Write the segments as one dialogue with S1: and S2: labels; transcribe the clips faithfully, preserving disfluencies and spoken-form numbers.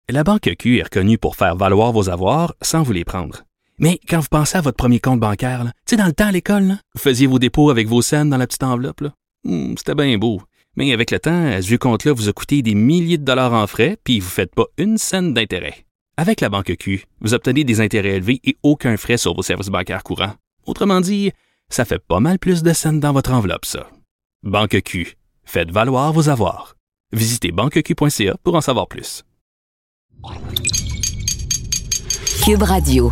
S1: La Banque Q est reconnue pour faire valoir vos avoirs sans vous les prendre. Mais quand vous pensez à votre premier compte bancaire, tu sais, dans le temps à l'école, là, vous faisiez vos dépôts avec vos scènes dans la petite enveloppe. Là. Hum, c'était bien beau. Mais avec le temps, ce vieux compte-là vous a coûté des milliers de dollars en frais, puis vous ne faites pas une scène d'intérêt. Avec la Banque Q, vous obtenez des intérêts élevés et aucun frais sur vos services bancaires courants. Autrement dit, ça fait pas mal plus de scènes dans votre enveloppe, ça. Banque Q. Faites valoir vos avoirs. Visitez banque q point c a pour en savoir plus.
S2: Cube Radio.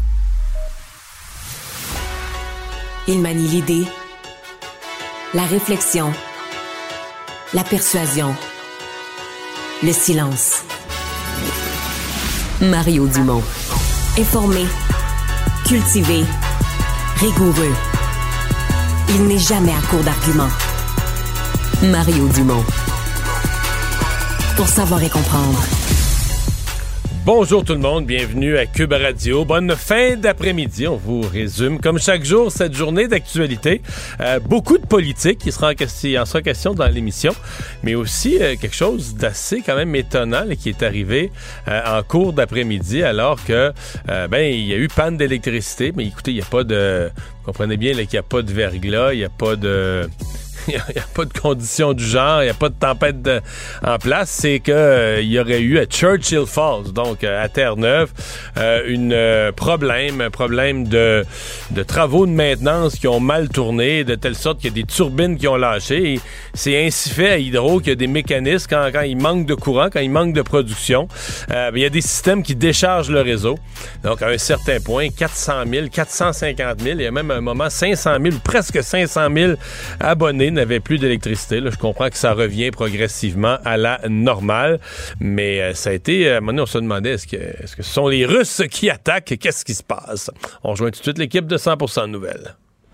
S2: Il manie l'idée, la réflexion, la persuasion, le silence. Mario Dumont. Informé, cultivé, rigoureux. Il n'est jamais à court d'arguments. Mario Dumont. Pour savoir et comprendre.
S3: Bonjour tout le monde, bienvenue à Cube Radio. Bonne fin d'après-midi. On vous résume, comme chaque jour, cette journée d'actualité. Euh, beaucoup de politique qui sera en, question, en sera question dans l'émission, mais aussi euh, quelque chose d'assez quand même étonnant là, qui est arrivé euh, en cours d'après-midi, alors que euh, ben il y a eu panne d'électricité. Mais écoutez, il n'y a pas de... Vous comprenez bien là, qu'il n'y a pas de verglas, il n'y a pas de... Il n'y a, a pas de conditions du genre, il n'y a pas de tempête de, en place. C'est qu'il euh, y aurait eu à Churchill Falls, donc euh, à Terre-Neuve, euh, une euh, problème, problème de, de travaux de maintenance qui ont mal tourné, de telle sorte qu'il y a des turbines qui ont lâché. Et c'est ainsi fait à Hydro qu'il y a des mécanismes quand, quand il manque de courant, quand il manque de production. Euh, il y a des systèmes qui déchargent le réseau. Donc à un certain point, quatre cent mille, quatre cent cinquante mille, il y a même un moment cinq cent mille, presque cinq cent mille abonnés n'avait plus d'électricité. Là, je comprends que ça revient progressivement à la normale, mais euh, ça a été... À un moment donné, on se demandait, est-ce que, est-ce que ce sont les Russes qui attaquent? Qu'est-ce qui se passe? On rejoint tout de suite l'équipe de cent pour cent Nouvelles.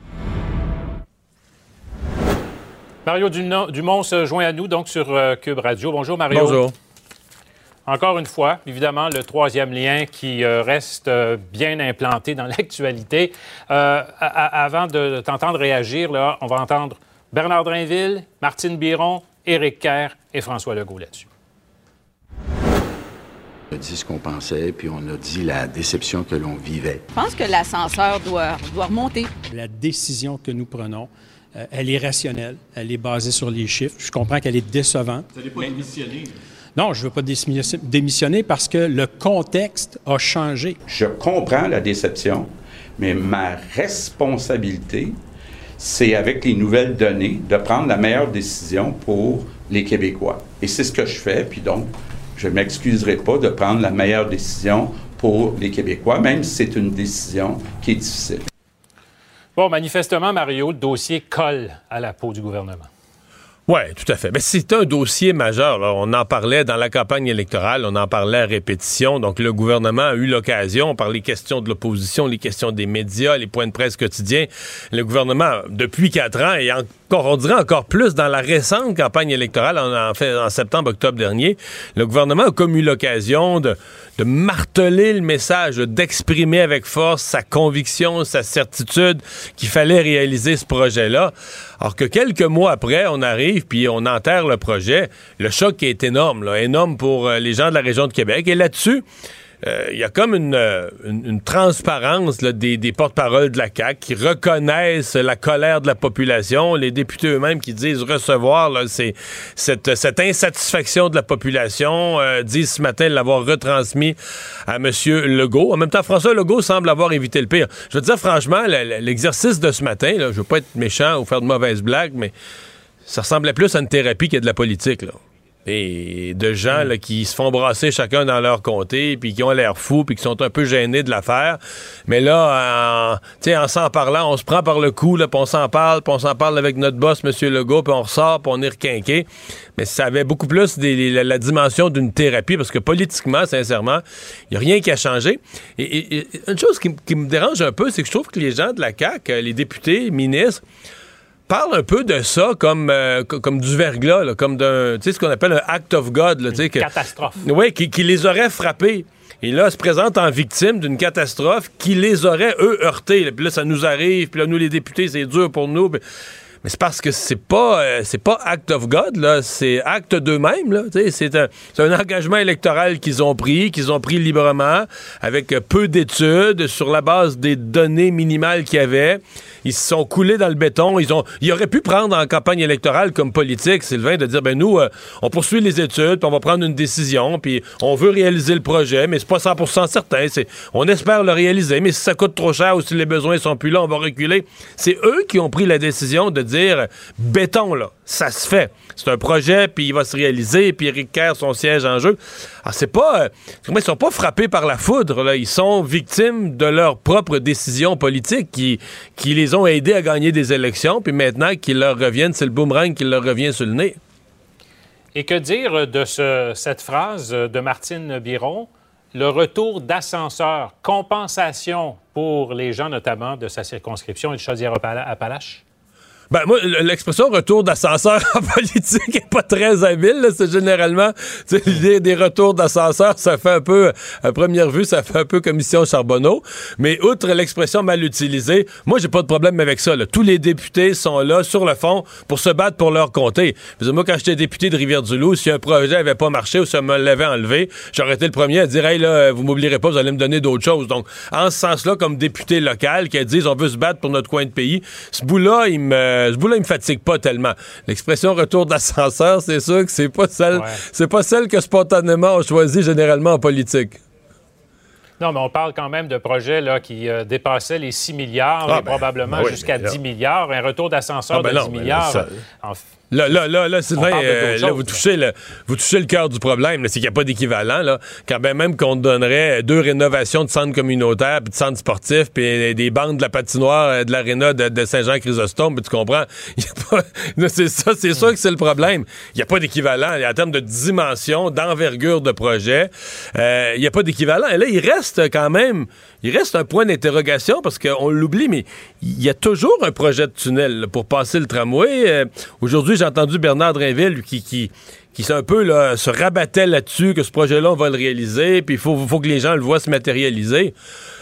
S4: Mario Dumont se joint à nous, donc, sur euh, Cube Radio. Bonjour, Mario.
S3: Bonjour.
S4: Encore une fois, évidemment, le troisième lien qui euh, reste euh, bien implanté dans l'actualité. Euh, a- a- avant de t'entendre réagir, là, on va entendre Bernard Drinville, Martine Biron, Éric Kerr et François Legault là-dessus.
S5: On a dit ce qu'on pensait, puis on a dit la déception que l'on vivait.
S6: Je pense que l'ascenseur doit, doit remonter.
S7: La décision que nous prenons, euh, elle est rationnelle, elle est basée sur les chiffres. Je comprends qu'elle est décevante.
S8: Vous n'allez pas démissionner?
S7: Non, je ne veux pas démissionner parce que le contexte a changé.
S9: Je comprends la déception, mais ma responsabilité, c'est avec les nouvelles données de prendre la meilleure décision pour les Québécois. Et c'est ce que je fais, puis donc, je ne m'excuserai pas de prendre la meilleure décision pour les Québécois, même si c'est une décision qui est difficile.
S4: Bon, manifestement, Mario, le dossier colle à la peau du gouvernement.
S3: Oui, tout à fait. Mais c'est un dossier majeur. Là. On en parlait dans la campagne électorale, on en parlait à répétition. Donc, le gouvernement a eu l'occasion, par les questions de l'opposition, les questions des médias, les points de presse quotidiens, le gouvernement, depuis quatre ans, et encore, on dirait encore plus dans la récente campagne électorale, en, en, fait, en septembre, octobre dernier, le gouvernement a comme eu l'occasion de, de marteler le message, d'exprimer avec force sa conviction, sa certitude qu'il fallait réaliser ce projet-là. Alors que quelques mois après, on arrive puis on enterre le projet. Le choc est énorme, là, énorme pour euh, les gens de la région de Québec. Et là-dessus, il euh, y a comme une, une, une transparence là, des, des porte-paroles de la C A Q qui reconnaissent la colère de la population. Les députés eux-mêmes qui disent recevoir là, c'est, cette, cette insatisfaction de la population, euh, disent ce matin l'avoir retransmis à M. Legault. En même temps, François Legault semble avoir évité le pire. Je veux dire, franchement, l'exercice de ce matin, là, je veux pas être méchant ou faire de mauvaises blagues, mais ça ressemblait plus à une thérapie qu'à de la politique, là. Et de gens là, qui se font brasser chacun dans leur comté, puis qui ont l'air fous, puis qui sont un peu gênés de l'affaire. Mais là, en, en s'en parlant, on se prend par le cou, puis on s'en parle, puis on s'en parle avec notre boss, M. Legault, puis on ressort, puis on est requinqué. Mais ça avait beaucoup plus des, la, la dimension d'une thérapie, parce que politiquement, sincèrement, il n'y a rien qui a changé. Et, et, et une chose qui, qui me dérange un peu, c'est que je trouve que les gens de la C A Q, les députés, ministres, parle un peu de ça comme, euh, comme du verglas, là, comme d'un, tu sais, ce qu'on appelle un act of God. Là,
S4: une
S3: que,
S4: catastrophe.
S3: Oui, qui, qui les aurait frappés. Et là, se présentent en victime d'une catastrophe qui les aurait, eux, heurtés. Là. Puis là, ça nous arrive. Puis là, nous, les députés, c'est dur pour nous. Puis... Mais c'est parce que c'est pas euh, c'est pas act of God, là, c'est acte d'eux-mêmes, là. C'est un, c'est un engagement électoral qu'ils ont pris, qu'ils ont pris librement, avec peu d'études, sur la base des données minimales qu'il y avait. Ils se sont coulés dans le béton. Ils ont, ils auraient pu prendre en campagne électorale comme politique, Sylvain, de dire, ben nous, euh, on poursuit les études, puis on va prendre une décision, puis on veut réaliser le projet, mais c'est pas cent pour cent certain. C'est, on espère le réaliser, mais si ça coûte trop cher ou si les besoins sont plus là, on va reculer. C'est eux qui ont pris la décision de dire, béton, là, ça se fait. C'est un projet, puis il va se réaliser, puis Éric Kerr, son siège en jeu. Alors, c'est pas... Euh, ils sont pas frappés par la foudre, là. Ils sont victimes de leurs propres décisions politiques qui, qui les ont aidés à gagner des élections, puis maintenant qu'ils leur reviennent, c'est le boomerang qui leur revient sur le nez.
S4: Et que dire de ce, cette phrase de Martine Biron? Le retour d'ascenseur, compensation pour les gens, notamment de sa circonscription et de Chaudière-Appalaches?
S3: Ben, moi, l'expression retour d'ascenseur en politique est pas très habile, là. C'est généralement, tu sais, l'idée des retours d'ascenseur, ça fait un peu, à première vue, ça fait un peu commission Charbonneau. Mais outre l'expression mal utilisée, moi, j'ai pas de problème avec ça, là. Tous les députés sont là, sur le fond, pour se battre pour leur comté. Moi, quand j'étais député de Rivière-du-Loup, si un projet avait pas marché ou si on me l'avait enlevé, j'aurais été le premier à dire, hey, là, vous m'oublierez pas, vous allez me donner d'autres choses. Donc, en ce sens-là, comme député local, qui disent, on veut se battre pour notre coin de pays, ce bout-là, il me, ce bout-là, il me fatigue pas tellement. L'expression retour d'ascenseur, c'est sûr que c'est pas celle, ouais. c'est pas celle que spontanément on choisit généralement en politique.
S4: Non, mais on parle quand même de projets là, qui euh, dépassaient les six milliards ah, et ben, probablement ben oui, jusqu'à dix milliards. Un retour d'ascenseur ah, ben de non, dix milliards. Ça... En...
S3: Là, là, là, là, Sylvain, euh, là, vous touchez le, vous touchez le cœur du problème. Là, c'est qu'il n'y a pas d'équivalent. Là. Quand ben même qu'on donnerait deux rénovations de centres communautaires, puis de centres sportifs, puis des bandes de la patinoire de l'aréna de, de Saint-Jean-Chrysostome, tu comprends? Y a pas, là, c'est ça, c'est mm. sûr que c'est le problème. Il n'y a pas d'équivalent. En termes de dimension, d'envergure de projet, il euh, n'y a pas d'équivalent. Et là, il reste quand même... Il reste un point d'interrogation parce qu'on l'oublie, mais il y a toujours un projet de tunnel là, pour passer le tramway. Euh, aujourd'hui, j'ai entendu Bernard Drainville qui, qui, qui s'est un peu là, se rabattait là-dessus, que ce projet-là, on va le réaliser, puis il faut, faut que les gens le voient se matérialiser.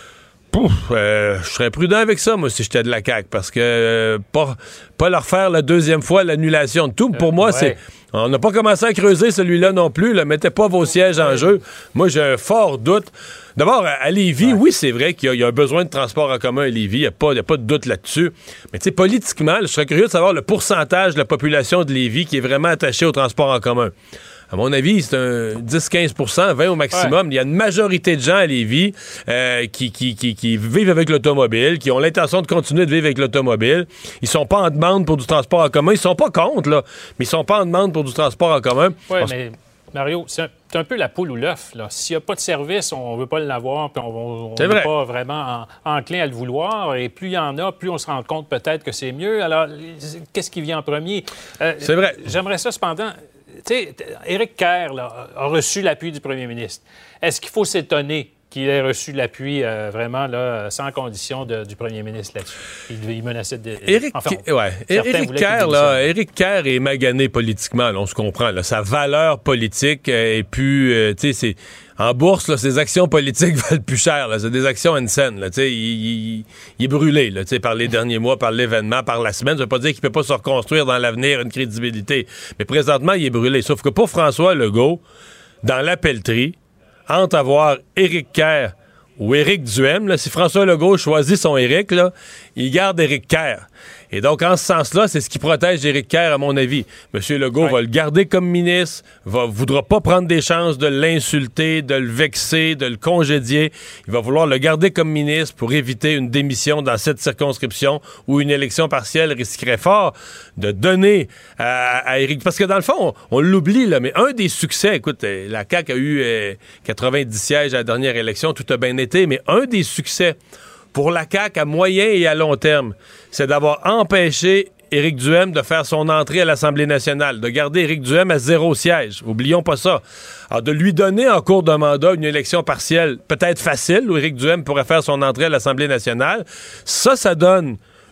S3: Pouf, euh, je serais prudent avec ça, moi, si j'étais de la C A Q, parce que euh, pas, pas leur faire la deuxième fois l'annulation de tout. Pour euh, moi, ouais. c'est... On n'a pas commencé à creuser celui-là non plus. Là. Mettez pas vos sièges en jeu. Moi, j'ai un fort doute. D'abord, à Lévis, ouais. oui, c'est vrai qu'il y a, il y a un besoin de transport en commun à Lévis. Il n'y a, a pas de doute là-dessus. Mais tu sais, politiquement, je serais curieux de savoir le pourcentage de la population de Lévis qui est vraiment attachée au transport en commun. À mon avis, c'est un dix à quinze pour cent, vingt au maximum. Ouais. Il y a une majorité de gens à Lévis euh, qui, qui, qui, qui vivent avec l'automobile, qui ont l'intention de continuer de vivre avec l'automobile. Ils sont pas en demande pour du transport en commun. Ils sont pas contre, là, mais ils sont pas en demande pour du transport en commun.
S4: Oui, mais Mario, c'est un, c'est un peu la poule ou l'œuf. Là. S'il n'y a pas de service, on veut pas l'avoir, puis on n'est pas vraiment en, enclin à le vouloir. Et plus il y en a, plus on se rend compte peut-être que c'est mieux. Alors, qu'est-ce qui vient en premier? Euh,
S3: c'est vrai.
S4: J'aimerais ça, cependant... Tu sais, Éric Kerr là, a reçu l'appui du premier ministre. Est-ce qu'il faut s'étonner qu'il ait reçu l'appui euh, vraiment là, sans condition de, du premier ministre là-dessus? Il, il menaçait de...
S3: Éric enfin, ouais. Éric Kerr, là, Éric Kerr est magané politiquement, là, on se comprend. Là, sa valeur politique euh, est plus... Euh, tu sais, c'est... En bourse, là, ses actions politiques valent plus cher. Là. C'est des actions N-Sen. Il, il, il est brûlé là, par les derniers mois, par l'événement, par la semaine. Ça veut pas dire qu'il peut pas se reconstruire dans l'avenir une crédibilité. Mais présentement, il est brûlé. Sauf que pour François Legault, dans la pelleterie, entre avoir Éric Kerr ou Éric Duhem, là, si François Legault choisit son Éric, là, il garde Éric Kerr. Et donc, en ce sens-là, c'est ce qui protège Éric Kerr, à mon avis. M. Legault ouais. va le garder comme ministre, va voudra pas prendre des chances de l'insulter, de le vexer, de le congédier. Il va vouloir le garder comme ministre pour éviter une démission dans cette circonscription où une élection partielle risquerait fort de donner à, à Éric. Parce que dans le fond, on, on l'oublie, là, mais un des succès, écoute, la C A Q a eu euh, quatre-vingt-dix sièges à la dernière élection, tout a bien été, mais un des succès pour la C A Q à moyen et à long terme, c'est d'avoir empêché Éric Duhem de faire son entrée à l'Assemblée nationale, de garder Éric Duhem à zéro siège. Oublions pas ça. Alors, de lui donner en cours de mandat une élection partielle peut-être facile, où Éric Duhem pourrait faire son entrée à l'Assemblée nationale, ça, ça donne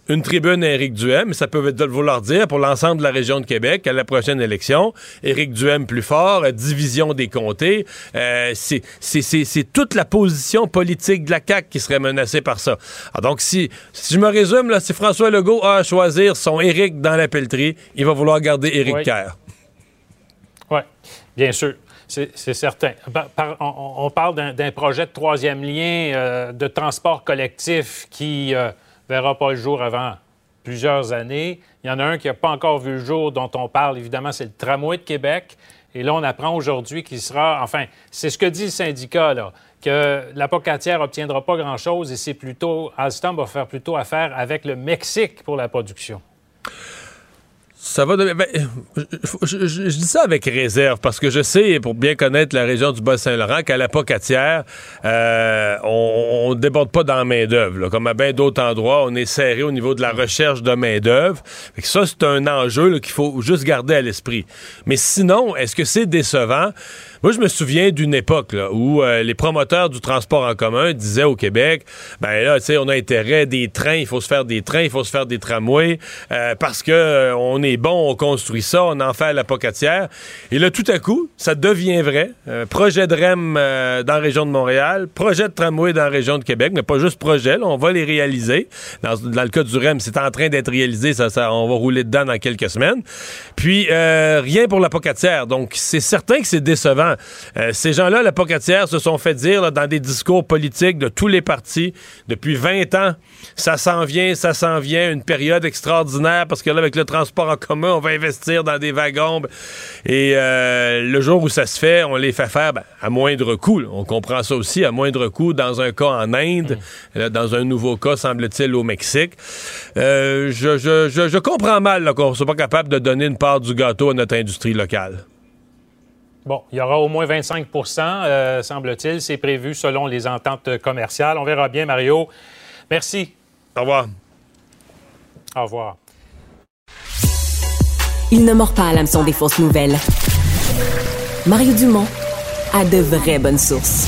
S3: une tribune à Éric Duhem, ça peut vouloir dire pour l'ensemble de la région de Québec, à la prochaine élection, Éric Duhem plus fort, division des comtés. Euh, c'est, c'est, c'est, c'est toute la position politique de la C A Q qui serait menacée par ça. Alors donc, si, si je me résume, là, si François Legault a à choisir son Éric dans la pelleterie, il va vouloir garder Éric
S4: oui.
S3: Kerr.
S4: Oui, bien sûr. C'est, c'est certain. Par, par, on, on parle d'un, d'un projet de troisième lien euh, de transport collectif qui ne euh, verra pas le jour avant plusieurs années. Il y en a un qui n'a pas encore vu le jour, dont on parle, évidemment, c'est le tramway de Québec. Et là, on apprend aujourd'hui qu'il sera... Enfin, c'est ce que dit le syndicat, là, que la Pocatière n'obtiendra pas grand-chose et c'est plutôt... Alstom va faire plutôt affaire avec le Mexique pour la production.
S3: Ça va de... ben, je, je, je, je dis ça avec réserve parce que je sais, pour bien connaître la région du Bas-Saint-Laurent, qu'à la Pocatière, euh, on ne déborde pas dans la main-d'œuvre. Là. Comme à bien d'autres endroits, on est serré au niveau de la recherche de main-d'œuvre. Fait que ça, c'est un enjeu là, qu'il faut juste garder à l'esprit. Mais sinon, est-ce que c'est décevant? Moi, je me souviens d'une époque là, où euh, les promoteurs du transport en commun disaient au Québec, ben là, tu sais, on a intérêt des trains, il faut se faire des trains, il faut se faire des tramways, euh, parce que euh, on est bon, on construit ça, on en fait à la Pocatière. Et là, tout à coup, ça devient vrai. Euh, projet de R E M euh, dans la région de Montréal, projet de tramway dans la région de Québec, mais pas juste projet, là, on va les réaliser. Dans, dans le cas du R E M, c'est en train d'être réalisé, ça, ça, on va rouler dedans dans quelques semaines. Puis, euh, rien pour la Pocatière. Donc, c'est certain que c'est décevant. Euh, ces gens-là, la Pocatière, se sont fait dire là, dans des discours politiques de tous les partis depuis vingt ans, ça s'en vient, ça s'en vient, une période extraordinaire parce que là, avec le transport en commun, on va investir dans des wagons. Et euh, le jour où ça se fait, on les fait faire ben, à moindre coût. Là. On comprend ça aussi, à moindre coût, dans un cas en Inde, mmh. là, dans un nouveau cas, semble-t-il, au Mexique. Euh, je, je, je, je comprends mal là, qu'on ne soit pas capable de donner une part du gâteau à notre industrie locale.
S4: Bon, il y aura au moins vingt-cinq pour cent, euh, semble-t-il. C'est prévu selon les ententes commerciales. On verra bien, Mario. Merci.
S3: Au revoir.
S4: Au revoir.
S2: Il ne mord pas à l'hameçon des fausses nouvelles. Mario Dumont a de vraies bonnes sources.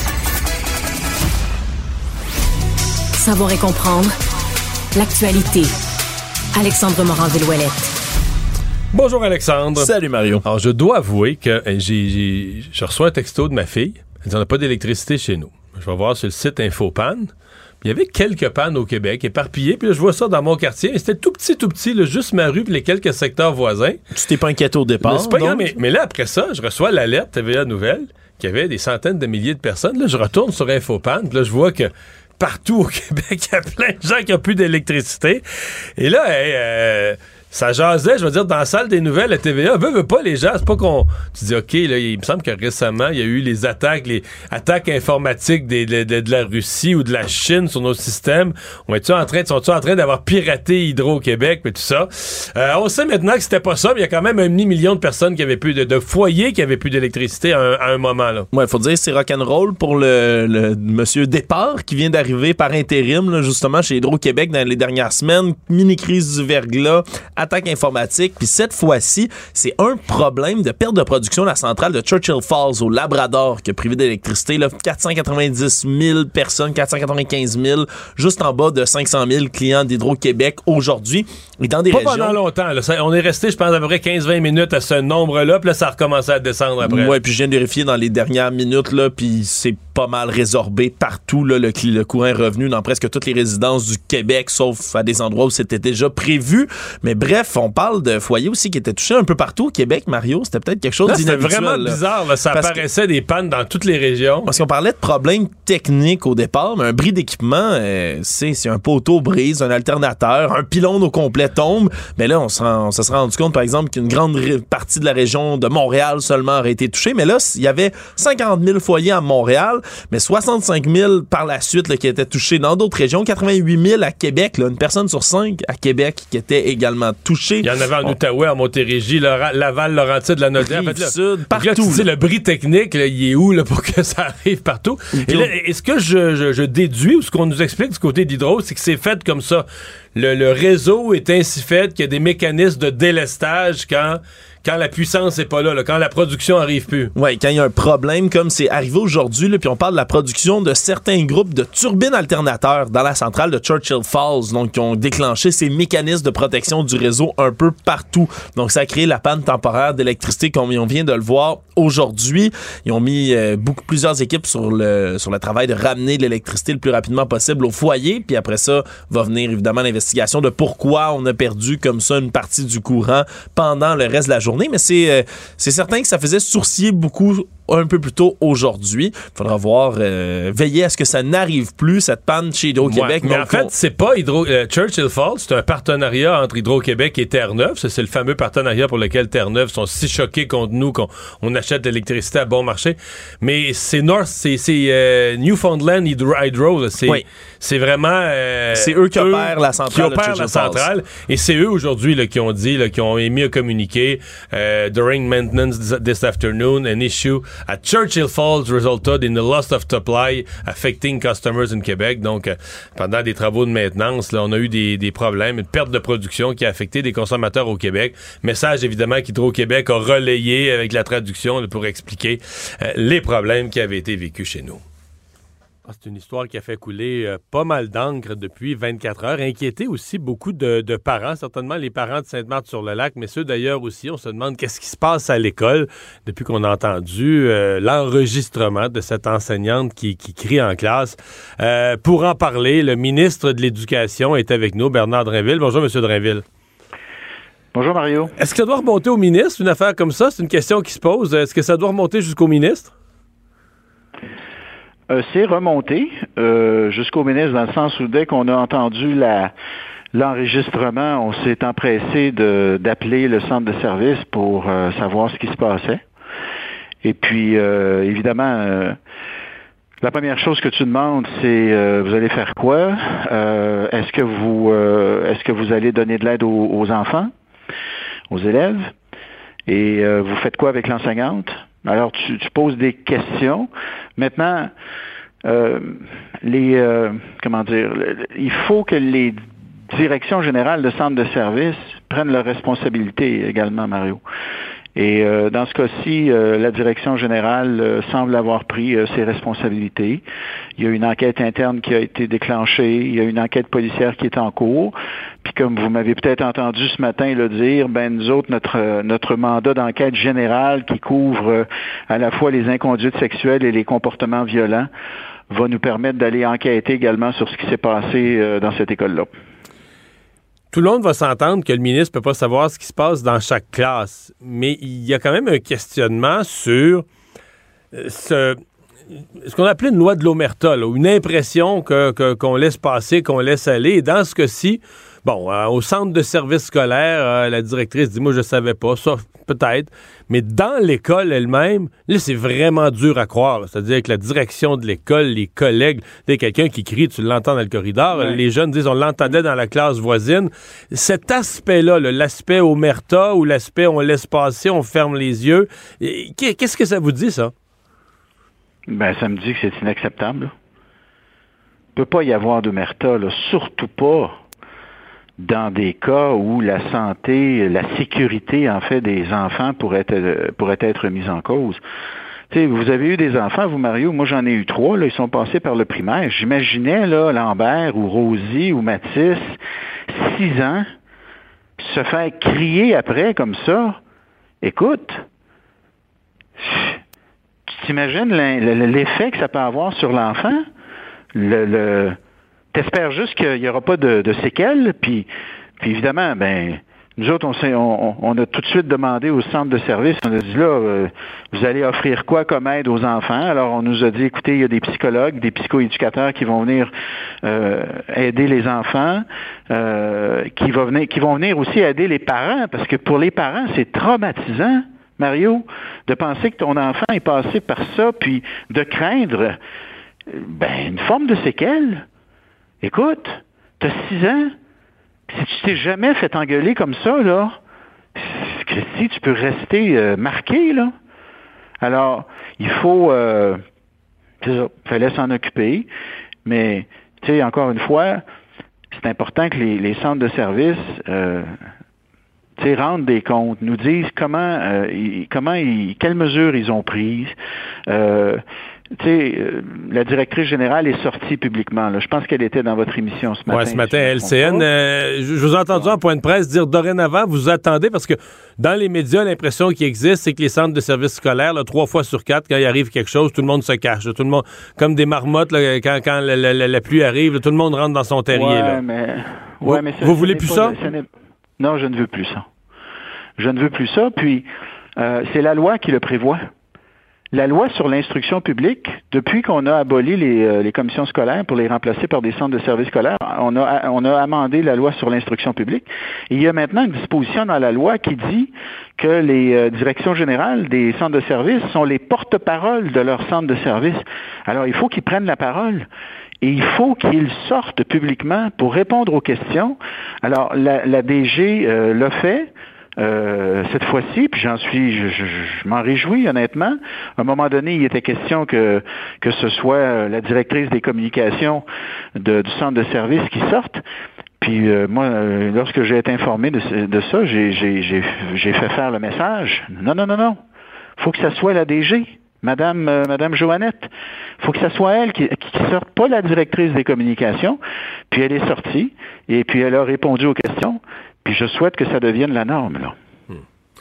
S2: Savoir et comprendre l'actualité. Alexandre Morin-Villouellette.
S3: Bonjour Alexandre.
S8: Salut Mario.
S3: Alors je dois avouer que j'ai, j'ai, je reçois un texto de ma fille. Elle dit on n'a pas d'électricité chez nous. Je vais voir sur le site InfoPan. Il y avait quelques pannes au Québec éparpillées. Puis là, je vois ça dans mon quartier. C'était tout petit, tout petit, là, juste ma rue puis les quelques secteurs voisins.
S8: Tu t'es pas inquiété au départ?
S3: Mais, c'est pas grave, mais, mais là, après ça, je reçois l'alerte T V A Nouvelles qu'il y avait des centaines de milliers de personnes. Là, je retourne sur InfoPan. Puis là, je vois que partout au Québec, il y a plein de gens qui n'ont plus d'électricité. Et là, hey, euh, ça jasait, je veux dire, dans la salle des nouvelles à T V A. Veut, veut pas les gens. C'est pas qu'on... Tu dis, OK, là, il me semble que récemment, il y a eu les attaques, les attaques informatiques des, de, de, de la Russie ou de la Chine sur nos systèmes. On est-tu en train, sont-ils en train d'avoir piraté Hydro-Québec et tout ça? Euh, on sait maintenant que c'était pas ça, mais il y a quand même un demi-million de personnes qui avaient plus de, de foyers qui avaient plus d'électricité à un, à un moment, là.
S8: Ouais, faut dire c'est rock'n'roll pour le, le monsieur Départ qui vient d'arriver par intérim, là, justement, chez Hydro-Québec dans les dernières semaines. Mini-crise du verglas, attaque informatique, puis cette fois-ci, c'est un problème de perte de production de la centrale de Churchill Falls au Labrador qui a privé d'électricité, là, quatre cent quatre-vingt-dix mille personnes, quatre cent quatre-vingt-quinze mille, juste en bas de cinq cent mille clients d'Hydro-Québec aujourd'hui. Et dans des
S3: Pas
S8: régions...
S3: pendant longtemps, là. Ça, on est resté, je pense, à peu près quinze vingt minutes à ce nombre-là, puis là, ça a recommencé à descendre après.
S8: Ouais, puis je viens de vérifier dans les dernières minutes, là, puis c'est pas mal résorbé partout, là, le, le courant est revenu dans presque toutes les résidences du Québec, sauf à des endroits où c'était déjà prévu. Mais bref, on parle de foyers aussi qui étaient touchés un peu partout au Québec, Mario. C'était peut-être quelque chose d'inhabituel.
S3: C'était vraiment
S8: là.
S3: bizarre, là. Ça
S8: parce
S3: apparaissait que, des pannes dans toutes les régions.
S8: Parce qu'on parlait de problèmes techniques au départ, mais un bris d'équipement, euh, c'est, c'est un poteau brise, un alternateur, un pylône au complet tombe. Mais là, on se, rend, on se serait rendu compte, par exemple, qu'une grande ré- partie de la région de Montréal seulement aurait été touchée. Mais là, il y avait cinquante mille foyers à Montréal, mais soixante-cinq mille par la suite là, qui étaient touchés dans d'autres régions. quatre-vingt-huit mille à Québec, là, une personne sur cinq à Québec qui était également touchée.
S3: Il y en avait en on... Outaouais, en Montérégie, Laurent, Laval, Laurentides, la Naudière. En fait, là,
S8: Sud, partout.
S3: Là, tu dis, le bris technique, là, il est où là, pour que ça arrive partout? Et là, est-ce que je, je, je déduis, ou ce qu'on nous explique du côté d'Hydro, c'est que c'est fait comme ça? Le, le réseau est ainsi fait qu'il y a des mécanismes de délestage quand, quand la puissance n'est pas là, là, quand la production arrive plus.
S8: Oui, quand il y a un problème, comme c'est arrivé aujourd'hui, là, puis on parle de la production de certains groupes de turbines alternateurs dans la centrale de Churchill Falls, donc qui ont déclenché ces mécanismes de protection du réseau un peu partout. Donc ça a créé la panne temporaire d'électricité, comme on vient de le voir aujourd'hui. Ils ont mis euh, beaucoup plusieurs équipes sur le sur le travail de ramener de l'électricité le plus rapidement possible au foyer, puis après ça va venir évidemment l'investigation de pourquoi on a perdu comme ça une partie du courant pendant le reste de la journée, mais c'est euh, c'est certain que ça faisait sourciller beaucoup un peu plus tôt aujourd'hui. Il faudra voir, euh, veiller à ce que ça n'arrive plus, cette panne chez Hydro-Québec.
S3: Ouais, mais en fait, on... c'est pas Hydro... Euh, Churchill Falls, c'est un partenariat entre Hydro-Québec et Terre-Neuve. Ça, c'est le fameux partenariat pour lequel Terre-Neuve sont si choqués contre nous qu'on on achète de l'électricité à bon marché. Mais c'est North, c'est, c'est euh, Newfoundland Hydro, Hydro c'est, oui. c'est vraiment... Euh,
S8: c'est eux qui eux opèrent la centrale.
S3: Qui opèrent la centrale. Et c'est eux aujourd'hui là, qui ont dit, là, qui ont émis un communiqué euh, during maintenance this afternoon, an issue at Churchill Falls resulted in the loss of supply affecting customers in Québec. Donc, euh, pendant des travaux de maintenance, là, on a eu des, des problèmes, une perte de production qui a affecté des consommateurs au Québec. Message, évidemment, qu'Hydro-Québec a relayé avec la traduction là, pour expliquer euh, les problèmes qui avaient été vécus chez nous. C'est une histoire qui a fait couler euh, pas mal d'encre depuis vingt-quatre heures, inquiété aussi beaucoup de, de parents, certainement les parents de Sainte-Marthe-sur-le-Lac, mais ceux d'ailleurs aussi. On se demande qu'est-ce qui se passe à l'école depuis qu'on a entendu euh, l'enregistrement de cette enseignante qui, qui crie en classe. Euh, pour en parler, le ministre de l'Éducation est avec nous, Bernard Drinville. Bonjour, M. Drinville.
S10: Bonjour, Mario.
S3: Est-ce que ça doit remonter au ministre, une affaire comme ça? C'est une question qui se pose. Est-ce que ça doit remonter jusqu'au ministre?
S10: Euh, c'est remonté euh, jusqu'au ministre dans le sens où dès qu'on a entendu la, l'enregistrement, on s'est empressé de, d'appeler le centre de service pour euh, savoir ce qui se passait. Et puis, euh, évidemment, euh, la première chose que tu demandes, c'est euh, vous allez faire quoi? Euh, est-ce que vous euh, est-ce que vous allez donner de l'aide aux, aux enfants, aux élèves? Et euh, vous faites quoi avec l'enseignante? Alors, tu, tu poses des questions. Maintenant, euh, les euh, comment dire, il faut que les directions générales de centres de services prennent leurs responsabilités également, Mario. Et euh, dans ce cas-ci, euh, la direction générale euh, semble avoir pris euh, ses responsabilités. Il y a une enquête interne qui a été déclenchée, il y a une enquête policière qui est en cours. Puis comme vous m'avez peut-être entendu ce matin le dire, ben nous autres, notre euh, notre mandat d'enquête générale qui couvre euh, à la fois les inconduites sexuelles et les comportements violents va nous permettre d'aller enquêter également sur ce qui s'est passé euh, dans cette école-là.
S3: Tout le monde va s'entendre que le ministre ne peut pas savoir ce qui se passe dans chaque classe, mais il y a quand même un questionnement sur ce, ce qu'on appelait une loi de l'omerta, là, une impression que, que, qu'on laisse passer, qu'on laisse aller. Et dans ce cas-ci, bon, euh, au centre de service scolaire, euh, la directrice dit « Moi, je savais pas, ça, peut-être. » Mais dans l'école elle-même, là, c'est vraiment dur à croire. Là. C'est-à-dire que la direction de l'école, les collègues, il y a quelqu'un qui crie, tu l'entends dans le corridor. Ouais. Les jeunes disent, on l'entendait dans la classe voisine. Cet aspect-là, là, l'aspect omerta ou l'aspect on laisse passer, on ferme les yeux, qu'est-ce que ça vous dit, ça?
S10: Ben, ça me dit que c'est inacceptable. Là. Il ne peut pas y avoir d'omerta, là, surtout pas dans des cas où la santé, la sécurité, en fait, des enfants pourrait être, pourrait être mise en cause. Tu sais, vous avez eu des enfants, vous, Mario, moi j'en ai eu trois, là, ils sont passés par le primaire. J'imaginais, là, Lambert ou Rosie ou Mathis, six ans, se faire crier après comme ça. Écoute, tu t'imagines l'effet que ça peut avoir sur l'enfant? Le... le T'espères juste qu'il n'y aura pas de, de séquelles, puis, puis évidemment, ben, nous autres, on, s'est, on, on a tout de suite demandé au centre de service, on a dit là, euh, vous allez offrir quoi comme aide aux enfants? Alors, on nous a dit, écoutez, il y a des psychologues, des psychoéducateurs qui vont venir euh, aider les enfants, euh, qui, va venir, qui vont venir aussi aider les parents, parce que pour les parents, c'est traumatisant, Mario, de penser que ton enfant est passé par ça, puis de craindre ben, une forme de séquelle. Écoute, t'as six ans, si tu t'es jamais fait engueuler comme ça, là, Christy, tu peux rester euh, marqué, là. Alors, il faut, euh, c'est ça, fallait s'en occuper, mais, tu sais, encore une fois, c'est important que les, les centres de services, euh, tu sais, rendent des comptes, nous disent comment, euh, ils, comment ils, quelles mesures ils ont prises. Euh, tu sais, euh, la directrice générale est sortie publiquement. Là. Je pense qu'elle était dans votre émission ce matin.
S3: Oui, ce matin, à L C N. Euh, je, je vous ai entendu en point de presse dire dorénavant, vous attendez, parce que dans les médias, l'impression qui existe, c'est que les centres de services scolaires, là, trois fois sur quatre, quand il arrive quelque chose, tout le monde se cache. Là, tout le monde, comme des marmottes, là, quand, quand la, la, la pluie arrive, là, tout le monde rentre dans son terrier.
S10: Ouais,
S3: là.
S10: mais,
S3: vous
S10: ouais, mais ça,
S3: vous voulez plus ça?
S10: ça non, je ne veux plus ça. Je ne veux plus ça. Puis, euh, c'est la loi qui le prévoit. La loi sur l'instruction publique, depuis qu'on a aboli les, euh, les commissions scolaires pour les remplacer par des centres de services scolaires, on a, on a amendé la loi sur l'instruction publique. Et il y a maintenant une disposition dans la loi qui dit que les euh, directions générales des centres de services sont les porte-paroles de leurs centres de services. Alors, il faut qu'ils prennent la parole. Et il faut qu'ils sortent publiquement pour répondre aux questions. Alors, la, la D G euh, l'a fait. Euh, cette fois-ci, puis j'en suis, je, je, je m'en réjouis honnêtement. À un moment donné, il était question que que ce soit la directrice des communications de, du centre de service qui sorte. Puis euh, moi, euh, lorsque j'ai été informé de, de ça, j'ai, j'ai, j'ai, j'ai fait faire le message. Non, non, non, non. Faut que ça soit la D G, Madame, euh, Madame Joannette. Faut que ça soit elle qui, qui sorte, pas la directrice des communications. Puis elle est sortie et puis elle a répondu aux questions. Puis je souhaite que ça devienne la norme, là.
S3: Hmm.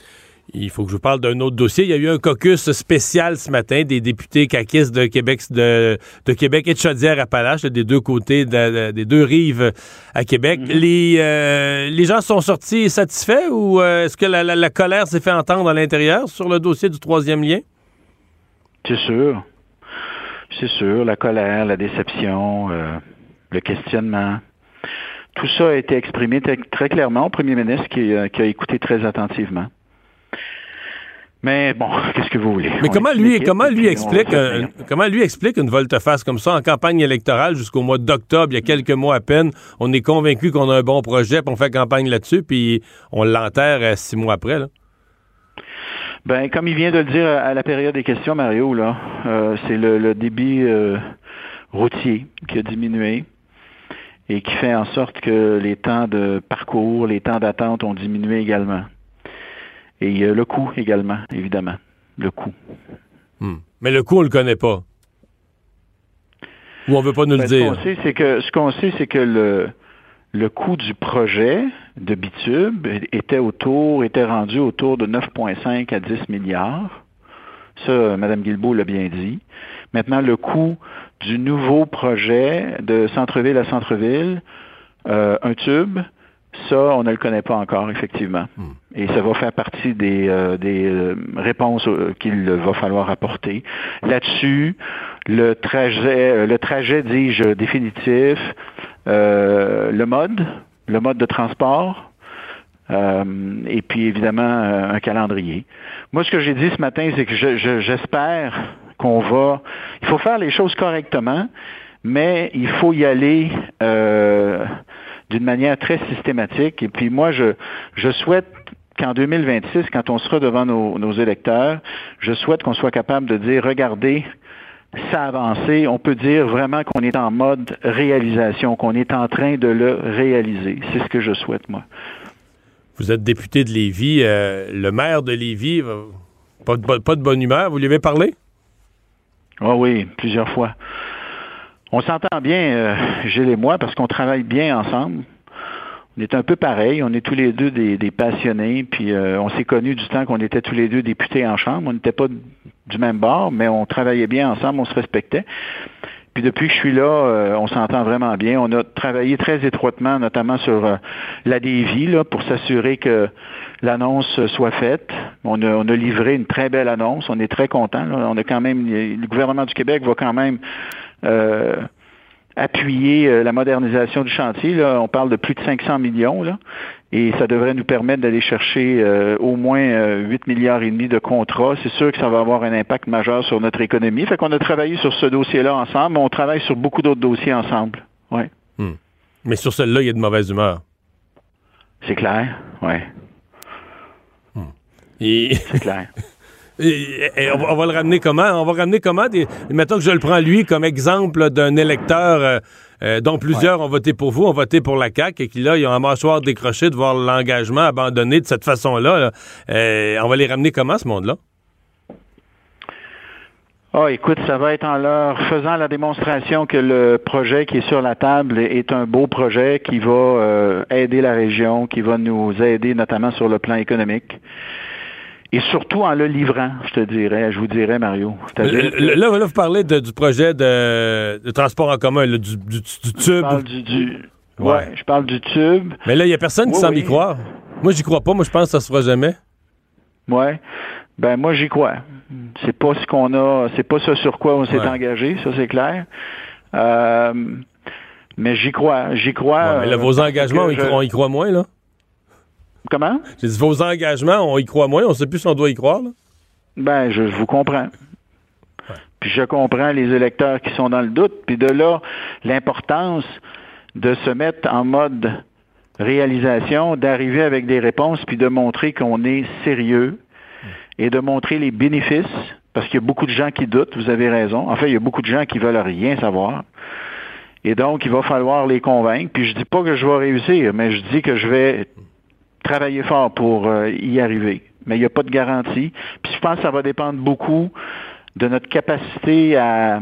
S3: Il faut que je vous parle d'un autre dossier. Il y a eu un caucus spécial ce matin des députés caquistes de Québec, de, de Québec et de Chaudière-Appalaches, des deux côtés, de, de, des deux rives à Québec. Mm-hmm. Les, euh, les gens sont sortis satisfaits ou euh, est-ce que la, la, la colère s'est fait entendre à l'intérieur sur le dossier du troisième lien?
S10: C'est sûr. C'est sûr. La colère, la déception, euh, le questionnement. Tout ça a été exprimé t- très clairement au premier ministre qui, euh, qui a écouté très attentivement. Mais bon, qu'est-ce que vous voulez?
S3: Mais
S10: on
S3: comment lui, comment lui
S10: puis
S3: explique, un, comment lui explique une volte-face comme ça en campagne électorale jusqu'au mois d'octobre, il y a quelques mois à peine, on est convaincu qu'on a un bon projet, puis on fait campagne là-dessus, puis on l'enterre euh, six mois après, là?
S10: Ben, comme il vient de le dire à la période des questions, Mario, là, euh, c'est le, le débit euh, routier qui a diminué et qui fait en sorte que les temps de parcours, les temps d'attente ont diminué également. Et euh, le coût également, évidemment. Le coût.
S3: Hmm. Mais le coût, on le connaît pas. Ou on veut pas nous
S10: ben,
S3: le dire.
S10: Ce qu'on sait, c'est que, ce qu'on sait, c'est que le, le coût du projet de Bitube était autour, était rendu autour de neuf virgule cinq à dix milliards. Ça, Mme Guilbeault l'a bien dit. Maintenant, le coût du nouveau projet de centre-ville à centre-ville, euh, un tube, ça, on ne le connaît pas encore, effectivement. Mm. Et ça va faire partie des, euh, des euh, réponses euh, qu'il va falloir apporter. Là-dessus, le trajet, le trajet, dis-je, définitif, euh, le mode, le mode de transport, euh, et puis évidemment, euh, un calendrier. Moi, ce que j'ai dit ce matin, c'est que je, je, j'espère qu'on va... Il faut faire les choses correctement, mais il faut y aller euh, d'une manière très systématique. Et puis moi, je, je souhaite qu'en deux mille vingt-six, quand on sera devant nos, nos électeurs, je souhaite qu'on soit capable de dire, regardez, ça a avancé. On peut dire vraiment qu'on est en mode réalisation, qu'on est en train de le réaliser. C'est ce que je souhaite, moi.
S3: Vous êtes député de Lévis. Euh, le maire de Lévis, euh, pas, de, pas de bonne humeur. Vous lui avez parlé?
S10: Ah oui, plusieurs fois. On s'entend bien, euh, Gilles et moi, parce qu'on travaille bien ensemble. On est un peu pareil. On est tous les deux des, des passionnés. Puis euh, on s'est connus du temps qu'on était tous les deux députés en chambre. On n'était pas du même bord, mais on travaillait bien ensemble, on se respectait. Puis depuis que je suis là, euh, on s'entend vraiment bien. On a travaillé très étroitement, notamment sur euh, la D V, là, pour s'assurer que l'annonce soit faite. On a, on a livré une très belle annonce. On est très contents. On a quand même, le gouvernement du Québec va quand même euh, appuyer euh, la modernisation du chantier. Là. On parle de plus de cinq cents millions, là, et ça devrait nous permettre d'aller chercher euh, au moins euh, huit milliards et demi de contrats. C'est sûr que ça va avoir un impact majeur sur notre économie. Fait qu'on a travaillé sur ce dossier-là ensemble, mais on travaille sur beaucoup d'autres dossiers ensemble. Ouais.
S3: Hmm. Mais sur celle-là, il y a de mauvaise humeur.
S10: C'est clair, oui.
S3: Hmm. Et...
S10: C'est clair.
S3: Et, et on, va, on va le ramener comment? On va ramener comment? Des, mettons que je le prends lui comme exemple là, d'un électeur euh, euh, dont plusieurs ouais. ont voté pour vous, ont voté pour la C A Q et qui là, ils ont un mâchoire décroché de voir l'engagement abandonné de cette façon-là. Là. Euh, on va les ramener comment, ce monde-là?
S10: Ah, oh, écoute, ça va être en leur faisant la démonstration que le projet qui est sur la table est un beau projet qui va euh, aider la région, qui va nous aider notamment sur le plan économique. Et surtout en le livrant, je te dirais, je vous dirais, Mario.
S3: Le, le, là, là, vous parlez de, du projet de, de transport en commun, là, du, du, du tube. Je
S10: parle du, du... Ouais. ouais, je parle du tube.
S3: Mais là, il n'y a personne qui oui, semble oui. y croire. Moi, j'y crois pas. Moi, je pense que ça se fera jamais.
S10: Ouais. Ben, moi, j'y crois. C'est pas ce qu'on a, c'est pas ce sur quoi on s'est ouais. engagé, ça, c'est clair. Euh, mais j'y crois. J'y crois.
S3: Ouais, mais là, vos engagements, on y, je... croit, on y croit moins, là?
S10: Comment?
S3: J'ai dit, vos engagements, on y croit moins, on ne sait plus si on doit y croire, là?
S10: Ben, je, je vous comprends. Ouais. Puis je comprends les électeurs qui sont dans le doute. Puis de là, l'importance de se mettre en mode réalisation, d'arriver avec des réponses, puis de montrer qu'on est sérieux mmh. et de montrer les bénéfices, parce qu'il y a beaucoup de gens qui doutent, vous avez raison. En fait, il y a beaucoup de gens qui veulent rien savoir. Et donc, il va falloir les convaincre. Puis je dis pas que je vais réussir, mais je dis que je vais travailler fort pour euh, y arriver. Mais il n'y a pas de garantie. Puis je pense que ça va dépendre beaucoup de notre capacité à,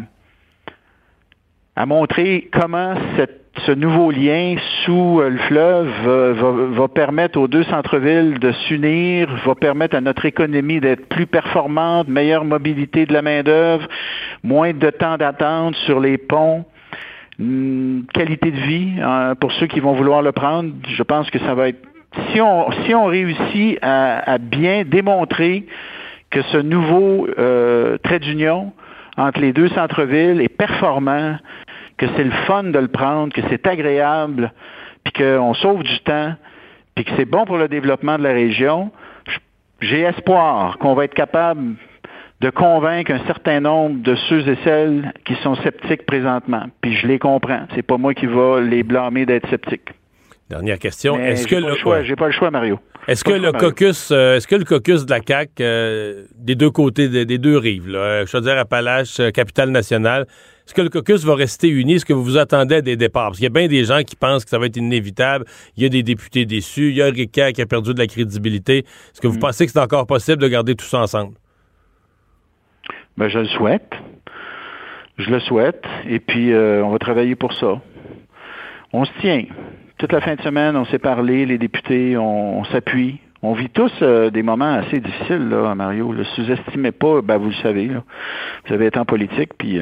S10: à montrer comment cette, ce nouveau lien sous euh, le fleuve va, va, va permettre aux deux centres-villes de s'unir, va permettre à notre économie d'être plus performante, meilleure mobilité de la main-d'œuvre, moins de temps d'attente sur les ponts, une qualité de vie hein, pour ceux qui vont vouloir le prendre. Je pense que ça va être Si on, si on réussit à, à bien démontrer que ce nouveau euh, trait d'union entre les deux centres-villes est performant, que c'est le fun de le prendre, que c'est agréable, puis qu'on sauve du temps, puis que c'est bon pour le développement de la région, j'ai espoir qu'on va être capable de convaincre un certain nombre de ceux et celles qui sont sceptiques présentement. Puis je les comprends. C'est pas moi qui va les blâmer d'être sceptiques.
S3: Dernière question.
S10: Mais
S3: est-ce
S10: j'ai
S3: que
S10: pas
S3: le
S10: le choix, j'ai pas le choix, Mario.
S3: Est-ce que le caucus, euh, est-ce que le caucus de la C A Q, euh, des deux côtés, des, des deux rives, là, Chaudière-Appalaches, euh, Capitale-Nationale, est-ce que le caucus va rester uni? Est-ce que vous vous attendez à des départs? Parce qu'il y a bien des gens qui pensent que ça va être inévitable. Il y a des députés déçus. Il y a Ricard qui a perdu de la crédibilité. Est-ce que vous mmh. pensez que c'est encore possible de garder tout ça ensemble?
S10: Ben, je le souhaite. Je le souhaite. Et puis, euh, on va travailler pour ça. On se tient. Toute la fin de semaine, on s'est parlé, les députés, on, on s'appuie. On vit tous euh, des moments assez difficiles, là, Mario. Ne sous-estimez pas, ben, vous le savez, là. Vous avez été en politique, puis euh,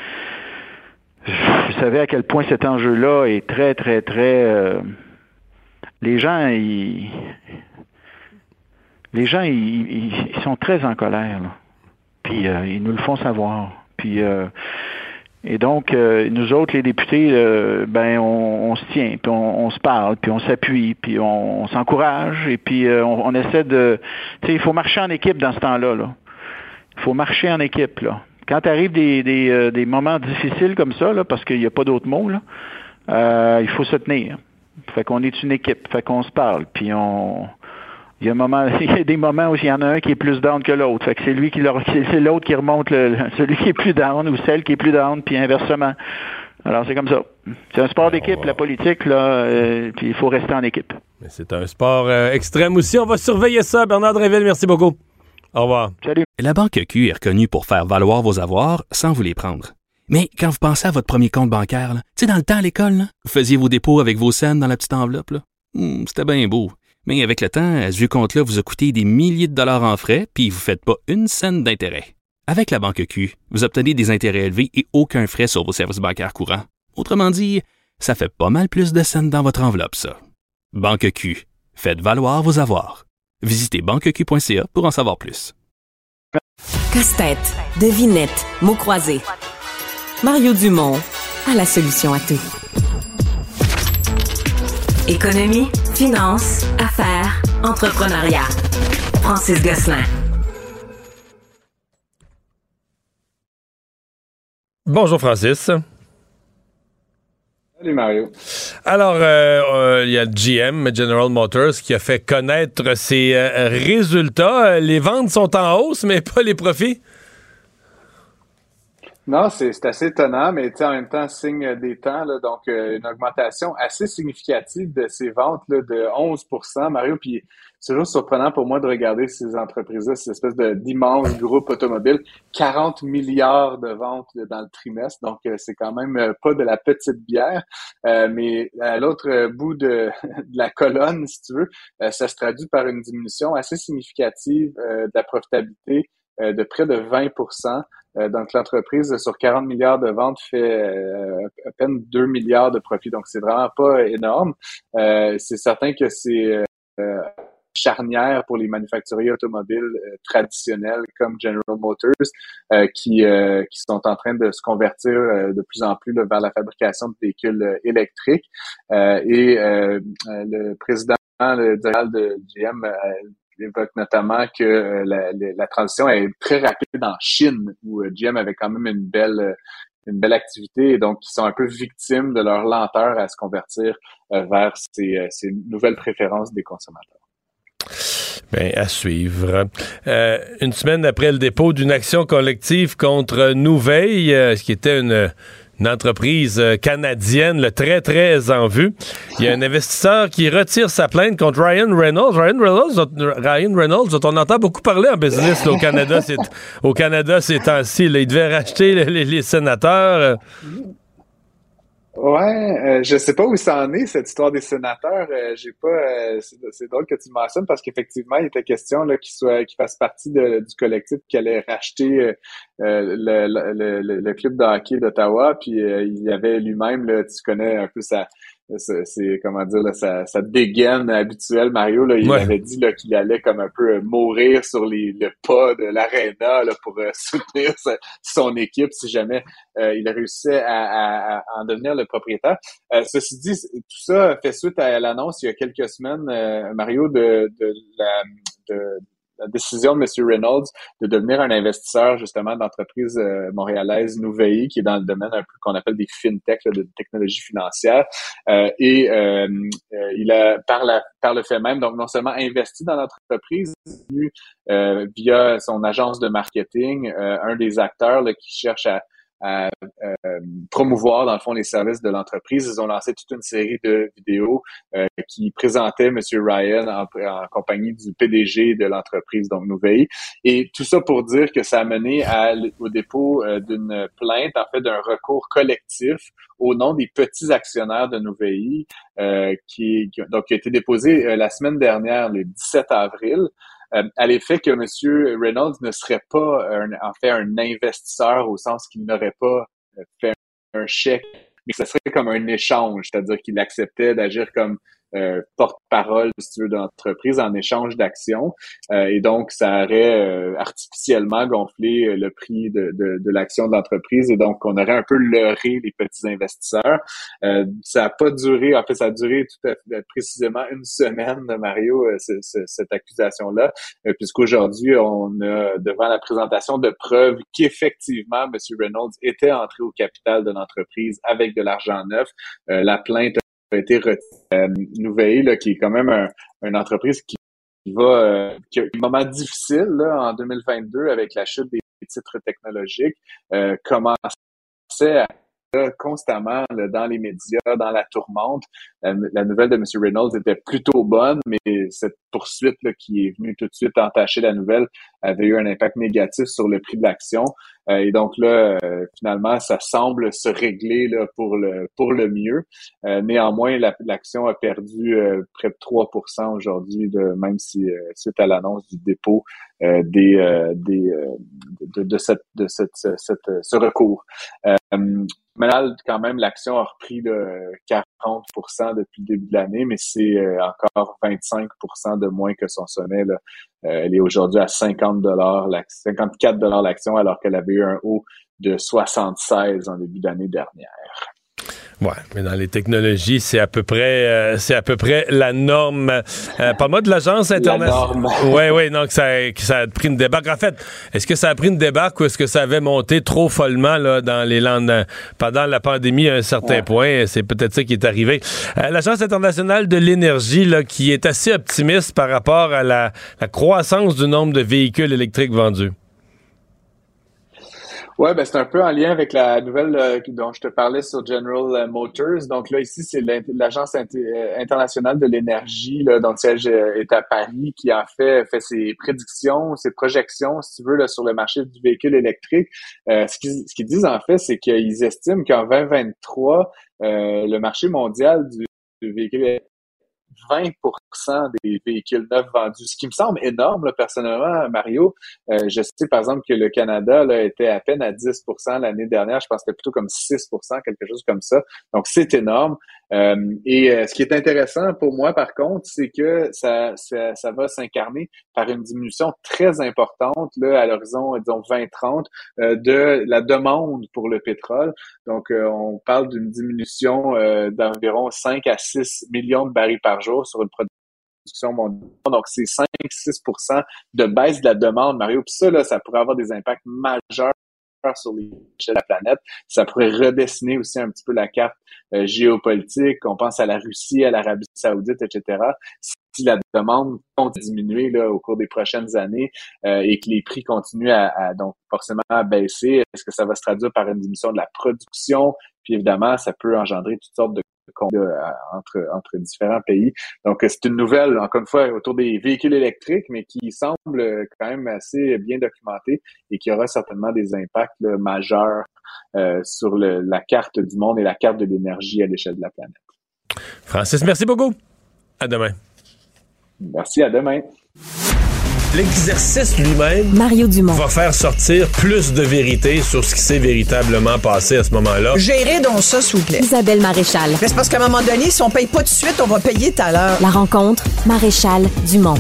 S10: vous savez à quel point cet enjeu-là est très, très, très... Euh, les gens, ils... Les gens, ils, ils, ils sont très en colère, là. Puis euh, ils nous le font savoir. Puis... Euh, Et donc, euh, nous autres, les députés, euh, ben, on, on se tient, puis on, on se parle, puis on s'appuie, puis on, on s'encourage, et puis euh, on, on essaie de... Tu sais, il faut marcher en équipe dans ce temps-là, là. Il faut marcher en équipe, là. Quand arrivent des, des, euh, des moments difficiles comme ça, là, parce qu'il n'y a pas d'autres mots, là, euh, il faut se tenir. Fait qu'on est une équipe, fait qu'on se parle, puis on... Il y a un moment, il y a des moments où il y en a un qui est plus down que l'autre. Fait que c'est lui qui leur, c'est l'autre qui remonte le, celui qui est plus down ou celle qui est plus down, puis inversement. Alors c'est comme ça. C'est un sport d'équipe, la politique, là, euh, puis il faut rester en équipe.
S3: Mais c'est un sport euh, extrême aussi. On va surveiller ça. Bernard Drinville, merci beaucoup. Au revoir.
S10: Salut.
S1: La Banque Q est reconnue pour faire valoir vos avoirs sans vous les prendre. Mais quand vous pensez à votre premier compte bancaire, tu sais, dans le temps à l'école, là, vous faisiez vos dépôts avec vos scènes dans la petite enveloppe. Là. Hum, c'était bien beau. Mais avec le temps, ce vieux compte-là vous a coûté des milliers de dollars en frais, puis vous ne faites pas une scène d'intérêt. Avec la Banque Q, vous obtenez des intérêts élevés et aucun frais sur vos services bancaires courants. Autrement dit, ça fait pas mal plus de scènes dans votre enveloppe, ça. Banque Q. Faites valoir vos avoirs. Visitez banque q point c a pour en savoir plus.
S2: Casse-tête, devinette, mots croisés. Mario Dumont a la solution à tout. Économie, finance, affaires, entrepreneuriat. Francis Gosselin.
S3: Bonjour Francis.
S11: Salut Mario.
S3: Alors, euh, euh, il y a le G M, General Motors, qui a fait connaître ses euh, résultats. Les ventes sont en hausse, mais pas les profits.
S11: Non, c'est, c'est assez étonnant, mais en même temps, signe des temps, là, donc euh, une augmentation assez significative de ces ventes là, de onze pour cent, Mario. Puis c'est toujours surprenant pour moi de regarder ces entreprises-là, ces espèces de, d'immenses groupes automobiles, quarante milliards de ventes là, dans le trimestre, donc euh, c'est quand même euh, pas de la petite bière. Euh, mais à l'autre euh, bout de, de la colonne, si tu veux, euh, ça se traduit par une diminution assez significative euh, de la profitabilité euh, de près de vingt pour cent. Euh, donc, l'entreprise, sur quarante milliards de ventes, fait euh, à peine deux milliards de profit. Donc, c'est vraiment pas énorme. Euh, c'est certain que c'est euh, charnière pour les manufacturiers automobiles euh, traditionnels comme General Motors euh, qui euh, qui sont en train de se convertir euh, de plus en plus là, vers la fabrication de véhicules euh, électriques. Euh, et euh, le président le directeur de G M euh, évoque notamment que euh, la, la, la transition est très rapide en Chine, où euh, G M avait quand même une belle euh, une belle activité, et donc ils sont un peu victimes de leur lenteur à se convertir euh, vers ces, euh, ces nouvelles préférences des consommateurs.
S3: Bien, à suivre. Euh, une semaine après le dépôt d'une action collective contre Nuvei, euh, ce qui était une... une entreprise canadienne, là, très, très en vue. Il y a un investisseur qui retire sa plainte contre Ryan Reynolds. Ryan Reynolds, Ryan Reynolds, dont on entend beaucoup parler en business là, au Canada, c'est, au Canada ces temps-ci. Là, il devait racheter les, les, les sénateurs.
S11: Ouais, euh, je sais pas où ça en est, cette histoire des sénateurs. Euh, j'ai pas. Euh, c'est, c'est drôle que tu mentionnes parce qu'effectivement, il était question là qu'il soit, qu'il fasse partie de, du collectif qui allait racheter euh, le, le, le, le club de hockey d'Ottawa. Puis euh, il avait lui-même, là, tu connais un peu sa. C'est, c'est comment dire là, sa, sa dégaine habituelle, Mario, là, il ouais. avait dit là, qu'il allait comme un peu euh, mourir sur les, le pas de l'aréna là, pour euh, soutenir sa, son équipe si jamais euh, il réussissait à, à, à en devenir le propriétaire. Euh, ceci dit, tout ça fait suite à l'annonce il y a quelques semaines, euh, Mario, de, de la de, la décision de M. Reynolds de devenir un investisseur justement d'entreprise euh, montréalaise Nuvei, qui est dans le domaine un peu qu'on appelle des fintech, là, de technologie financière. Euh, et euh, euh, il a par la par le fait même, donc non seulement investi dans l'entreprise, euh, via son agence de marketing, euh, un des acteurs là, qui cherche à à euh, promouvoir dans le fond les services de l'entreprise. Ils ont lancé toute une série de vidéos euh, qui présentaient M. Ryan en, en compagnie du P D G de l'entreprise, donc Nuvei. Et tout ça pour dire que ça a mené à, au dépôt euh, d'une plainte, en fait d'un recours collectif au nom des petits actionnaires de Nuvei, euh, qui, qui, donc, qui a été déposé euh, la semaine dernière, le dix-sept avril. Euh, à l'effet que M. Reynolds ne serait pas un, en fait un investisseur au sens qu'il n'aurait pas fait un chèque, mais que ce serait comme un échange, c'est-à-dire qu'il acceptait d'agir comme euh, porte-parole, si tu veux, de l'entreprise en échange d'actions. Euh, et donc, ça aurait euh, artificiellement gonflé le prix de, de, de l'action de l'entreprise, et donc on aurait un peu leurré les petits investisseurs. Euh, ça n'a pas duré, en fait, ça a duré tout à fait précisément une semaine, Mario, euh, c- c- cette accusation-là, euh, puisqu'aujourd'hui, on a devant la présentation de preuves qu'effectivement, M. Reynolds était entré au capital de l'entreprise avec de l'argent neuf. Euh, la plainte a été retirée. Euh, Nuvei, là, qui est quand même un, une entreprise qui va euh, qui a eu un moment difficile là, en deux mille vingt-deux avec la chute des titres technologiques, euh, commençait à là, constamment là, dans les médias, dans la tourmente. La, la nouvelle de M. Reynolds était plutôt bonne, mais cette poursuite là, qui est venue tout de suite entacher la nouvelle avait eu un impact négatif sur le prix de l'action. Euh, et donc là, euh, finalement, ça semble se régler là, pour le pour le mieux. Euh, néanmoins, la, l'action a perdu euh, près de trois pour cent aujourd'hui, de, même si euh, suite à l'annonce du dépôt euh, des euh, des euh, de, de cette de cette, cette ce recours. Euh, Maintenant, quand même, l'action a repris de quarante pour cent depuis le début de l'année, mais c'est euh, encore vingt-cinq pour cent de moins que son sommet. Là. Euh, elle est aujourd'hui à cinquante dollars, cinquante-quatre dollars l'action, alors qu'elle avait eu un haut de soixante-seize en début d'année dernière.
S3: Ouais, mais dans les technologies, c'est à peu près, euh, c'est à peu près la norme. Euh, Parle-moi de l'agence internationale. Oui, oui, non, que ça, que ça a pris une débarque. En fait, est-ce que ça a pris une débarque ou est-ce que ça avait monté trop follement là dans les lendemains pendant la pandémie à un certain ouais. point? C'est peut-être ça qui est arrivé. Euh, l'agence internationale de l'énergie là, qui est assez optimiste par rapport à la, la croissance du nombre de véhicules électriques vendus.
S11: Ouais, ben c'est un peu en lien avec la nouvelle euh, dont je te parlais sur General Motors. Donc là, ici, c'est l'Agence internationale de l'énergie, là, dont le siège est à Paris, qui en fait fait ses prédictions, ses projections, si tu veux, là, sur le marché du véhicule électrique. Euh, ce qu'ils ce qu'ils disent, en fait, c'est qu'ils estiment qu'en vingt vingt-trois, euh, le marché mondial du, du véhicule électrique, vingt pour cent des véhicules neufs vendus, ce qui me semble énorme, là, personnellement, Mario. Euh, je sais, par exemple, que le Canada là, était à peine à dix pour cent l'année dernière. Je pense que c'était plutôt comme six pour cent, quelque chose comme ça. Donc, c'est énorme. Euh, et euh, ce qui est intéressant pour moi, par contre, c'est que ça, ça, ça va s'incarner par une diminution très importante là, à l'horizon, disons, vingt trente, euh, de la demande pour le pétrole. Donc, euh, on parle d'une diminution euh, d'environ cinq à six millions de barils par jour sur une production mondiale. Donc, c'est cinq à six pour cent de baisse de la demande, Mario. Puis ça, là, ça pourrait avoir des impacts majeurs sur les échelles de la planète. Ça pourrait redessiner aussi un petit peu la carte euh, géopolitique. On pense à la Russie, à l'Arabie Saoudite, et cetera. Si la demande continue à diminuer là, au cours des prochaines années euh, et que les prix continuent à, à donc forcément à baisser, est-ce que ça va se traduire par une diminution de la production? Puis évidemment, ça peut engendrer toutes sortes de combats entre entre différents pays. Donc, c'est une nouvelle, encore une fois, autour des véhicules électriques, mais qui semble quand même assez bien documentée et qui aura certainement des impacts là, majeurs euh, sur le, la carte du monde et la carte de l'énergie à l'échelle de la planète.
S3: Francis, merci beaucoup. À demain.
S11: Merci, à demain.
S3: L'exercice lui-même
S2: Mario Dumont
S3: va faire sortir plus de vérité sur ce qui s'est véritablement passé à ce moment-là.
S12: Gérez donc ça, s'il vous plaît.
S2: Isabelle Maréchal.
S12: Mais c'est parce qu'à un moment donné, si on paye pas tout de suite, on va payer tout à l'heure.
S2: La rencontre, Maréchal Dumont.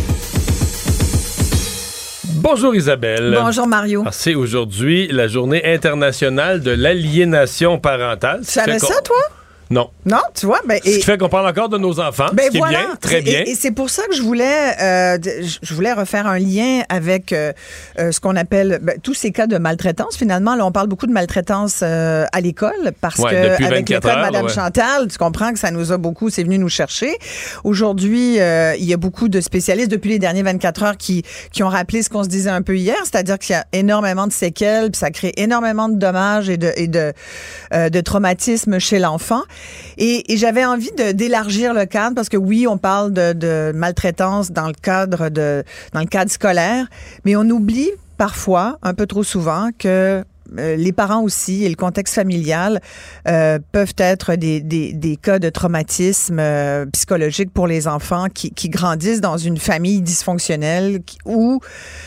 S3: Bonjour Isabelle.
S12: Bonjour Mario.
S3: Alors, c'est aujourd'hui la journée internationale de l'aliénation parentale.
S12: Tu savais ça, toi?
S3: Non.
S12: Non, tu vois. Ben,
S3: et, ce qui fait qu'on parle encore de nos enfants,
S12: ben
S3: ce qui
S12: voilà,
S3: est bien, très bien.
S12: Et, et c'est pour ça que je voulais, euh, je voulais refaire un lien avec euh, euh, ce qu'on appelle ben, tous ces cas de maltraitance. Finalement, là, on parle beaucoup de maltraitance euh, à l'école parce
S3: ouais,
S12: que avec le cas de Mme
S3: ouais.
S12: Chantal, tu comprends que ça nous a beaucoup, c'est venu nous chercher. Aujourd'hui, euh, il y a beaucoup de spécialistes depuis les derniers vingt-quatre heures qui qui ont rappelé ce qu'on se disait un peu hier, c'est-à-dire qu'il y a énormément de séquelles, puis ça crée énormément de dommages et de et de euh, de traumatismes chez l'enfant. Et, et j'avais envie de, d'élargir le cadre parce que oui, on parle de, de maltraitance dans le cadre de dans le cadre scolaire, mais on oublie parfois, un peu trop souvent, que euh, les parents aussi et le contexte familial euh, peuvent être des, des, des cas de traumatisme euh, psychologique pour les enfants qui, qui grandissent dans une famille dysfonctionnelle qui, où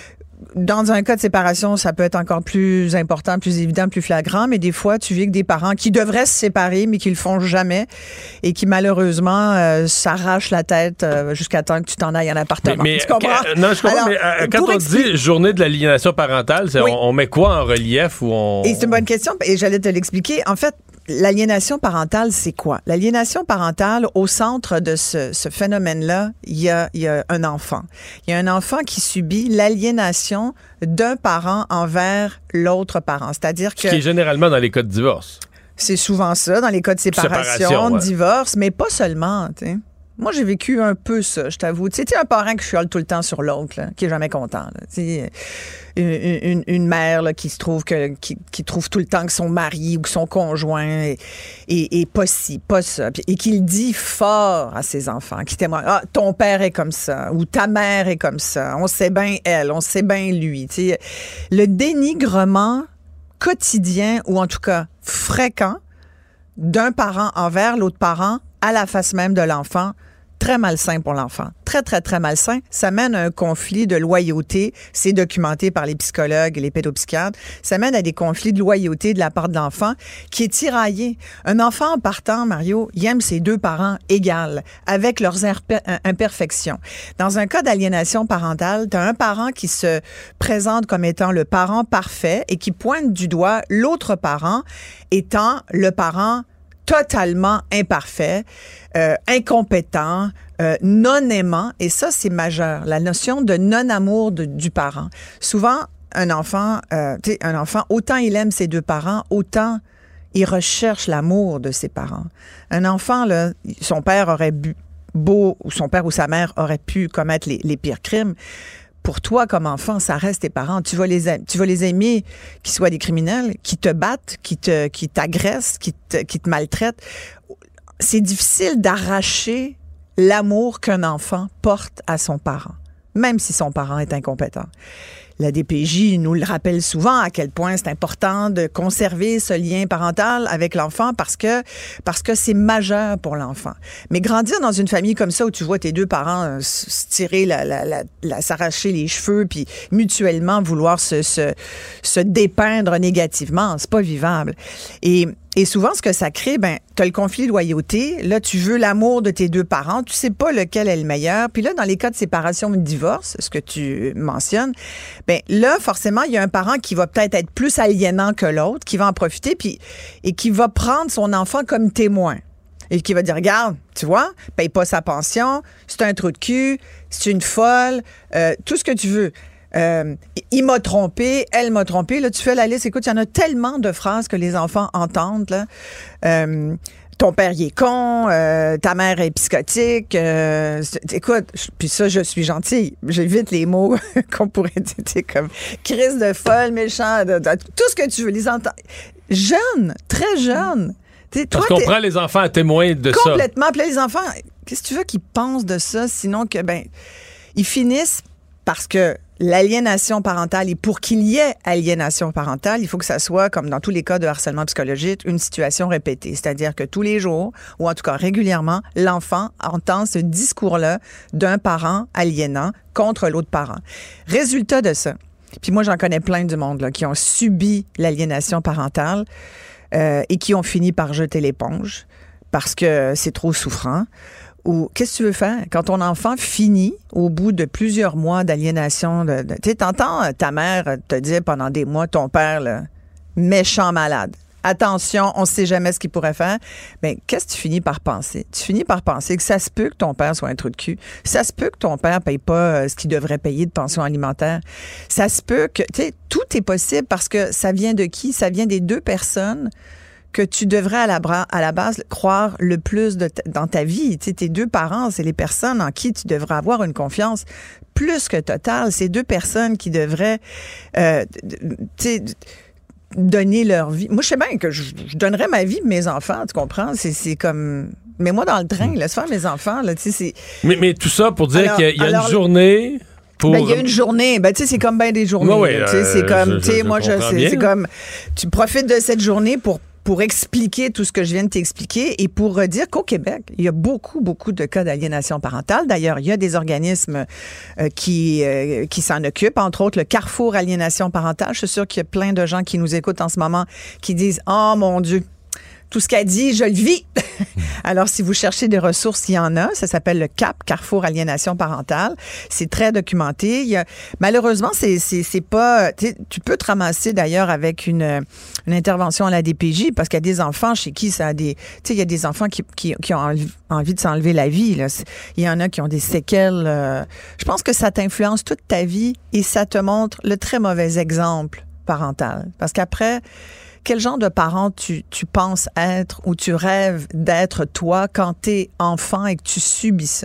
S12: dans un cas de séparation, ça peut être encore plus important, plus évident, plus flagrant, mais des fois, tu vis avec des parents qui devraient se séparer, mais qui le font jamais et qui, malheureusement, euh, s'arrachent la tête euh, jusqu'à temps que tu t'en ailles en appartement.
S3: Mais, mais,
S12: tu comprends?
S3: Euh, non, je comprends, Alors, mais euh, quand on expliquer... dit journée de l'aliénation parentale, c'est, oui. on, on met quoi en relief ou on...
S12: Et c'est une bonne question, et j'allais te l'expliquer. En fait, l'aliénation parentale, c'est quoi? L'aliénation parentale, au centre de ce, ce phénomène-là, il y a, il y a un enfant. Il y a un enfant qui subit l'aliénation d'un parent envers l'autre parent. C'est-à-dire que...
S3: Ce qui est généralement dans les cas de divorce.
S12: C'est souvent ça, dans les cas de séparation, séparation de ouais. divorce, mais pas seulement, tu sais. Moi, j'ai vécu un peu ça, je t'avoue. Tu sais, un parent qui chiale tout le temps sur l'autre, là, qui est jamais content. Tu sais, une, une, une mère là, qui se trouve que qui, qui trouve tout le temps que son mari ou que son conjoint est, est, est pas ci, pas ça, et qui le dit fort à ses enfants, qui témoigne. Ah, ton père est comme ça, ou ta mère est comme ça. On sait bien elle, on sait bien lui. Tu sais, le dénigrement quotidien ou en tout cas fréquent d'un parent envers l'autre parent à la face même de l'enfant, très malsain pour l'enfant. Très, très, très malsain. Ça mène à un conflit de loyauté. C'est documenté par les psychologues et les pédopsychiatres. Ça mène à des conflits de loyauté de la part de l'enfant qui est tiraillé. Un enfant en partant, Mario, il aime ses deux parents égales, avec leurs imperfections. Dans un cas d'aliénation parentale, tu as un parent qui se présente comme étant le parent parfait et qui pointe du doigt l'autre parent étant le parent totalement imparfait, euh, incompétent, euh, non-aimant. Et ça, c'est majeur. La notion de non-amour de, du parent. Souvent, un enfant, euh, tu sais, un enfant, autant il aime ses deux parents, autant il recherche l'amour de ses parents. Un enfant, là, son père aurait bu, beau, ou son père ou sa mère aurait pu commettre les, les pires crimes. Pour toi, comme enfant, ça reste tes parents. Tu vas les, tu vas les aimer, qu'ils soient des criminels, qui te battent, qui te, qui t'agressent, qui te, qui te maltraitent. C'est difficile d'arracher l'amour qu'un enfant porte à son parent, même si son parent est incompétent. La D P J nous le rappelle souvent à quel point c'est important de conserver ce lien parental avec l'enfant parce que parce que c'est majeur pour l'enfant. Mais grandir dans une famille comme ça où tu vois tes deux parents euh, se tirer, la, la, la, la, s'arracher les cheveux puis mutuellement vouloir se, se, se dépeindre négativement, c'est pas vivable. Et Et souvent, ce que ça crée, ben, t'as le conflit de loyauté. Là, tu veux l'amour de tes deux parents. Tu sais pas lequel est le meilleur. Puis là, dans les cas de séparation ou de divorce, ce que tu mentionnes, ben, là, forcément, il y a un parent qui va peut-être être plus aliénant que l'autre, qui va en profiter, puis, et qui va prendre son enfant comme témoin. Et qui va dire, regarde, tu vois, paye pas sa pension, c'est un trou de cul, c'est une folle, euh, tout ce que tu veux. Euh, il m'a trompé, elle m'a trompé. Là, tu fais la liste. Écoute, il y en a tellement de phrases que les enfants entendent. Là. Euh, ton père, il est con. Euh, ta mère est psychotique. Euh, écoute, puis ça, je suis gentille. J'évite les mots qu'on pourrait dire comme crise de folle, méchant, de, de, tout ce que tu veux. Les entends. Jeunes, très jeunes. T'sais, toi,
S3: Parce qu'on prend les enfants à témoin de
S12: complètement.
S3: ça.
S12: Complètement. Puis là, les enfants, qu'est-ce que tu veux qu'ils pensent de ça? Sinon que, ben, ils finissent parce que l'aliénation parentale, et pour qu'il y ait aliénation parentale, il faut que ça soit, comme dans tous les cas de harcèlement psychologique, une situation répétée. C'est-à-dire que tous les jours, ou en tout cas régulièrement, l'enfant entend ce discours-là d'un parent aliénant contre l'autre parent. Résultat de ça, puis moi j'en connais plein du monde là, qui ont subi l'aliénation parentale euh, et qui ont fini par jeter l'éponge parce que c'est trop souffrant. Ou qu'est-ce que tu veux faire? Quand ton enfant finit, au bout de plusieurs mois d'aliénation, de, de, tu sais, t'entends ta mère te dire pendant des mois, ton père, là, méchant malade. Attention, on ne sait jamais ce qu'il pourrait faire. Bien, qu'est-ce que tu finis par penser? Tu finis par penser que ça se peut que ton père soit un trou de cul. Ça se peut que ton père ne paye pas ce qu'il devrait payer de pension alimentaire. Ça se peut que, tu sais, tout est possible parce que ça vient de qui? Ça vient des deux personnes que tu devrais à la, bra- à la base croire le plus de t- dans ta vie. Tu sais, tes deux parents, c'est les personnes en qui tu devrais avoir une confiance plus que totale. C'est deux personnes qui devraient euh, tu sais, donner leur vie. Moi, je sais bien que je, je donnerais ma vie pour mes enfants, tu comprends? C'est, c'est comme... Mais moi, dans le train, laisse faire mes enfants. Là, tu sais, c'est...
S3: Mais, mais tout ça pour dire alors, qu'il y a, il y a alors, une journée...
S12: Pour... Ben, il y a une journée. Ben, tu sais, c'est comme bien des journées.
S3: Oui, oui,
S12: tu sais, c'est
S3: euh,
S12: comme,
S3: je,
S12: tu sais,
S3: je,
S12: moi,
S3: je
S12: je, c'est, c'est comme, tu profites de cette journée pour pour expliquer tout ce que je viens de t'expliquer et pour redire qu'au Québec, il y a beaucoup, beaucoup de cas d'aliénation parentale. D'ailleurs, il y a des organismes euh, qui, euh, qui s'en occupent, entre autres le Carrefour Aliénation Parentale. Je suis sûre qu'il y a plein de gens qui nous écoutent en ce moment qui disent « Oh mon Dieu! » Tout ce qu'elle dit, je le vis. Alors, si vous cherchez des ressources, il y en a. Ça s'appelle le C A P, Carrefour Aliénation Parentale. C'est très documenté. Il y a, malheureusement, c'est, c'est, c'est pas... Tu peux te ramasser, d'ailleurs, avec une, une intervention à la D P J parce qu'il y a des enfants chez qui ça a des... Tu sais, il y a des enfants qui, qui, qui ont envie de s'enlever la vie. Là. Il y en a qui ont des séquelles. Euh, je pense que ça t'influence toute ta vie et ça te montre le très mauvais exemple parental. Parce qu'après... Quel genre de parent tu, tu penses être ou tu rêves d'être toi quand t'es enfant et que tu subis ça?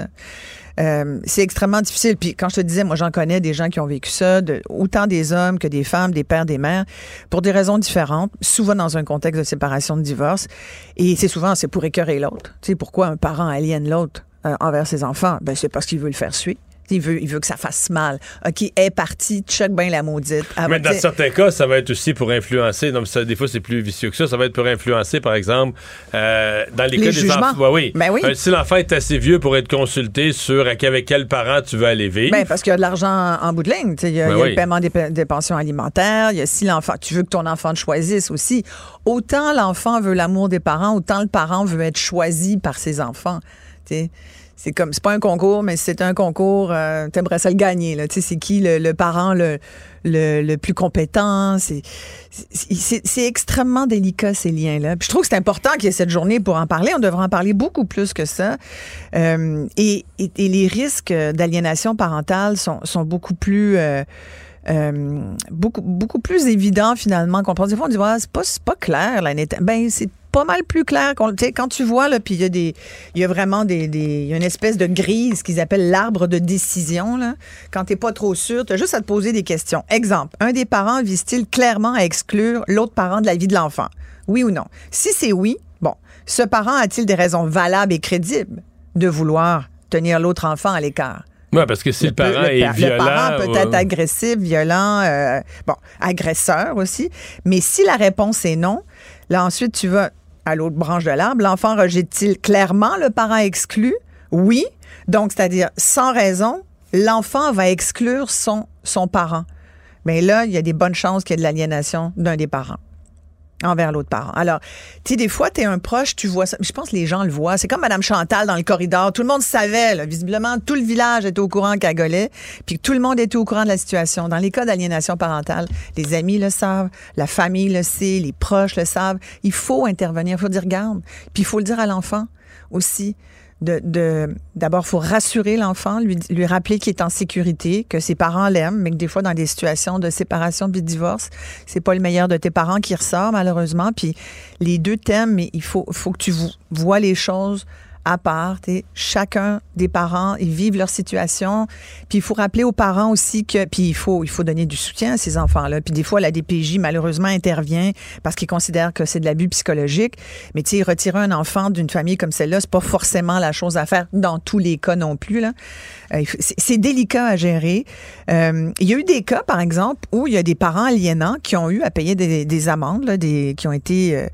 S12: Euh, c'est extrêmement difficile. Puis quand je te disais, moi j'en connais des gens qui ont vécu ça, de, autant des hommes que des femmes, des pères, des mères, pour des raisons différentes, souvent dans un contexte de séparation, de divorce. Et c'est souvent, c'est pour écœurer l'autre. Tu sais, pourquoi un parent aliène l'autre euh, envers ses enfants? Ben c'est parce qu'il veut le faire suer. Il veut, il veut que ça fasse mal. OK, est parti, check bien la maudite. Ah,
S3: mais dans t'sais... certains cas, ça va être aussi pour influencer. Donc, ça, des fois, c'est plus vicieux que ça. Ça va être pour influencer, par exemple, euh, dans les, les cas jugements. Des enfants. Ouais, oui.
S12: Ben oui.
S3: Euh, si l'enfant est assez vieux pour être consulté sur avec quel parent tu veux aller vivre.
S12: Ben, parce qu'il y a de l'argent en bout de ligne. Il y a, ben il y a oui. le paiement des, des pensions alimentaires. Il y a si l'enfant, tu veux que ton enfant te choisisse aussi. Autant l'enfant veut l'amour des parents, autant le parent veut être choisi par ses enfants. T'sais. c'est comme, c'est pas un concours, mais c'est un concours, euh, t'aimerais ça le gagner, là. Tu sais, c'est qui le, le parent le, le, le plus compétent? C'est, c'est, c'est, c'est extrêmement délicat, ces liens-là. Puis je trouve que c'est important qu'il y ait cette journée pour en parler. On devrait en parler beaucoup plus que ça. Euh, et, et, et les risques d'aliénation parentale sont, sont beaucoup plus... Euh, Euh, beaucoup beaucoup plus évident finalement qu'on pense. Des fois on dit ouais, c'est pas c'est pas clair là, ben c'est pas mal plus clair qu'on, tu sais, quand tu vois là, puis il y a des il y a vraiment des des il y a une espèce de grille, ce qu'ils appellent l'arbre de décision là. Quand t'es pas trop sûr, t'as juste à te poser des questions. Exemple, un des parents vise-t-il clairement à exclure l'autre parent de la vie de l'enfant? Oui ou non? Si c'est oui, bon, ce parent a-t-il des raisons valables et crédibles de vouloir tenir l'autre enfant à l'écart?
S3: Oui, parce que si le, le parent le, est le violent... Le parent
S12: peut être ou... agressif, violent, euh, bon, agresseur aussi. Mais si la réponse est non, là, ensuite, tu vas à l'autre branche de l'arbre. L'enfant rejette-t-il clairement le parent exclu? Oui. Donc, c'est-à-dire, sans raison, l'enfant va exclure son, son parent. Mais là, il y a des bonnes chances qu'il y ait de l'aliénation d'un des parents envers l'autre parent. Alors, tu sais, des fois, t'es un proche, tu vois ça. Je pense que les gens le voient. C'est comme Mme Chantal dans le corridor. Tout le monde savait, là. Visiblement, tout le village était au courant qu'elle gueulait, puis tout le monde était au courant de la situation. Dans les cas d'aliénation parentale, les amis le savent, la famille le sait, les proches le savent. Il faut intervenir, il faut dire regarde. Puis il faut le dire à l'enfant aussi. De, de, d'abord, il faut rassurer l'enfant, lui, lui rappeler qu'il est en sécurité, que ses parents l'aiment, mais que des fois, dans des situations de séparation puis de divorce, c'est pas le meilleur de tes parents qui ressort, malheureusement. Puis les deux t'aiment, mais il faut, faut que tu vois les choses à part. T'sais, chacun des parents, ils vivent leur situation. Puis il faut rappeler aux parents aussi que... Puis il faut, il faut donner du soutien à ces enfants-là. Puis des fois, la D P J, malheureusement, intervient parce qu'ils considèrent que c'est de l'abus psychologique. Mais tu sais, retirer un enfant d'une famille comme celle-là, c'est pas forcément la chose à faire dans tous les cas non plus, là. Euh, c'est, c'est délicat à gérer. Euh, il y a eu des cas, par exemple, où il y a des parents aliénants qui ont eu à payer des, des amendes, là, des, qui ont été... Euh,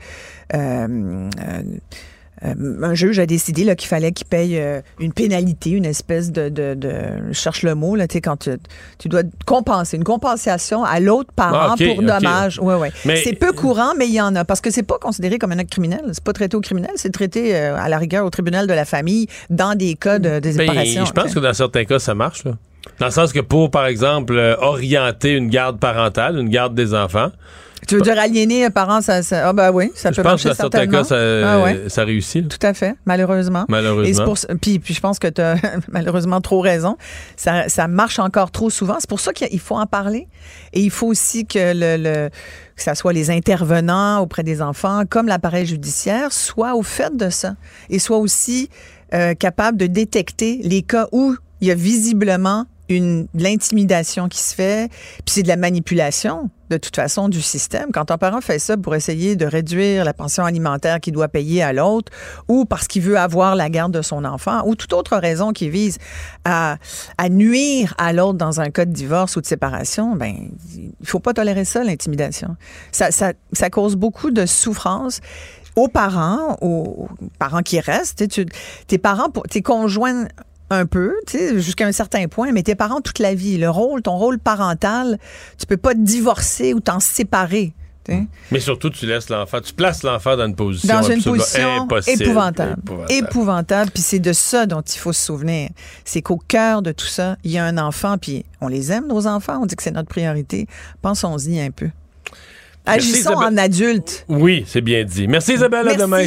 S12: euh, euh, Euh, un juge a décidé là, qu'il fallait qu'il paye euh, une pénalité, une espèce de, de, de je cherche le mot, là, tu sais, quand tu, tu dois compenser, une compensation à l'autre parent ah, okay, pour dommages. Okay. Ouais, ouais. Mais... C'est peu courant, mais il y en a, parce que c'est pas considéré comme un acte criminel. C'est pas traité au criminel, c'est traité euh, à la rigueur au tribunal de la famille dans des cas de, de séparation.
S3: Ben, je pense okay. que dans certains cas, ça marche, là. Dans le sens que pour, par exemple, euh, orienter une garde parentale, une garde des enfants,
S12: tu veux dire aliéner un parent, ça, ça, ah ben oui, ça
S3: je
S12: peut
S3: marcher
S12: certainement. Je pense
S3: que dans certains cas, ça, ah ouais. ça réussit. Là.
S12: Tout à fait, malheureusement.
S3: Malheureusement.
S12: Et c'est pour, puis, puis je pense que tu as malheureusement trop raison. Ça, ça marche encore trop souvent. C'est pour ça qu'il faut en parler. Et il faut aussi que, le, le, que ça soit les intervenants auprès des enfants, comme l'appareil judiciaire, soient au fait de ça. Et soient aussi euh, capables de détecter les cas où il y a visiblement une, de l'intimidation qui se fait, puis c'est de la manipulation, de toute façon, du système. Quand un parent fait ça pour essayer de réduire la pension alimentaire qu'il doit payer à l'autre, ou parce qu'il veut avoir la garde de son enfant, ou toute autre raison qui vise à, à nuire à l'autre dans un cas de divorce ou de séparation, ben il faut pas tolérer ça, l'intimidation. Ça, ça, ça cause beaucoup de souffrance aux parents, aux parents qui restent. Tu, tes parents, tes conjoints un peu, tu sais, jusqu'à un certain point, mais tes parents toute la vie, le rôle, ton rôle parental, tu peux pas te divorcer ou t'en séparer. T'sais.
S3: Mais surtout, tu laisses l'enfant, tu places l'enfant dans une position
S12: dans une position
S3: impossible,
S12: épouvantable,
S3: épouvantable,
S12: épouvantable. Puis c'est de ça dont il faut se souvenir. C'est qu'au cœur de tout ça, il y a un enfant, puis on les aime nos enfants, on dit que c'est notre priorité. Pensons-y un peu.
S3: Merci,
S12: agissons
S3: Isabelle.
S12: En adultes.
S3: Oui, c'est bien dit. Merci Isabelle,
S12: Merci.
S3: À demain.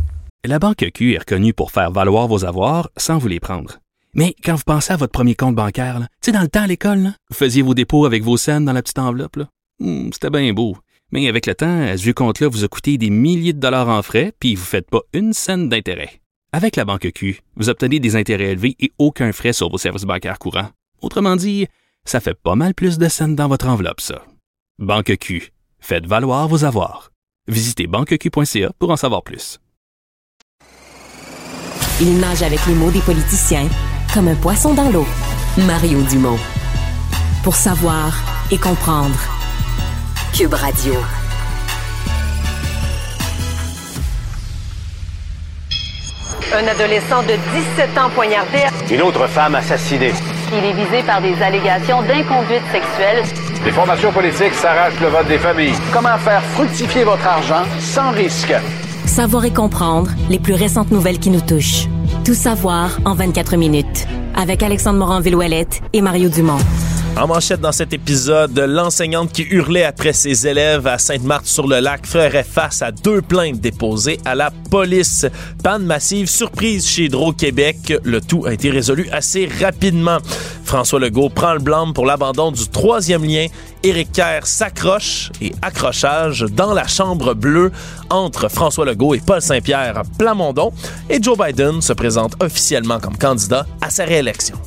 S1: La Banque Q est reconnue pour faire valoir vos avoirs sans vous les prendre. Mais quand vous pensez à votre premier compte bancaire, tu sais, dans le temps à l'école, là, vous faisiez vos dépôts avec vos scènes dans la petite enveloppe. Là. Hum, c'était bien beau. Mais avec le temps, ce vieux compte-là vous a coûté des milliers de dollars en frais, puis vous ne faites pas une scène d'intérêt. Avec la Banque Q, vous obtenez des intérêts élevés et aucun frais sur vos services bancaires courants. Autrement dit, ça fait pas mal plus de scènes dans votre enveloppe, ça. Banque Q. Faites valoir vos avoirs. Visitez banque q point c a pour en savoir plus.
S2: Il nage avec les mots des politiciens comme un poisson dans l'eau. Mario Dumont. Pour savoir et comprendre. Cube Radio.
S13: Un adolescent de dix-sept ans poignardé.
S14: Une autre femme assassinée.
S13: Il est visé par des allégations d'inconduite sexuelle.
S14: Les formations politiques s'arrachent le vote des familles.
S15: Comment faire fructifier votre argent sans risque?
S2: Savoir et comprendre les plus récentes nouvelles qui nous touchent. Tout savoir en vingt-quatre minutes. Avec Alexandre Morin-Villouellette et Mario Dumont.
S8: En manchette dans cet épisode, l'enseignante qui hurlait après ses élèves à Sainte-Marthe-sur-le-Lac ferait face à deux plaintes déposées à la police. Panne massive, surprise chez Hydro-Québec. Le tout a été résolu assez rapidement. François Legault prend le blâme pour l'abandon du troisième lien. Éric Kerr s'accroche et accrochage dans la chambre bleue entre François Legault et Paul Saint-Pierre Plamondon. Et Joe Biden se présente officiellement comme candidat à sa réélection.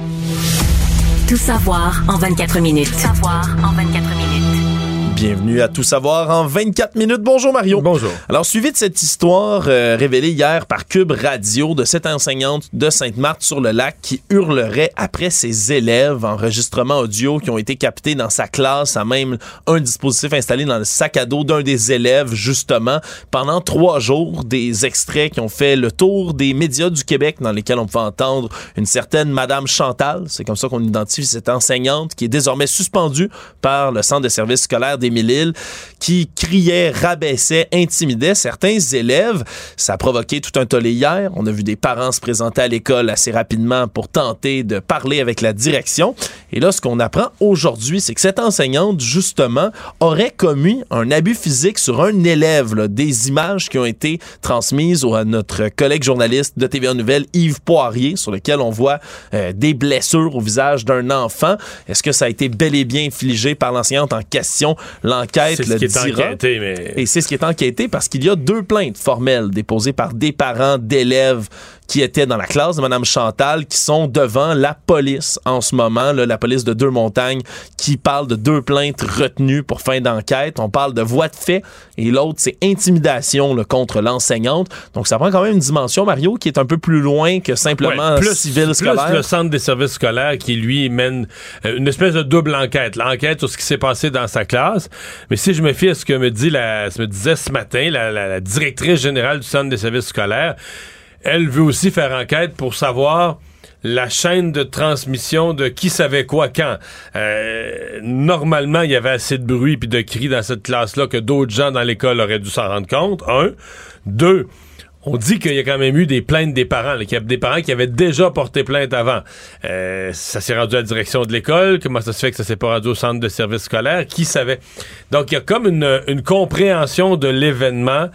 S2: Tout savoir en vingt-quatre minutes. Tout savoir en vingt-quatre minutes.
S8: Bienvenue à Tout savoir en vingt-quatre minutes. Bonjour Mario.
S3: Bonjour.
S8: Alors, suivi de cette histoire euh, révélée hier par Cube Radio de cette enseignante de Sainte-Marthe-sur-le-Lac qui hurlerait après ses élèves, enregistrements audio qui ont été captés dans sa classe, à même un dispositif installé dans le sac à dos d'un des élèves, justement, pendant trois jours, des extraits qui ont fait le tour des médias du Québec dans lesquels on peut entendre une certaine Madame Chantal, c'est comme ça qu'on identifie cette enseignante qui est désormais suspendue par le Centre de services scolaires des Émile-Île, qui criait, rabaissait, intimidait certains élèves. Ça a provoqué tout un tollé hier. On a vu des parents se présenter à l'école assez rapidement pour tenter de parler avec la direction. Et là, ce qu'on apprend aujourd'hui, c'est que cette enseignante, justement, aurait commis un abus physique sur un élève. Là. Des images qui ont été transmises à notre collègue journaliste de T V A Nouvelles, Yves Poirier, sur lequel on voit euh, des blessures au visage d'un enfant. Est-ce que ça a été bel et bien infligé par l'enseignante en question? L'enquête
S3: c'est
S8: le
S3: ce qui
S8: dira.
S3: Est enquêté, mais...
S8: Et c'est ce qui est enquêté parce qu'il y a deux plaintes formelles déposées par des parents d'élèves qui étaient dans la classe de Mme Chantal, qui sont devant la police en ce moment, là, la police de Deux-Montagnes, qui parle de deux plaintes retenues pour fin d'enquête. On parle de voie de fait et l'autre, c'est intimidation là, contre l'enseignante. Donc, ça prend quand même une dimension, Mario, qui est un peu plus loin que simplement
S3: ouais, plus,
S8: civil scolaire.
S3: Plus le Centre des services scolaires qui, lui, mène une espèce de double enquête. L'enquête sur ce qui s'est passé dans sa classe. Mais si je me fie à ce que me, dit la, ce me disait ce matin la, la, la directrice générale du Centre des services scolaires, elle veut aussi faire enquête pour savoir la chaîne de transmission de qui savait quoi quand. Euh, normalement, il y avait assez de bruit puis de cris dans cette classe-là que d'autres gens dans l'école auraient dû s'en rendre compte. Un. Deux. On dit qu'il y a quand même eu des plaintes des parents, là, qu'il y a des parents qui avaient déjà porté plainte avant. Euh, ça s'est rendu à la direction de l'école. Comment ça se fait que ça s'est pas rendu au centre de services scolaires? Qui savait? Donc, il y a comme une, une compréhension de l'événement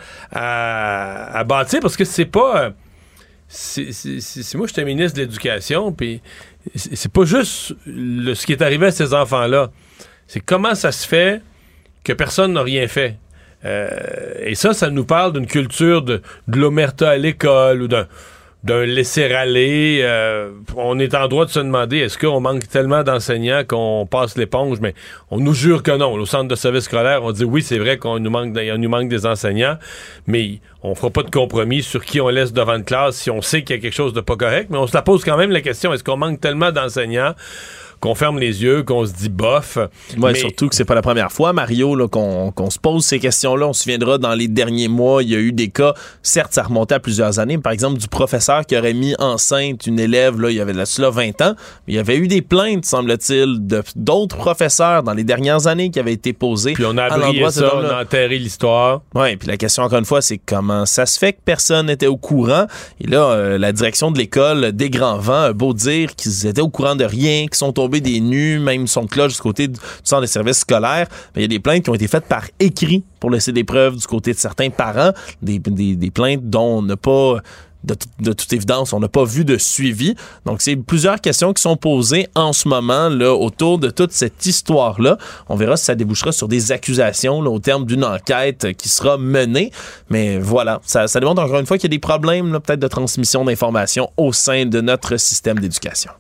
S3: à, à bâtir parce que c'est pas... Euh, c'est, c'est, c'est, c'est moi, j'étais ministre de l'Éducation, puis c'est, c'est pas juste le, ce qui est arrivé à ces enfants-là. C'est comment ça se fait que personne n'a rien fait. Euh, et ça, ça nous parle d'une culture de, de l'omerta à l'école ou d'un, d'un laisser-aller. Euh, on est en droit de se demander, est-ce qu'on manque tellement d'enseignants qu'on passe l'éponge? Mais on nous jure que non. Au centre de services scolaires, on dit oui, c'est vrai qu'on nous manque, on nous manque des enseignants, mais on fera pas de compromis sur qui on laisse devant une classe si on sait qu'il y a quelque chose de pas correct. Mais on se la pose quand même la question, est-ce qu'on manque tellement d'enseignants qu'on ferme les yeux, qu'on se dit bof.
S8: Ouais,
S3: mais...
S8: surtout que c'est pas la première fois, Mario, là, qu'on, qu'on se pose ces questions-là. On se souviendra, dans les derniers mois, il y a eu des cas, certes, ça remontait à plusieurs années, mais par exemple, du professeur qui aurait mis enceinte une élève, là, il y avait là-dessus là vingt ans, mais il y avait eu des plaintes, semble-t-il, de, d'autres professeurs dans les dernières années qui avaient été posées.
S3: Puis on a abrillé ça, on a enterré l'histoire.
S8: Oui, puis la question, encore une fois, c'est comment ça se fait que personne n'était au courant. Et là, euh, la direction de l'école des Grands Vents a beau dire qu'ils étaient au courant de rien, qu'ils sont tombés des nues, même son cloche du côté du centre des services scolaires. Il y a des plaintes qui ont été faites par écrit pour laisser des preuves du côté de certains parents, des, des, des plaintes dont on n'a pas... De, t- de toute évidence, on n'a pas vu de suivi. Donc, c'est plusieurs questions qui sont posées en ce moment là, autour de toute cette histoire-là. On verra si ça débouchera sur des accusations là, au terme d'une enquête qui sera menée. Mais voilà, ça, ça démontre encore une fois qu'il y a des problèmes là, peut-être de transmission d'informations au sein de notre système d'éducation.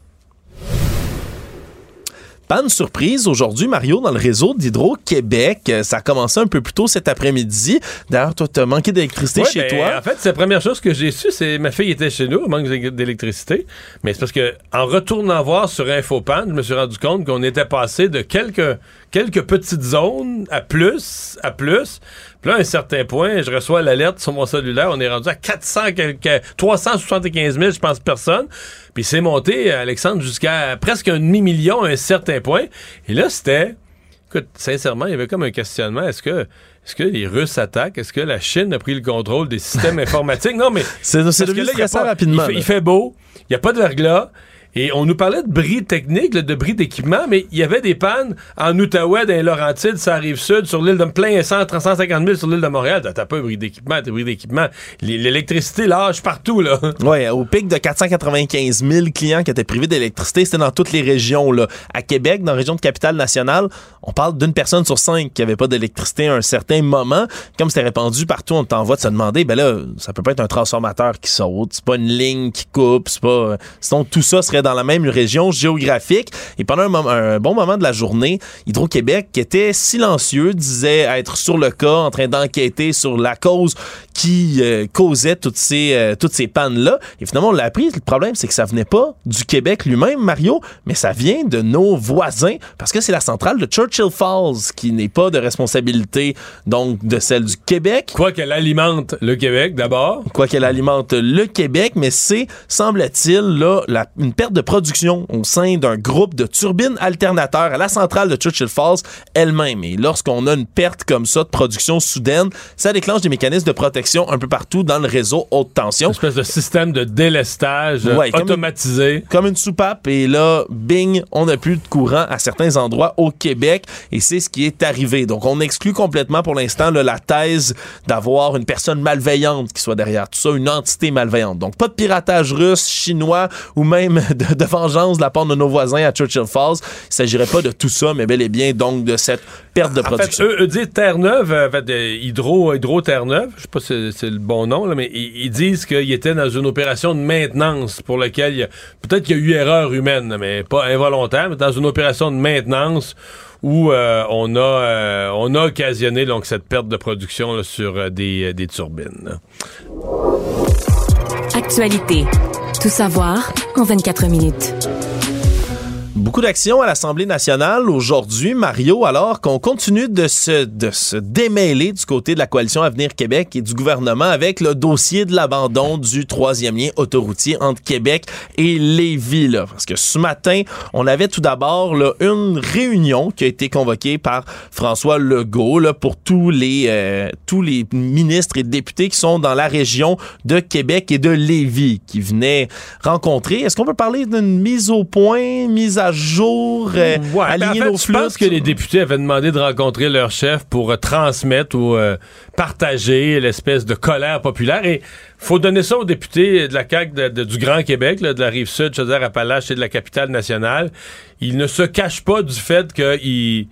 S8: Panne surprise aujourd'hui, Mario, dans le réseau d'Hydro-Québec. Ça a commencé un peu plus tôt cet après-midi. D'ailleurs, toi, tu as manqué d'électricité
S3: ouais,
S8: chez
S3: ben,
S8: toi.
S3: En fait, c'est la première chose que j'ai su, c'est ma fille était chez nous, elle manque d'électricité. Mais c'est parce que en retournant voir sur Infopan, je me suis rendu compte qu'on était passé de quelques, quelques petites zones à plus, à plus. Puis là, à un certain point, je reçois l'alerte sur mon cellulaire. On est rendu à quatre cents quelques, trois cent soixante-quinze mille, je pense, personnes. Puis c'est monté, Alexandre, jusqu'à presque un demi-million à un certain point. Et là, c'était... écoute, sincèrement, il y avait comme un questionnement. Est-ce que, est-ce que les Russes attaquent? Est-ce que la Chine a pris le contrôle des systèmes informatiques? Non, mais...
S8: C'est, c'est devenu stressant rapidement.
S3: Il fait, il fait beau, il n'y a pas de verglas. Et on nous parlait de bris techniques, là, de bris d'équipement, mais il y avait des pannes en Outaouais, dans les Laurentides, ça arrive sud, sur l'île de plein cent cinquante mille sur l'île de Montréal. T'as, t'as pas un bris d'équipement, t'as un bris d'équipement. L'électricité lâche partout, là.
S8: Oui, au pic de quatre cent quatre-vingt-quinze mille clients qui étaient privés d'électricité, c'était dans toutes les régions, là. À Québec, dans la région de Capitale-Nationale, on parle d'une personne sur cinq qui avait pas d'électricité à un certain moment. Comme c'était répandu partout, on t'envoie de se demander, ben là, ça peut pas être un transformateur qui saute, c'est pas une ligne qui coupe, c'est pas... Sinon, tout ça serait dans la même région géographique. Et pendant un, moment, un bon moment de la journée, Hydro-Québec, qui était silencieux, disait être sur le cas, en train d'enquêter sur la cause qui euh, causait toutes ces, euh, toutes ces pannes-là. Et finalement, on l'a appris. Le problème, c'est que ça venait pas du Québec lui-même, Mario, mais ça vient de nos voisins, parce que c'est la centrale de Churchill Falls qui n'est pas de responsabilité, donc, de celle du Québec.
S3: Quoi qu'elle alimente le Québec, d'abord.
S8: Quoi qu'elle alimente le Québec, mais c'est, semble-t-il, là, la, une perte de production au sein d'un groupe de turbines alternateurs à la centrale de Churchill Falls elle-même. Et lorsqu'on a une perte comme ça de production soudaine, ça déclenche des mécanismes de protection un peu partout dans le réseau haute tension.
S3: Une espèce de système de délestage ouais, automatisé.
S8: Comme une, comme une soupape. Et là, bing, on n'a plus de courant à certains endroits au Québec. Et c'est ce qui est arrivé. Donc, on exclut complètement pour l'instant là, la thèse d'avoir une personne malveillante qui soit derrière tout ça, une entité malveillante. Donc, pas de piratage russe, chinois ou même de, de vengeance de la part de nos voisins à Churchill Falls. Il s'agirait pas de tout ça, mais bel et bien donc de cette perte de production.
S3: En fait, eux, eux disent Terre-Neuve, en fait, Hydro, Hydro Terre-Neuve, je sais pas si c'est, c'est le bon nom, là, mais ils, ils disent qu'ils étaient dans une opération de maintenance pour laquelle il y a, peut-être qu'il y a eu erreur humaine, mais pas involontaire, mais dans une opération de maintenance où euh, on a euh, on a occasionné donc cette perte de production là, sur euh, des, des turbines. Là.
S2: Actualité. Tout savoir en vingt-quatre minutes.
S8: Beaucoup d'actions à l'Assemblée nationale aujourd'hui, Mario, alors qu'on continue de se, de se démêler du côté de la Coalition Avenir Québec et du gouvernement avec le dossier de l'abandon du troisième lien autoroutier entre Québec et Lévis. Là. Parce que ce matin, on avait tout d'abord là, une réunion qui a été convoquée par François Legault là, pour tous les, euh, tous les ministres et députés qui sont dans la région de Québec et de Lévis, qui venaient rencontrer. Est-ce qu'on peut parler d'une mise au point, mise à jour, euh,
S3: ouais,
S8: aligner
S3: en fait,
S8: nos flux?
S3: Je pense que les députés avaient demandé de rencontrer leur chef pour euh, transmettre ou euh, partager l'espèce de colère populaire. Et faut donner ça aux députés de la C A Q de, de, du Grand Québec, là, de la Rive-Sud, Chaudière-Appalaches et de la Capitale-Nationale. Ils ne se cachent pas du fait qu'ils...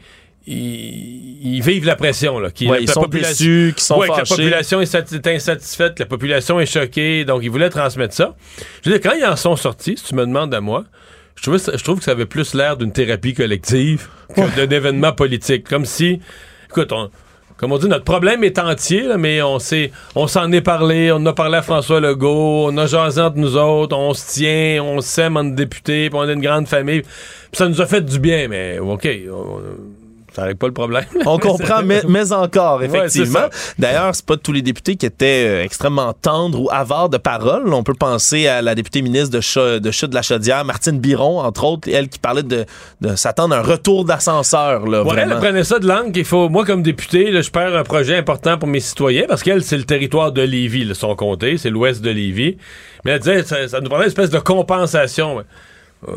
S3: Ils, ils vivent la pression. Là, qui,
S8: ouais,
S3: la,
S8: ils
S3: la
S8: sont
S3: population,
S8: déçus, qui sont
S3: ouais,
S8: fâchés.
S3: Que la population est, sati- est insatisfaite, que la population est choquée, donc ils voulaient transmettre ça. Je veux dire, quand ils en sont sortis, si tu me demandes à moi, je trouve, je trouve que ça avait plus l'air d'une thérapie collective que ouais. d'un événement politique. Comme si, écoute, on, comme on dit, notre problème est entier, là, mais on s'est, on s'en est parlé, on a parlé à François Legault, on a jasé entre nous autres, on se tient, on s'aime entre députés, puis on est une grande famille. Puis ça nous a fait du bien, mais OK, on, ça règle pas le problème.
S8: On comprend, mais, mais encore, effectivement.
S3: Ouais,
S8: D'ailleurs, c'est pas tous les députés qui étaient euh, extrêmement tendres ou avares de parole. On peut penser à la députée ministre de, Ch- de Chute de la Chaudière, Martine Biron, entre autres, elle qui parlait de, de s'attendre à un retour d'ascenseur. Là,
S3: ouais,
S8: vraiment.
S3: Elle prenait ça de langue qu'il faut. Moi, comme député, là, je perds un projet important pour mes citoyens parce qu'elle, c'est le territoire de Lévis, là, son comté, c'est l'ouest de Lévis. Mais elle disait, ça, ça nous prenait une espèce de compensation. Ouais. Euh,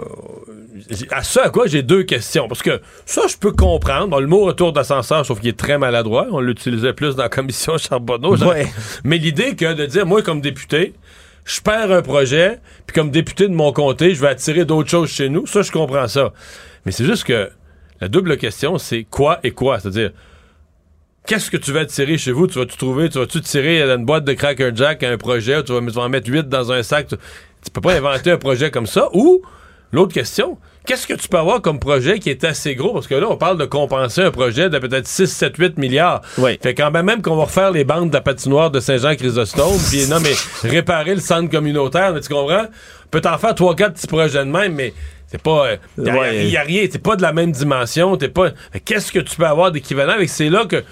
S3: à ça à quoi j'ai deux questions parce que ça je peux comprendre. Bon, le mot retour d'ascenseur, je trouve qu'il est très maladroit, on l'utilisait plus dans la commission Charbonneau,
S8: ouais.
S3: Mais l'idée que de dire moi comme député je perds un projet puis comme député de mon comté je vais attirer d'autres choses chez nous, ça je comprends ça, mais c'est juste que la double question c'est quoi et quoi, c'est-à-dire qu'est-ce que tu vas tirer chez vous? Tu vas-tu trouver, tu vas-tu tirer dans une boîte de Cracker Jack un projet, tu vas, tu vas en mettre huit dans un sac, tu, tu peux pas inventer un projet comme ça, ou l'autre question, qu'est-ce que tu peux avoir comme projet qui est assez gros? Parce que là, on parle de compenser un projet de peut-être six, sept, huit milliards.
S8: Oui.
S3: Fait quand même, même qu'on va refaire les bandes de la patinoire de Saint-Jean-Chrysostome, puis non, mais réparer le centre communautaire, mais tu comprends? On peut t'en faire trois, quatre petits projets de même, mais c'est pas... Il euh, n'y a, a rien, c'est pas de la même dimension, t'es pas... Qu'est-ce que tu peux avoir d'équivalent? Et c'est là que...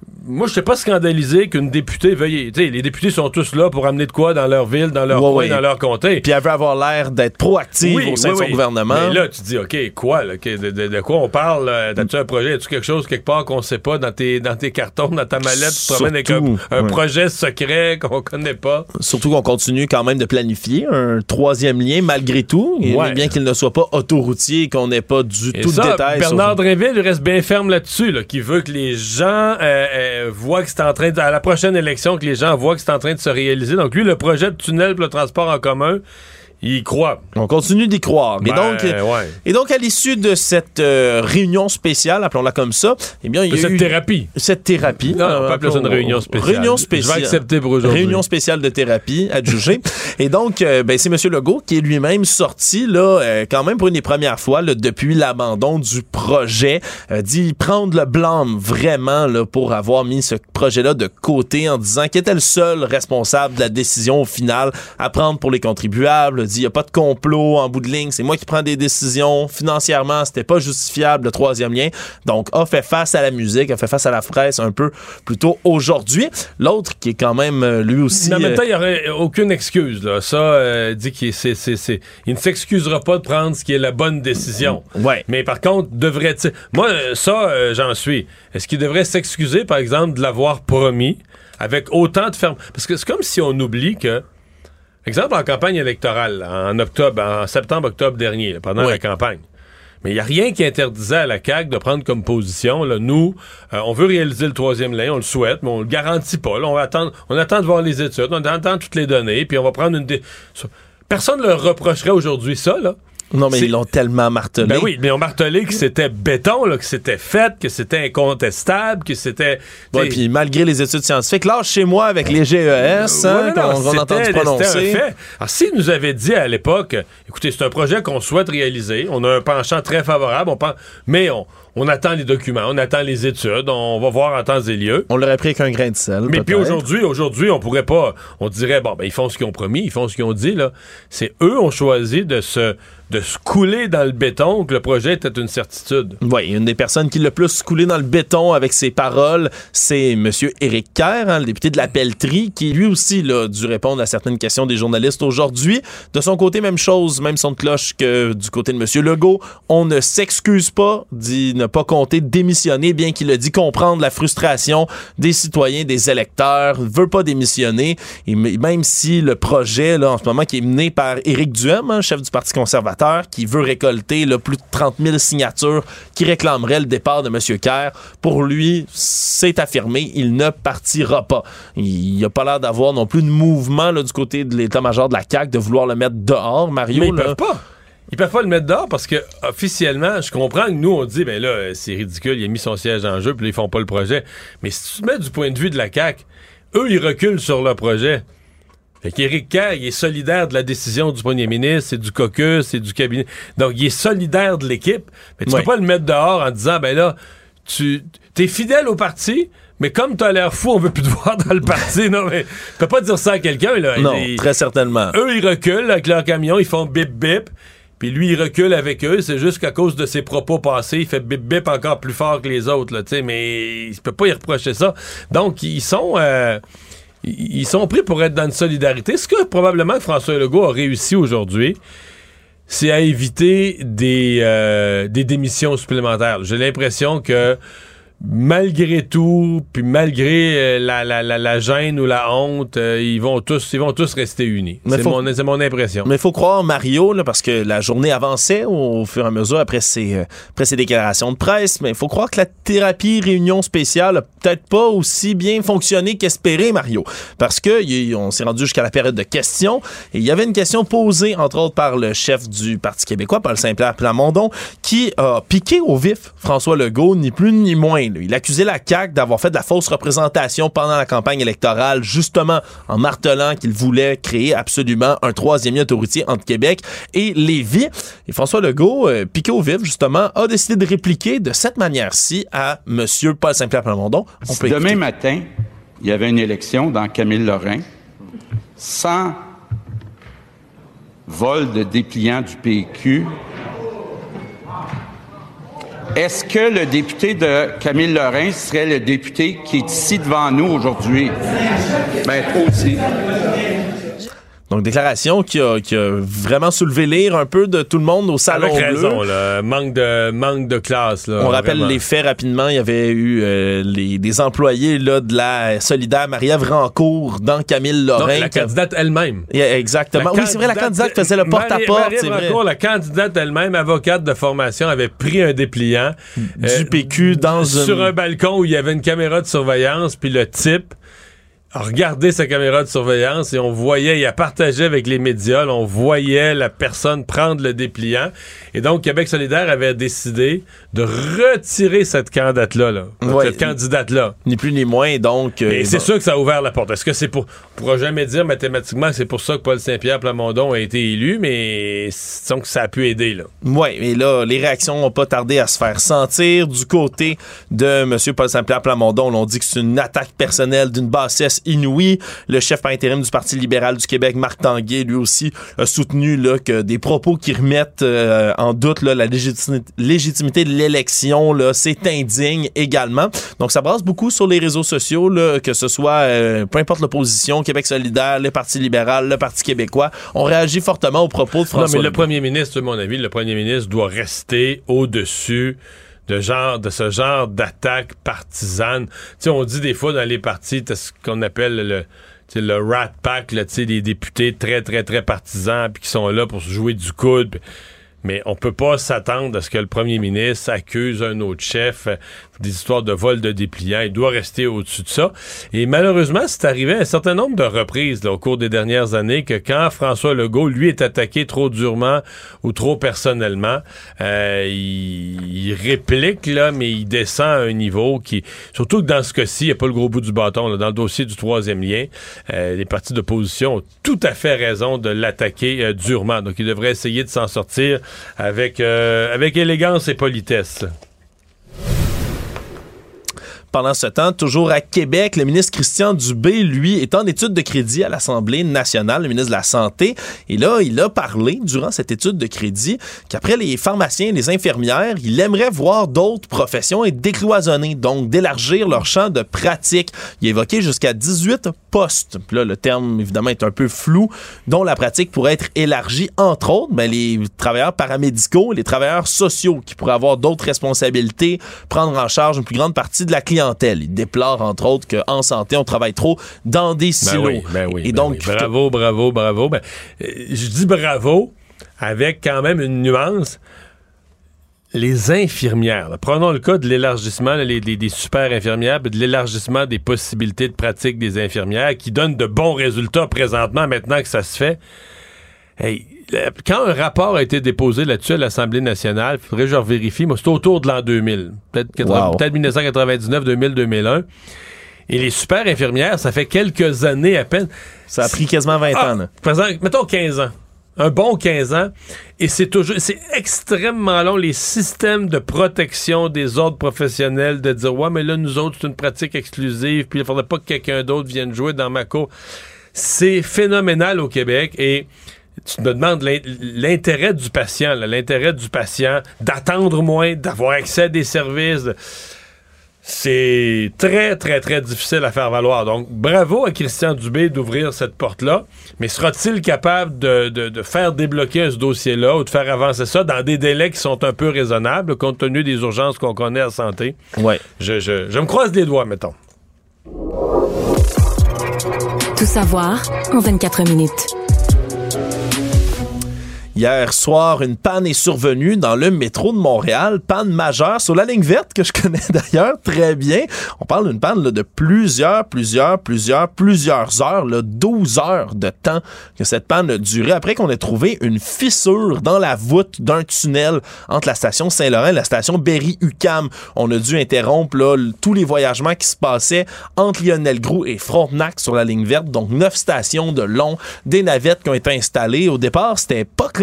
S3: moi, je ne suis pas scandalisé qu'une députée veuille... Tu sais, les députés sont tous là pour amener de quoi dans leur ville, dans leur ouais, coin, ouais. dans leur comté.
S8: Puis elle veut avoir l'air d'être proactive oui, au sein oui, de son oui. gouvernement.
S3: Mais là, tu te dis, OK, quoi? Là, de, de, de quoi on parle? As-tu un projet? As-tu quelque chose quelque part qu'on ne sait pas dans tes, dans tes cartons, dans ta mallette? Tu te promènes avec un, un ouais. projet secret qu'on ne connaît pas.
S8: Surtout qu'on continue quand même de planifier un troisième lien, malgré tout. Et ouais. bien qu'il ne soit pas autoroutier et qu'on n'ait pas du et tout ça, de détails.
S3: Bernard
S8: sur...
S3: Drinville, il reste bien ferme là-dessus, là, qui veut que les gens euh, euh, voient que c'est en train de, à la prochaine élection, que les gens voient que c'est en train de se réaliser. Donc lui, le projet de tunnel pour le transport en commun, il y croit.
S8: On continue d'y croire.
S3: Ben,
S8: et, donc,
S3: ouais.
S8: et donc, à l'issue de cette euh, réunion spéciale, appelons-la comme ça, eh bien, il y a
S3: cette
S8: eu...
S3: thérapie.
S8: Cette thérapie.
S3: Non, on peut appeler ça une réunion spéciale.
S8: Réunion spéciale.
S3: Je vais accepter pour aujourd'hui.
S8: Réunion spéciale de thérapie, à juger. Et donc, euh, ben, c'est M. Legault qui est lui-même sorti, là, euh, quand même pour une des premières fois, là, depuis l'abandon du projet, euh, d'y prendre le blâme vraiment, là, pour avoir mis ce projet-là de côté en disant qu'il était le seul responsable de la décision au final à prendre pour les contribuables. Dit, il n'y a pas de complot en bout de ligne, c'est moi qui prends des décisions. Financièrement, c'était pas justifiable le troisième lien. Donc, a fait face à la musique, a fait face à la presse un peu plus tôt aujourd'hui. L'autre qui est quand même lui aussi...
S3: Mais en même temps, il n'y aurait aucune excuse. Là. Ça euh, dit qu'il c'est, c'est, c'est... il ne s'excusera pas de prendre ce qui est la bonne décision.
S8: Ouais.
S3: Mais par contre, devrait-il... Moi, ça, euh, j'en suis. Est-ce qu'il devrait s'excuser, par exemple, de l'avoir promis avec autant de ferme... Parce que c'est comme si on oublie que exemple, en campagne électorale, là, en octobre, en septembre-octobre dernier, là, pendant oui. la campagne. Mais il n'y a rien qui interdisait à la C A Q de prendre comme position, là, nous, euh, on veut réaliser le troisième lien, on le souhaite, mais on le garantit pas. Là, on va attendre, on attend de voir les études, on attend toutes les données, puis on va prendre une... Dé... Personne ne leur reprocherait aujourd'hui ça, là.
S8: Non, mais c'est... ils l'ont tellement martelé.
S3: Ben oui, mais ils ont martelé que c'était béton, là, que c'était fait, que c'était incontestable, que c'était...
S8: Oui, puis malgré les études scientifiques, là, chez moi, avec les G E S, euh, hein, ouais, qu'on on a entendu prononcer...
S3: C'était un fait. Alors, s'ils nous avaient dit à l'époque, écoutez, c'est un projet qu'on souhaite réaliser, on a un penchant très favorable, on pense, mais on... On attend les documents, on attend les études, on va voir en temps et lieu.
S8: On l'aurait pris avec un grain de sel.
S3: Mais
S8: peut-être.
S3: Puis aujourd'hui, aujourd'hui, on pourrait pas. On dirait, bon, ben, ils font ce qu'ils ont promis, ils font ce qu'ils ont dit, là. C'est eux ont choisi de se, de se couler dans le béton, que le projet était une certitude.
S8: Oui, une des personnes qui l'a plus coulé dans le béton avec ses paroles, c'est M. Éric Kerr, hein, le député de la Pelletrie, qui lui aussi là, a dû répondre à certaines questions des journalistes aujourd'hui. De son côté, même chose, même son de cloche que du côté de M. Legault. On ne s'excuse pas, dit n'a pas compté démissionner, bien qu'il a dit comprendre la frustration des citoyens, des électeurs, veut pas démissionner. Et même si le projet, là, en ce moment, qui est mené par Éric Duhem, hein, chef du Parti conservateur, qui veut récolter là, plus de trente mille signatures qui réclameraient le départ de M. Kerr, pour lui, c'est affirmé, il ne partira pas. Il n'y a pas l'air d'avoir non plus de mouvement là, du côté de l'état-major de la C A Q de vouloir le mettre dehors, Mario.
S3: Mais ils
S8: là,
S3: peuvent pas. Ils peuvent pas le mettre dehors parce que, officiellement, je comprends que nous, on dit, ben là, c'est ridicule, il a mis son siège en jeu, puis là, ils font pas le projet. Mais si tu te mets du point de vue de la C A Q, eux, ils reculent sur le projet. Fait qu'Éric Kerr, il est solidaire de la décision du premier ministre, c'est du caucus, c'est du cabinet. Donc, il est solidaire de l'équipe. Mais tu ouais. peux pas le mettre dehors en disant, ben là, tu t'es fidèle au parti, mais comme t'as l'air fou, on veut plus te voir dans le parti. Non, mais tu peux pas dire ça à quelqu'un, là.
S8: Non,
S3: ils,
S8: très certainement.
S3: Eux, ils reculent avec leur camion, ils font bip-bip. Puis lui, il recule avec eux. C'est juste qu'à cause de ses propos passés, il fait bip-bip encore plus fort que les autres, là, tu sais. Mais il peut pas y reprocher ça. Donc, ils sont... Euh, ils sont pris pour être dans une solidarité. Ce que probablement François Legault a réussi aujourd'hui, c'est à éviter des, euh, des démissions supplémentaires. J'ai l'impression que malgré tout, puis malgré euh, la, la, la, la gêne ou la honte, euh, ils vont tous ils vont tous rester unis. C'est, faut, mon, c'est mon impression.
S8: Mais il faut croire Mario, là, parce que la journée avançait au, au fur et à mesure après ses, euh, après ses déclarations de presse, mais il faut croire que la thérapie réunion spéciale a peut-être pas aussi bien fonctionné qu'espéré, Mario. Parce que y, on s'est rendu jusqu'à la période de questions, et il y avait une question posée, entre autres, par le chef du Parti québécois, Paul Saint-Pierre Plamondon, qui a piqué au vif François Legault, ni plus ni moins. Il accusait la C A Q d'avoir fait de la fausse représentation pendant la campagne électorale, justement en martelant qu'il voulait créer absolument un troisième lien autoroutier entre Québec et Lévis. Et François Legault, euh, piqué au vif, justement, a décidé de répliquer de cette manière-ci à M. Paul Saint-Pierre Plamondon. On peut
S9: Demain
S8: écouter.
S9: matin, il y avait une élection dans Camille-Lorrain, sans vol de dépliant du P Q. est-ce que le député de Camille Lorrain serait le député qui est ici devant nous aujourd'hui? Ben, toi aussi.
S8: Donc, déclaration qui a, qui a vraiment soulevé l'ire un peu de tout le monde au Salon
S3: Avec
S8: Bleu.
S3: raison, là. Manque de, manque de classe. Là,
S8: On rappelle
S3: vraiment.
S8: les faits rapidement. Il y avait eu euh, les, des employés là, de la Solidaire, Marie-Ève Rancourt, dans Camille Lorrain.
S3: Donc, la candidate elle-même.
S8: Yeah, exactement.
S3: La
S8: oui, c'est vrai, la candidate faisait le porte-à-porte.
S3: Marie-Ève
S8: c'est vrai.
S3: Rancourt, la candidate elle-même, avocate de formation, avait pris un dépliant.
S8: Du
S3: euh,
S8: P Q dans
S3: Sur
S8: une...
S3: un balcon où il y avait une caméra de surveillance, puis le type a regardé sa caméra de surveillance et on voyait, il a partagé avec les médias, là, on voyait la personne prendre le dépliant. Et donc, Québec solidaire avait décidé de retirer cette candidate-là, là,
S8: Ouais,
S3: cette candidate-là.
S8: Ni plus ni moins, donc... Euh,
S3: Et c'est
S8: bon.
S3: sûr que ça a ouvert la porte. Est-ce que c'est pour... On pourra jamais dire mathématiquement que c'est pour ça que Paul Saint-Pierre Plamondon a été élu, mais disons que ça a pu aider, là.
S8: Oui, mais là, les réactions n'ont pas tardé à se faire sentir. Du côté de M. Paul Saint-Pierre Plamondon, on dit que c'est une attaque personnelle d'une bassesse inouïe. Le chef par intérim du Parti libéral du Québec, Marc Tanguay, lui aussi, a soutenu là, que des propos qui remettent euh, en doute là, la légitimité, légitimité de l'élection, là, c'est indigne également. Donc, ça brasse beaucoup sur les réseaux sociaux, là, que ce soit, euh, peu importe l'opposition, Québec solidaire, le Parti libéral, le Parti québécois. On réagit fortement aux propos de François
S3: Non, mais le
S8: Legault.
S3: premier ministre, à mon avis, le premier ministre doit rester au-dessus de genre de ce genre d'attaque partisane. Tu sais, on dit des fois dans les partis, t'as ce qu'on appelle le, tu sais, le rat pack, là, tu sais, des députés très, très, très partisans, puis qui sont là pour se jouer du coude. Pis, mais on peut pas s'attendre à ce que le premier ministre accuse un autre chef euh, des histoires de vol de dépliants. Il doit rester au-dessus de ça. Et malheureusement, c'est arrivé à un certain nombre de reprises là, au cours des dernières années que quand François Legault, lui, est attaqué trop durement ou trop personnellement, euh, il, il réplique, là, mais il descend à un niveau qui... Surtout que dans ce cas-ci, il n'y a pas le gros bout du bâton. Là, dans le dossier du troisième lien, euh, les partis d'opposition ont tout à fait raison de l'attaquer euh, durement. Donc, il devrait essayer de s'en sortir avec, euh, avec élégance et politesse.
S8: Pendant ce temps, toujours à Québec, le ministre Christian Dubé, lui, est en étude de crédit à l'Assemblée nationale, le ministre de la Santé. Et là, il a parlé, durant cette étude de crédit, qu'après les pharmaciens et les infirmières, il aimerait voir d'autres professions être décloisonnées, donc d'élargir leur champ de pratique. Il a évoqué jusqu'à dix-huit postes. Puis là, le terme, évidemment, est un peu flou, dont la pratique pourrait être élargie, entre autres, ben, les travailleurs paramédicaux, les travailleurs sociaux, qui pourraient avoir d'autres responsabilités, prendre en charge une plus grande partie de la clientèle. Il déplore, entre autres, qu'en santé, on travaille trop dans des silos.
S3: Ben oui, ben oui,
S8: Et
S3: ben
S8: donc,
S3: oui. Bravo, bravo, bravo. Ben, euh, je dis bravo avec quand même une nuance. Les infirmières, là, prenons le cas de l'élargissement là, les, les, des super infirmières, de l'élargissement des possibilités de pratique des infirmières qui donnent de bons résultats présentement, maintenant que ça se fait. Hey, quand un rapport a été déposé là-dessus à l'Assemblée nationale, il faudrait que je vérifie, moi, c'est autour de l'an deux mille. Peut-être,
S8: wow.
S3: peut-être dix-neuf cent quatre-vingt-dix-neuf, deux mille, deux mille un. Et les super infirmières, ça fait quelques années à peine.
S8: Ça a pris quasiment vingt
S3: ah,
S8: ans. Là.
S3: Par exemple, mettons quinze ans. Un bon quinze ans. Et c'est toujours, c'est extrêmement long, les systèmes de protection des ordres professionnels, de dire, ouais, mais là, nous autres, c'est une pratique exclusive, puis il ne faudrait pas que quelqu'un d'autre vienne jouer dans ma cour. C'est phénoménal au Québec et tu me demandes l'intérêt du patient, là, l'intérêt du patient d'attendre moins, d'avoir accès à des services. C'est très, très, très difficile à faire valoir. Donc, bravo à Christian Dubé d'ouvrir cette porte-là, mais sera-t-il capable de, de, de faire débloquer ce dossier-là ou de faire avancer ça dans des délais qui sont un peu raisonnables, compte tenu des urgences qu'on connaît à la santé?
S8: Ouais.
S3: Je, je, je me croise les doigts, mettons.
S2: Tout savoir en vingt-quatre minutes.
S8: Hier soir, une panne est survenue dans le métro de Montréal, panne majeure sur la ligne verte que je connais d'ailleurs très bien. On parle d'une panne là, de plusieurs, plusieurs, plusieurs, plusieurs heures, là, douze heures de temps que cette panne a duré après qu'on ait trouvé une fissure dans la voûte d'un tunnel entre la station Saint-Laurent et la station Berry-UQAM. On a dû interrompre là, tous les voyagements qui se passaient entre Lionel-Groulx et Frontenac sur la ligne verte, donc neuf stations de long, des navettes qui ont été installées. Au départ, c'était pas clair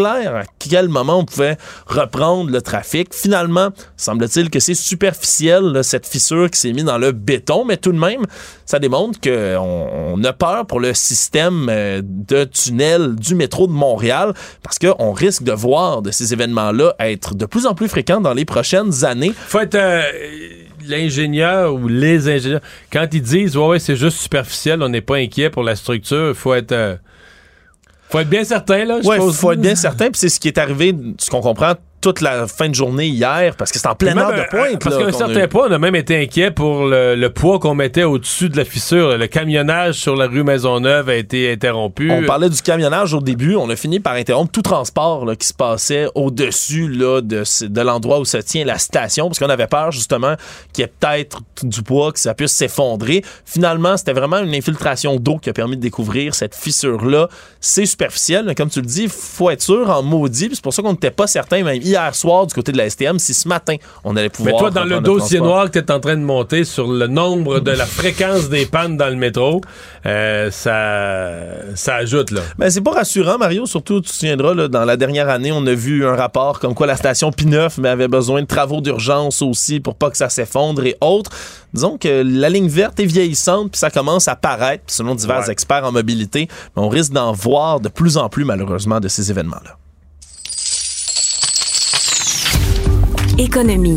S8: clair à quel moment on pouvait reprendre le trafic. Finalement, semble-t-il que c'est superficiel, là, cette fissure qui s'est mise dans le béton, mais tout de même, ça démontre qu'on on a peur pour le système euh, de tunnel du métro de Montréal parce qu'on risque de voir de ces événements-là être de plus en plus fréquents dans les prochaines années.
S3: Faut être... Euh, l'ingénieur ou les ingénieurs, quand ils disent « Ouais, ouais, c'est juste superficiel, on n'est pas inquiet pour la structure », il faut être... Euh, faut être bien certain, là, je
S8: ouais,
S3: suppose.
S8: Faut être bien certain, puis c'est ce qui est arrivé, ce qu'on comprend toute la fin de journée hier, parce que c'est en pleine heure de pointe.
S3: Parce
S8: là,
S3: qu'à un certain
S8: a...
S3: point, on a même été inquiet pour le, le poids qu'on mettait au-dessus de la fissure. Le camionnage sur la rue Maisonneuve a été interrompu.
S8: On parlait du camionnage au début. On a fini par interrompre tout transport là, qui se passait au-dessus là, de, de l'endroit où se tient la station, parce qu'on avait peur, justement, qu'il y ait peut-être du poids, que ça puisse s'effondrer. Finalement, c'était vraiment une infiltration d'eau qui a permis de découvrir cette fissure-là. C'est superficiel, mais comme tu le dis, il faut être sûr en maudit. C'est pour ça qu'on n'était pas certain, même hier soir du côté de la S T M, si ce matin on allait pouvoir...
S3: Mais toi, dans le dossier noir que tu es en train de monter sur le nombre de la fréquence des pannes dans le métro, euh, ça, ça ajoute, là.
S8: Ben, c'est pas rassurant, Mario. Surtout, tu te souviendras, là, dans la dernière année, on a vu un rapport comme quoi la station P neuf mais avait besoin de travaux d'urgence aussi pour pas que ça s'effondre et autres. Disons que la ligne verte est vieillissante puis ça commence à paraître, selon divers ouais. experts en mobilité, mais on risque d'en voir de plus en plus, malheureusement, de ces événements-là.
S2: Économie.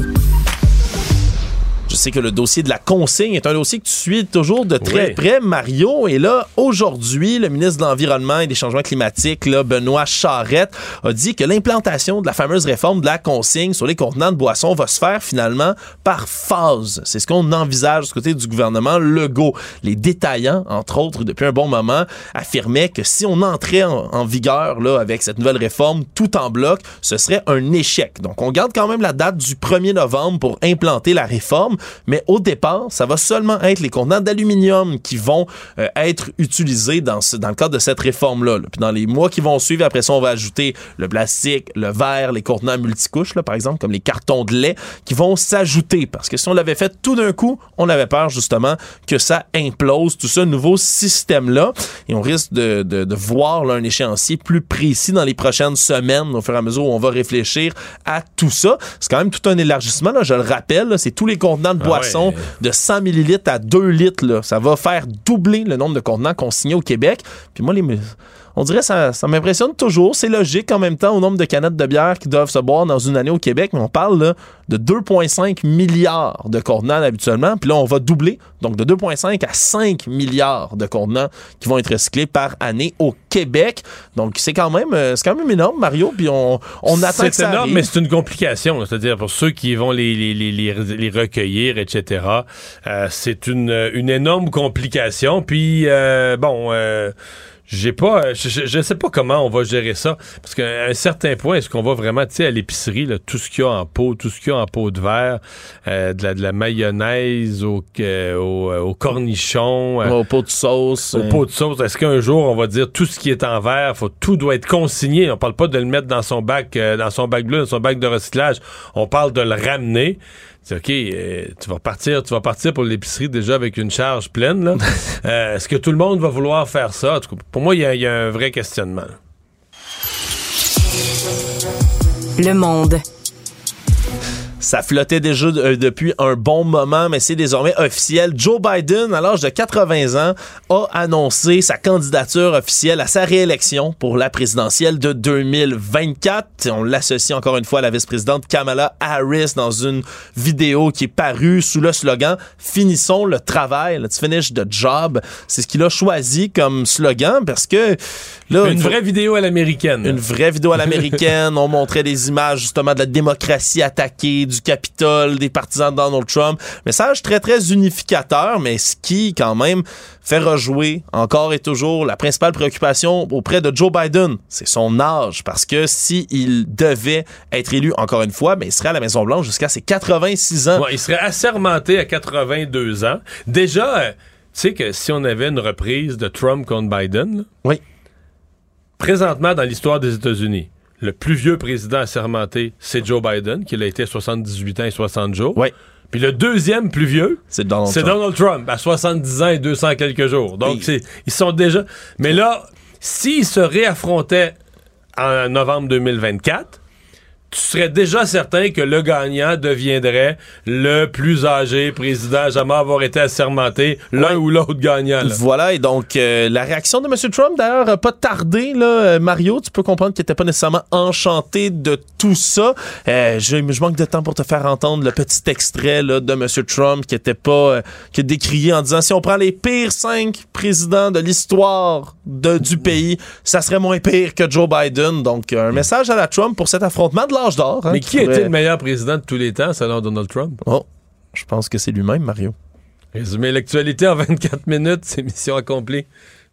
S8: Je sais que le dossier de la consigne est un dossier que tu suis toujours de très
S3: oui.
S8: près, Mario. Et là, aujourd'hui, le ministre de l'Environnement et des Changements climatiques, là, Benoît Charette, a dit que l'implantation de la fameuse réforme de la consigne sur les contenants de boissons va se faire finalement par phase. C'est ce qu'on envisage du côté du gouvernement Legault. Les détaillants, entre autres, depuis un bon moment, affirmaient que si on entrait en, en vigueur là, avec cette nouvelle réforme tout en bloc, ce serait un échec. Donc, on garde quand même la date du premier novembre pour implanter la réforme. Mais au départ, ça va seulement être les contenants d'aluminium qui vont euh, être utilisés dans, ce, dans le cadre de cette réforme-là. Là. Puis dans les mois qui vont suivre, après ça, on va ajouter le plastique, le verre, les contenants multicouches, là, par exemple, comme les cartons de lait, qui vont s'ajouter. Parce que si on l'avait fait tout d'un coup, on avait peur justement que ça implose, tout ce nouveau système-là. Et on risque de, de, de voir là, un échéancier plus précis dans les prochaines semaines, au fur et à mesure où on va réfléchir à tout ça. C'est quand même tout un élargissement, là, je le rappelle, là, c'est tous les contenants de boissons ah ouais. de cent millilitres à deux litres. Là. Ça va faire doubler le nombre de contenants consignés au Québec. Puis moi, les... on dirait que ça, ça m'impressionne toujours. C'est logique en même temps au nombre de canettes de bière qui doivent se boire dans une année au Québec. Mais on parle là, de deux virgule cinq milliards de contenants habituellement. Puis là, on va doubler. Donc de deux virgule cinq à cinq milliards de contenants qui vont être recyclés par année au Québec. Donc c'est quand même, c'est quand même énorme, Mario. Puis on, on attend que ça
S3: énorme,
S8: arrive.
S3: Mais c'est une complication. Là. C'est-à-dire pour ceux qui vont les, les, les, les, les recueillir, et cetera. Euh, c'est une, une énorme complication. Puis euh, bon... Euh, J'ai pas, je, je sais pas comment on va gérer ça, parce qu'à un certain point, est-ce qu'on va vraiment, tu sais, à l'épicerie, là, tout ce qu'il y a en pot, tout ce qu'il y a en pot de verre, euh, de, la, de la mayonnaise au, euh, au, euh, au cornichon, euh,
S8: au pot de sauce,
S3: au
S8: hein.
S3: pot de sauce. Est-ce qu'un jour on va dire tout ce qui est en verre, faut tout doit être consigné. On parle pas de le mettre dans son bac, euh, dans son bac bleu, dans son bac de recyclage. On parle de le ramener. C'est OK, euh, tu vas partir, tu vas partir pour l'épicerie déjà avec une charge pleine, là. euh, est-ce que tout le monde va vouloir faire ça? En tout cas, pour moi, il y, y a un vrai questionnement.
S2: Le Monde.
S8: Ça flottait déjà euh, depuis un bon moment, mais c'est désormais officiel. Joe Biden, à l'âge de quatre-vingts ans, a annoncé sa candidature officielle à sa réélection pour la présidentielle de deux mille vingt-quatre. On l'associe encore une fois à la vice-présidente Kamala Harris dans une vidéo qui est parue sous le slogan « Finissons le travail », « Let's finish the job ». C'est ce qu'il a choisi comme slogan parce que... Là,
S3: une vraie vidéo à l'américaine.
S8: Une vraie vidéo à l'américaine. On montrait des images justement de la démocratie attaquée, du Capitole, des partisans de Donald Trump. Message très, très unificateur, mais ce qui, quand même, fait rejouer encore et toujours la principale préoccupation auprès de Joe Biden. C'est son âge, parce que s'il devait être élu encore une fois, ben, il serait à la Maison-Blanche jusqu'à ses quatre-vingt-six ans.
S3: Ouais, il serait assermenté à quatre-vingt-deux ans. Déjà, euh, tu sais que si on avait une reprise de Trump contre Biden, là,
S8: oui.
S3: Présentement, dans l'histoire des États-Unis, le plus vieux président assermenté, c'est Joe Biden, qui l'a été à soixante-dix-huit ans et soixante jours.
S8: Oui.
S3: Puis le deuxième plus vieux,
S8: c'est Donald,
S3: c'est
S8: Trump.
S3: Donald Trump, à soixante-dix ans et deux cents quelques jours. Donc, oui. c'est, ils sont déjà... Mais là, s'ils se réaffrontaient en novembre deux mille vingt-quatre, tu serais déjà certain que le gagnant deviendrait le plus âgé président à jamais avoir été assermenté, l'un ouais. ou l'autre gagnant. Là.
S8: Voilà, et donc euh, la réaction de M. Trump, d'ailleurs, n'a pas tardé. Là, Mario, tu peux comprendre qu'il n'était pas nécessairement enchanté de tout ça. Euh, je, je manque de temps pour te faire entendre le petit extrait là, de M. Trump qui était pas euh, qui a décrié en disant si on prend les pires cinq présidents de l'histoire de, du pays, ça serait moins pire que Joe Biden. Donc, un message à la Trump pour cet affrontement de l'âge d'or. Hein,
S3: Mais qui, qui pourrait... était le meilleur président de tous les temps, selon Donald Trump?
S8: Oh, je pense que c'est lui-même, Mario.
S3: Résumer l'actualité en vingt-quatre minutes, c'est mission accomplie.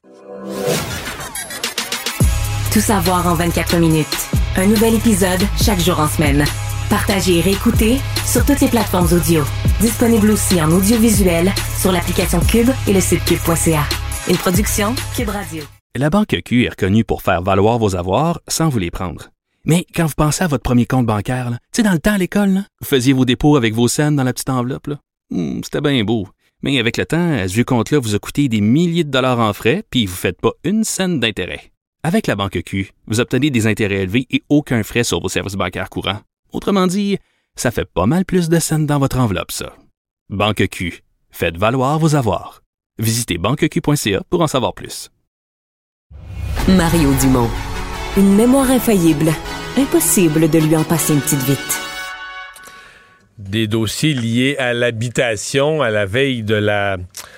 S2: Tout savoir en vingt-quatre minutes. Un nouvel épisode chaque jour en semaine. Partagez et réécoutez sur toutes les plateformes audio. Disponible aussi en audiovisuel sur l'application Cube et le site cube point c a. Une production Cube Radio.
S1: La Banque Q est reconnue pour faire valoir vos avoirs sans vous les prendre. Mais quand vous pensez à votre premier compte bancaire, tu sais, dans le temps à l'école, là, vous faisiez vos dépôts avec vos scènes dans la petite enveloppe. Là. Hum, c'était bien beau. Mais avec le temps, à ce vieux compte-là vous a coûté des milliers de dollars en frais, puis vous ne faites pas une scène d'intérêt. Avec la Banque Q, vous obtenez des intérêts élevés et aucun frais sur vos services bancaires courants. Autrement dit, ça fait pas mal plus de scènes dans votre enveloppe, ça. Banque Q. Faites valoir vos avoirs. Visitez banque q point c a pour en savoir plus.
S2: Mario Dumont. Une mémoire infaillible. Impossible de lui en passer une petite vite.
S3: Des dossiers liés à l'habitation à la veille de la...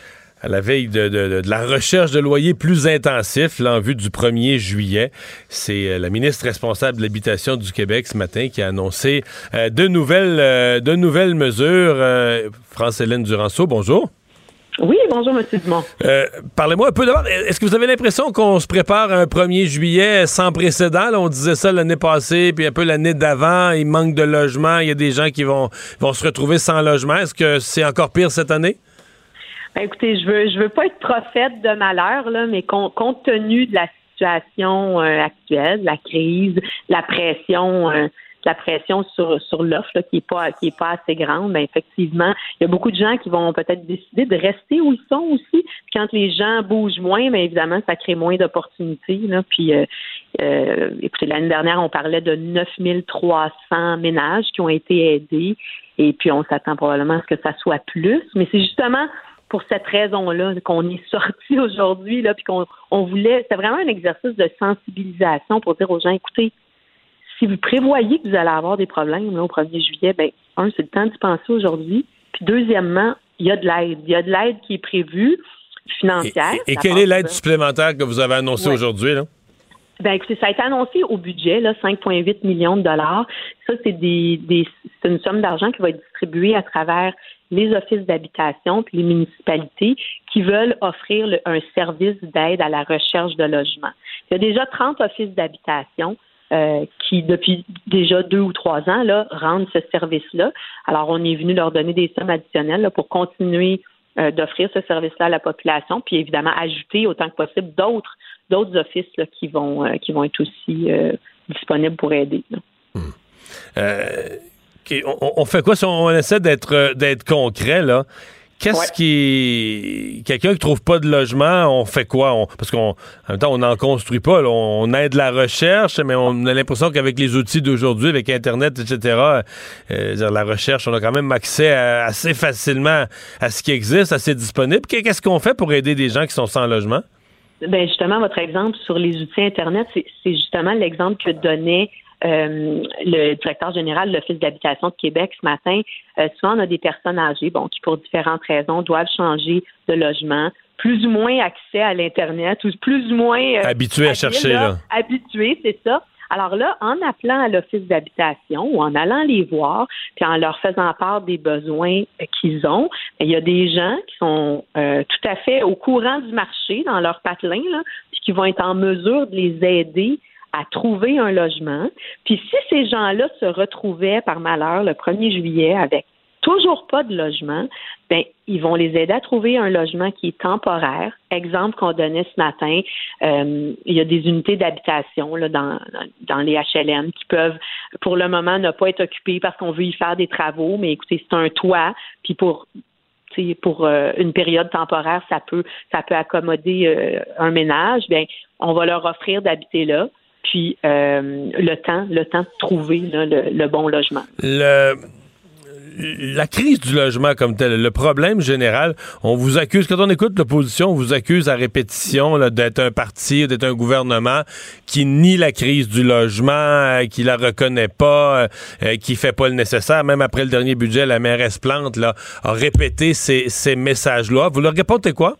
S3: à la veille de, de, de la recherche de loyers plus intensifs, là, en vue du premier juillet. C'est la ministre responsable de l'habitation du Québec ce matin qui a annoncé euh, de, nouvelles, euh, de nouvelles mesures. Euh, France-Hélène Duranceau, bonjour.
S15: Oui, bonjour, M. Dumont.
S3: Euh, parlez-moi un peu d'abord. Est-ce que vous avez l'impression qu'on se prépare à un premier juillet sans précédent? Là, on disait ça l'année passée, puis un peu l'année d'avant. Il manque de logements. Il y a des gens qui vont, vont se retrouver sans logement. Est-ce que c'est encore pire cette année?
S15: Ben, écoutez, je veux je veux pas être prophète de malheur, là, mais com- compte tenu de la situation euh, actuelle, de la crise, de la pression, euh, de la pression sur sur l'offre là, qui est pas qui est pas assez grande, ben effectivement, il y a beaucoup de gens qui vont peut-être décider de rester où ils sont aussi. Puis quand les gens bougent moins, bien évidemment, ça crée moins d'opportunités. Là. Puis euh, euh, écoutez, l'année dernière, on parlait de neuf mille trois cents ménages qui ont été aidés, et puis on s'attend probablement à ce que ça soit plus. Mais c'est justement pour cette raison-là qu'on est sorti aujourd'hui, là, puis qu'on on voulait, c'est vraiment un exercice de sensibilisation pour dire aux gens, écoutez, si vous prévoyez que vous allez avoir des problèmes là, au premier juillet, bien, un, c'est le temps d'y penser aujourd'hui. Puis deuxièmement, il y a de l'aide. Il y a de l'aide qui est prévue, financière.
S3: Et, et, et quelle est l'aide supplémentaire que vous avez annoncée ouais. aujourd'hui, là?
S15: Ben, écoutez, ça a été annoncé au budget, là, cinq virgule huit millions de dollars. Ça, c'est des, des c'est une somme d'argent qui va être distribuée à travers les offices d'habitation puis les municipalités qui veulent offrir le, un service d'aide à la recherche de logement. Il y a déjà trente offices d'habitation euh, qui, depuis déjà deux ou trois ans, là, rendent ce service-là. Alors, on est venu leur donner des sommes additionnelles là, pour continuer euh, d'offrir ce service-là à la population, puis évidemment ajouter autant que possible d'autres d'autres offices là, qui vont euh, qui vont être aussi euh, disponibles pour aider.
S3: Mmh. Euh, okay. on, on fait quoi si on essaie d'être d'être concret là? Qu'est-ce ouais. qui quelqu'un qui trouve pas de logement, on fait quoi? On, parce qu'en même temps, on n'en construit pas. Là, on aide la recherche, mais on a l'impression qu'avec les outils d'aujourd'hui, avec Internet, et cetera, euh, la recherche, on a quand même accès à, assez facilement à ce qui existe, assez disponible. Qu'est-ce qu'on fait pour aider des gens qui sont sans logement?
S15: Ben justement, votre exemple sur les outils Internet, c'est, c'est justement l'exemple que donnait euh, le directeur général de l'Office d'habitation de Québec ce matin. Euh, souvent, on a des personnes âgées, bon, qui pour différentes raisons doivent changer de logement, plus ou moins accès à l'Internet, ou plus ou moins euh,
S3: habitués à chercher, là.
S15: Habitués, c'est ça. Alors là, en appelant à l'Office d'habitation ou en allant les voir, puis en leur faisant part des besoins qu'ils ont, il y a des gens qui sont euh, tout à fait au courant du marché dans leur patelin, là, puis qui vont être en mesure de les aider à trouver un logement. Puis si ces gens-là se retrouvaient par malheur le premier juillet avec toujours pas de logement, ben ils vont les aider à trouver un logement qui est temporaire. Exemple qu'on donnait ce matin, euh, il y a des unités d'habitation là, dans, dans les H L M qui peuvent, pour le moment, ne pas être occupées parce qu'on veut y faire des travaux, mais écoutez, c'est un toit, puis pour pour euh, une période temporaire, ça peut ça peut accommoder euh, un ménage, bien, on va leur offrir d'habiter là. puis euh, le temps, le temps de trouver là, le, le bon logement.
S3: Le... La crise du logement comme tel, le problème général, on vous accuse, quand on écoute l'opposition, on vous accuse à répétition là, d'être un parti, d'être un gouvernement qui nie la crise du logement, euh, qui la reconnaît pas, euh, qui fait pas le nécessaire. Même après le dernier budget, la mairesse Plante là, a répété ces, ces messages-là. Vous leur répondez quoi?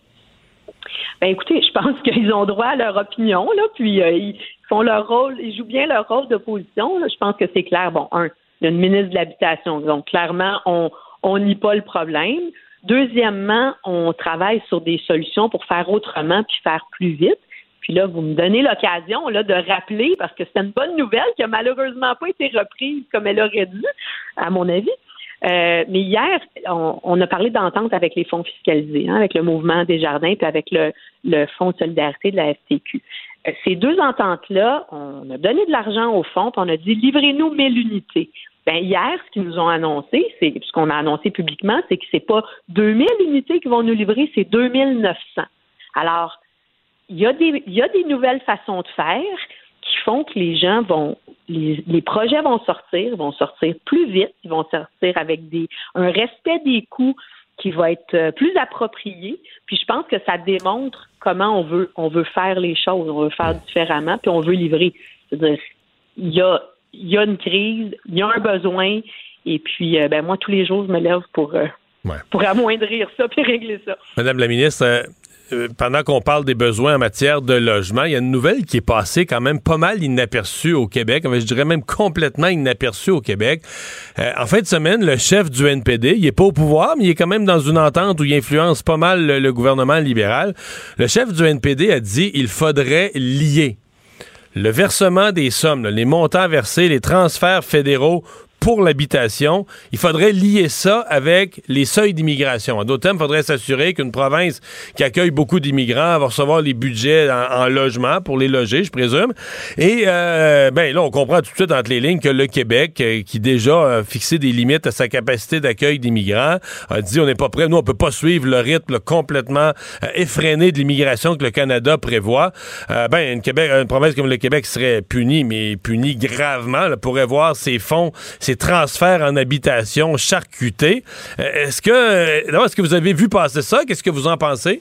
S15: Ben écoutez, je pense qu'ils ont droit à leur opinion, là, puis euh, ils font leur rôle, ils jouent bien leur rôle d'opposition. Là. Je pense que c'est clair. Bon, un, il y a une ministre de l'Habitation, donc clairement, on on nie pas le problème. Deuxièmement, on travaille sur des solutions pour faire autrement puis faire plus vite. Puis là, vous me donnez l'occasion là de rappeler, parce que c'est une bonne nouvelle qui a malheureusement pas été reprise comme elle aurait dû, à mon avis. Euh, mais hier, on, on a parlé d'entente avec les fonds fiscalisés, hein, avec le mouvement Desjardins puis avec le, le Fonds de solidarité de la F T Q. Euh, ces deux ententes-là, on a donné de l'argent au fonds puis on a dit « livrez-nous mille unités ». Ben hier, ce qu'ils nous ont annoncé, c'est ce qu'on a annoncé publiquement, c'est que c'est pas deux mille unités qu'ils vont nous livrer, c'est deux mille neuf cents. Alors, il y a des, il y a des nouvelles façons de faire qui font que les gens vont, les, les projets vont sortir, vont sortir plus vite, ils vont sortir avec des, un respect des coûts qui va être plus approprié. Puis je pense que ça démontre comment on veut, on veut faire les choses, on veut faire différemment, puis on veut livrer. C'est-à-dire, il y a Il y a une crise, il y a un besoin, et puis euh, ben moi, tous les jours, je me lève pour, euh, ouais. pour amoindrir ça puis régler ça.
S3: Madame la ministre, euh, pendant qu'on parle des besoins en matière de logement, il y a une nouvelle qui est passée quand même pas mal inaperçue au Québec, je dirais même complètement inaperçue au Québec. Euh, en fin de semaine, le chef du N P D, il est pas au pouvoir, mais il est quand même dans une entente où il influence pas mal le, le gouvernement libéral. Le chef du N P D a dit qu'il faudrait lier le versement des sommes, là, les montants versés, les transferts fédéraux pour l'habitation, il faudrait lier ça avec les seuils d'immigration. En d'autres termes, il faudrait s'assurer qu'une province qui accueille beaucoup d'immigrants va recevoir les budgets en, en logement pour les loger, je présume. Et euh, ben là, on comprend tout de suite entre les lignes que le Québec, euh, qui déjà a fixé des limites à sa capacité d'accueil d'immigrants, a dit on n'est pas prêt, nous on peut pas suivre le rythme là, complètement euh, effréné de l'immigration que le Canada prévoit. Euh, ben une, Québec, une province comme le Québec serait punie, mais punie gravement, là, pourrait voir ses fonds, ses transferts en habitation charcutés. Euh, est-ce que, d'abord, est-ce que vous avez vu passer ça? Qu'est-ce que vous en pensez?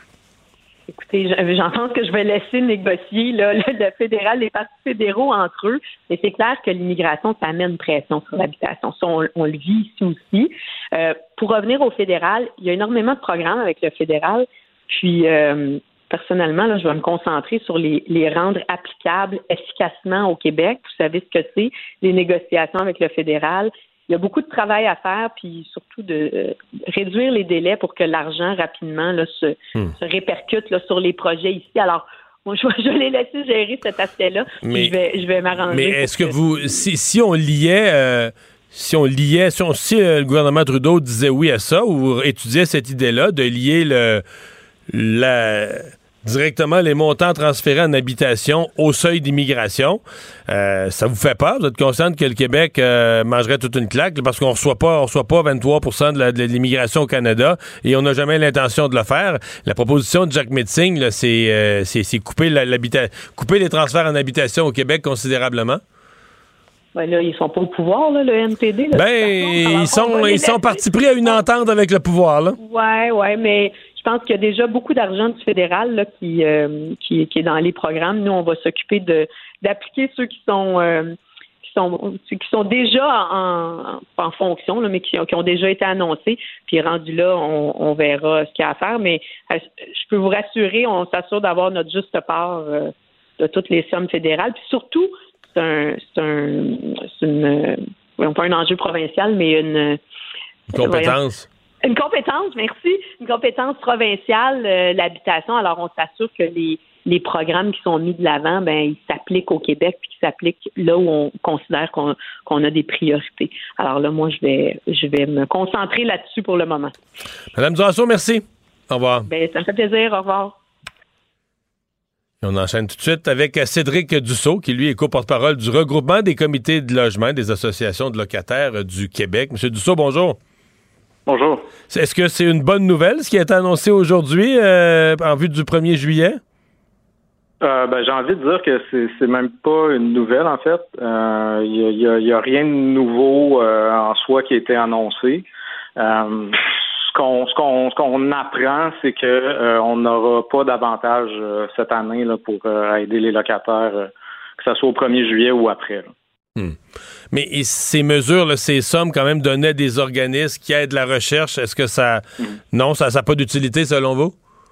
S15: Écoutez, j'en pense que je vais laisser négocier là, le, le fédéral, les partis fédéraux entre eux. Mais c'est clair que l'immigration, ça amène une pression sur l'habitation. Ça, on, on le vit ici aussi. Euh, pour revenir au fédéral, il y a énormément de programmes avec le fédéral. Puis, euh, personnellement, là, je vais me concentrer sur les, les rendre applicables efficacement au Québec. Vous savez ce que c'est, les négociations avec le fédéral. Il y a beaucoup de travail à faire, puis surtout de euh, réduire les délais pour que l'argent rapidement là, se, hmm. se répercute là, sur les projets ici. Alors, moi, je, je vais les laisser gérer cet aspect-là, mais je vais, je vais m'arranger.
S3: Mais est-ce que, que vous, si, si on liait... Euh... Si on liait, si, on, si euh, le gouvernement Trudeau disait oui à ça ou étudiait cette idée-là de lier le, la, directement les montants transférés en habitation au seuil d'immigration, euh, ça vous fait peur? Vous êtes conscient que le Québec euh, mangerait toute une claque parce qu'on ne reçoit pas, on reçoit pas vingt-trois pour cent de, la, de l'immigration au Canada et on n'a jamais l'intention de le faire. La proposition de Jack Metzing, là, c'est, euh, c'est, c'est couper, la, couper les transferts en habitation au Québec considérablement.
S15: Ben là, ils sont pas au pouvoir, là, le N P D. Là,
S3: ben, ils sont, ils sont partis pris à une entente avec le pouvoir, là.
S15: Ouais, ouais, mais je pense qu'il y a déjà beaucoup d'argent du fédéral là, qui, euh, qui, qui est dans les programmes. Nous, on va s'occuper de d'appliquer ceux qui sont euh, qui sont qui sont déjà en, en fonction, là, mais qui, qui ont déjà été annoncés. Puis rendu là, on, on verra ce qu'il y a à faire. Mais euh, je peux vous rassurer, on s'assure d'avoir notre juste part euh, de toutes les sommes fédérales. Puis surtout, c'est un, c'est un, c'est une, voyons, pas un enjeu provincial, mais une,
S3: une compétence.
S15: Voyons, une compétence, merci. Une compétence provinciale, euh, l'habitation. Alors, on s'assure que les, les programmes qui sont mis de l'avant, ben, ils s'appliquent au Québec puis qu'ils s'appliquent là où on considère qu'on, qu'on a des priorités. Alors là, moi, je vais, je vais me concentrer là-dessus pour le moment.
S3: Madame Duranceau, merci. Au revoir.
S15: Ben, ça me fait plaisir. Au revoir.
S3: On enchaîne tout de suite avec Cédric Dussault, qui lui est co-porte-parole du regroupement des comités de logement des associations de locataires du Québec. Monsieur Dussault, bonjour.
S16: Bonjour.
S3: Est-ce que c'est une bonne nouvelle, ce qui a été annoncé aujourd'hui euh, en vue du premier juillet?
S16: Euh, ben, j'ai envie de dire que c'est, c'est même pas une nouvelle, en fait. Il euh, y, a, y, a, y a rien de nouveau euh, en soi qui a été annoncé. Euh, ce, qu'on, ce, qu'on, ce qu'on apprend, c'est que euh, on n'aura pas d'avantage euh, cette année là, pour euh, aider les locataires, euh, que ce soit au premier juillet ou après.
S3: Hmm. Mais et ces mesures, là, ces sommes quand même données à des organismes qui aident la recherche, est-ce que ça... Hmm. Non, ça n'a pas d'utilité selon vous?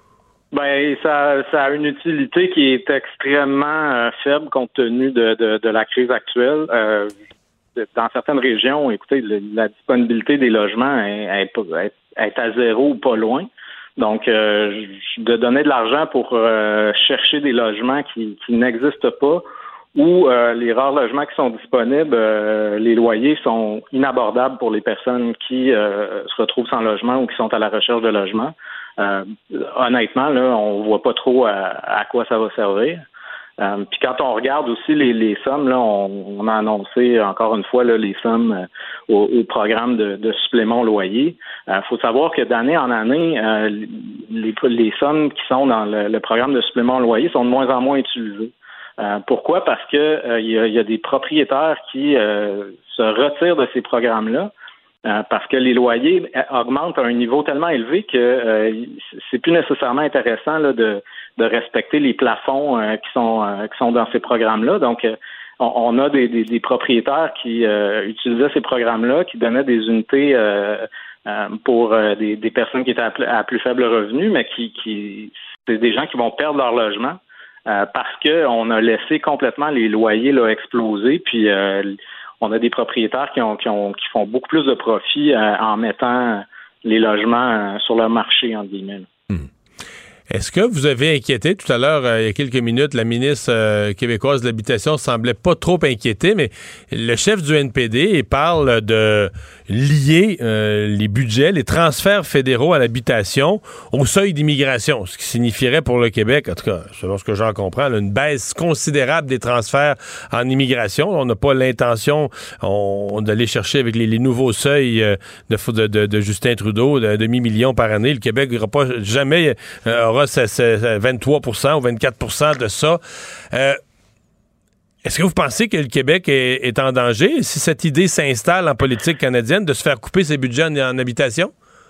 S16: Ben, ça, ça a une utilité qui est extrêmement euh, faible compte tenu de, de, de la crise actuelle. Euh, dans certaines régions, écoutez, le, la disponibilité des logements est, est, est à zéro ou pas loin. Donc, euh, de donner de l'argent pour euh, chercher des logements qui, qui n'existent pas ou euh, les rares logements qui sont disponibles, euh, les loyers sont inabordables pour les personnes qui euh, se retrouvent sans logement ou qui sont à la recherche de logement. Euh, honnêtement, là, on voit pas trop à, à quoi ça va servir. Euh, puis quand on regarde aussi les, les sommes, là, on, on a annoncé encore une fois là, les sommes euh, au, au programme de, de supplément loyer. Il euh, faut savoir que d'année en année, euh, les, les sommes qui sont dans le, le programme de supplément loyer sont de moins en moins utilisées. Euh, pourquoi? Parce que euh, y a, y a des propriétaires qui euh, se retirent de ces programmes-là. Euh, parce que les loyers augmentent à un niveau tellement élevé que euh, c'est plus nécessairement intéressant là, de, de respecter les plafonds euh, qui sont euh, qui sont dans ces programmes-là. Donc, euh, on, on a des, des, des propriétaires qui euh, utilisaient ces programmes-là, qui donnaient des unités euh, euh, pour euh, des, des personnes qui étaient à, à plus faible revenu, mais qui, qui c'est des gens qui vont perdre leur logement euh, parce que on a laissé complètement les loyers là, exploser, puis euh, on a des propriétaires qui ont, qui ont qui font beaucoup plus de profit euh, en mettant les logements euh, sur le marché, entre guillemets.
S3: Mmh. Est-ce que vous avez inquiété tout à l'heure, euh, il y a quelques minutes, la ministre euh, québécoise de l'Habitation semblait pas trop inquiétée, mais le chef du N P D il parle de lier euh, les budgets, les transferts fédéraux à l'habitation au seuil d'immigration, ce qui signifierait pour le Québec, en tout cas, selon ce que j'en comprends, là, une baisse considérable des transferts en immigration. On n'a pas l'intention on, d'aller chercher avec les, les nouveaux seuils euh, de, de, de Justin Trudeau, de demi-million par année. Le Québec n'aura pas jamais... Euh, C'est, c'est vingt-trois pour cent ou vingt-quatre pour cent de ça. Euh, est-ce que vous pensez que le Québec est, est en danger si cette idée s'installe en politique canadienne de se faire couper ses budgets en, en habitation?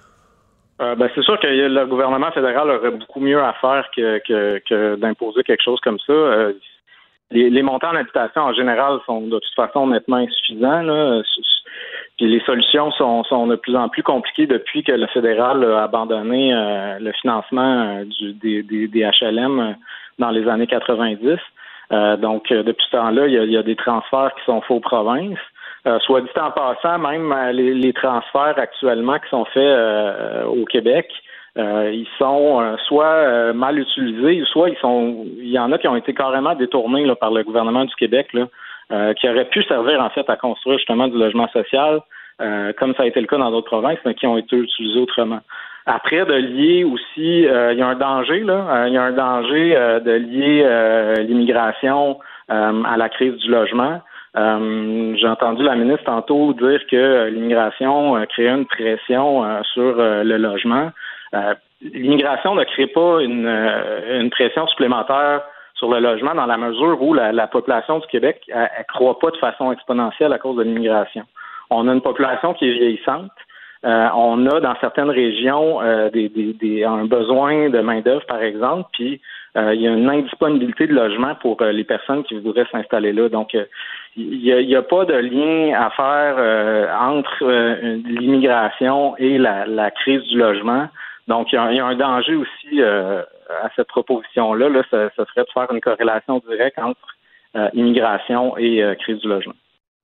S16: Euh, ben, c'est sûr que le gouvernement fédéral aurait beaucoup mieux à faire que, que, que d'imposer quelque chose comme ça. Euh, les, les montants en habitation, en général, sont de toute façon nettement insuffisants, là. Puis les solutions sont, sont de plus en plus compliquées depuis que le fédéral a abandonné euh, le financement euh, du, des, des, des H L M dans les années quatre-vingt-dix. Euh, donc, euh, depuis ce temps-là, il y, a, il y a des transferts qui sont faits aux provinces. Euh, soit dit en passant, même euh, les, les transferts actuellement qui sont faits euh, au Québec, euh, ils sont euh, soit euh, mal utilisés, soit ils sont, il y en a qui ont été carrément détournés là, par le gouvernement du Québec, là. Euh, qui auraient pu servir en fait à construire justement du logement social, euh, comme ça a été le cas dans d'autres provinces, mais qui ont été utilisés autrement. Après, de lier aussi, euh, il y a un danger là, euh, il y a un danger euh, de lier euh, l'immigration euh, à la crise du logement. Euh, j'ai entendu la ministre tantôt dire que euh, l'immigration euh, créait une pression euh, sur euh, le logement. Euh, l'immigration ne crée pas une, euh, une pression supplémentaire sur le logement dans la mesure où la, la population du Québec elle, elle croît pas de façon exponentielle à cause de l'immigration. On a une population qui est vieillissante. Euh, on a dans certaines régions euh, des, des, des, un besoin de main-d'œuvre, par exemple, puis euh, il y a une indisponibilité de logement pour euh, les personnes qui voudraient s'installer là. Donc, euh, il n'y a, y a pas de lien à faire euh, entre euh, l'immigration et la, la crise du logement. Donc, il y, y a un danger aussi euh, à cette proposition-là. Là, ça, ça serait de faire une corrélation directe entre euh, immigration et euh, crise du logement.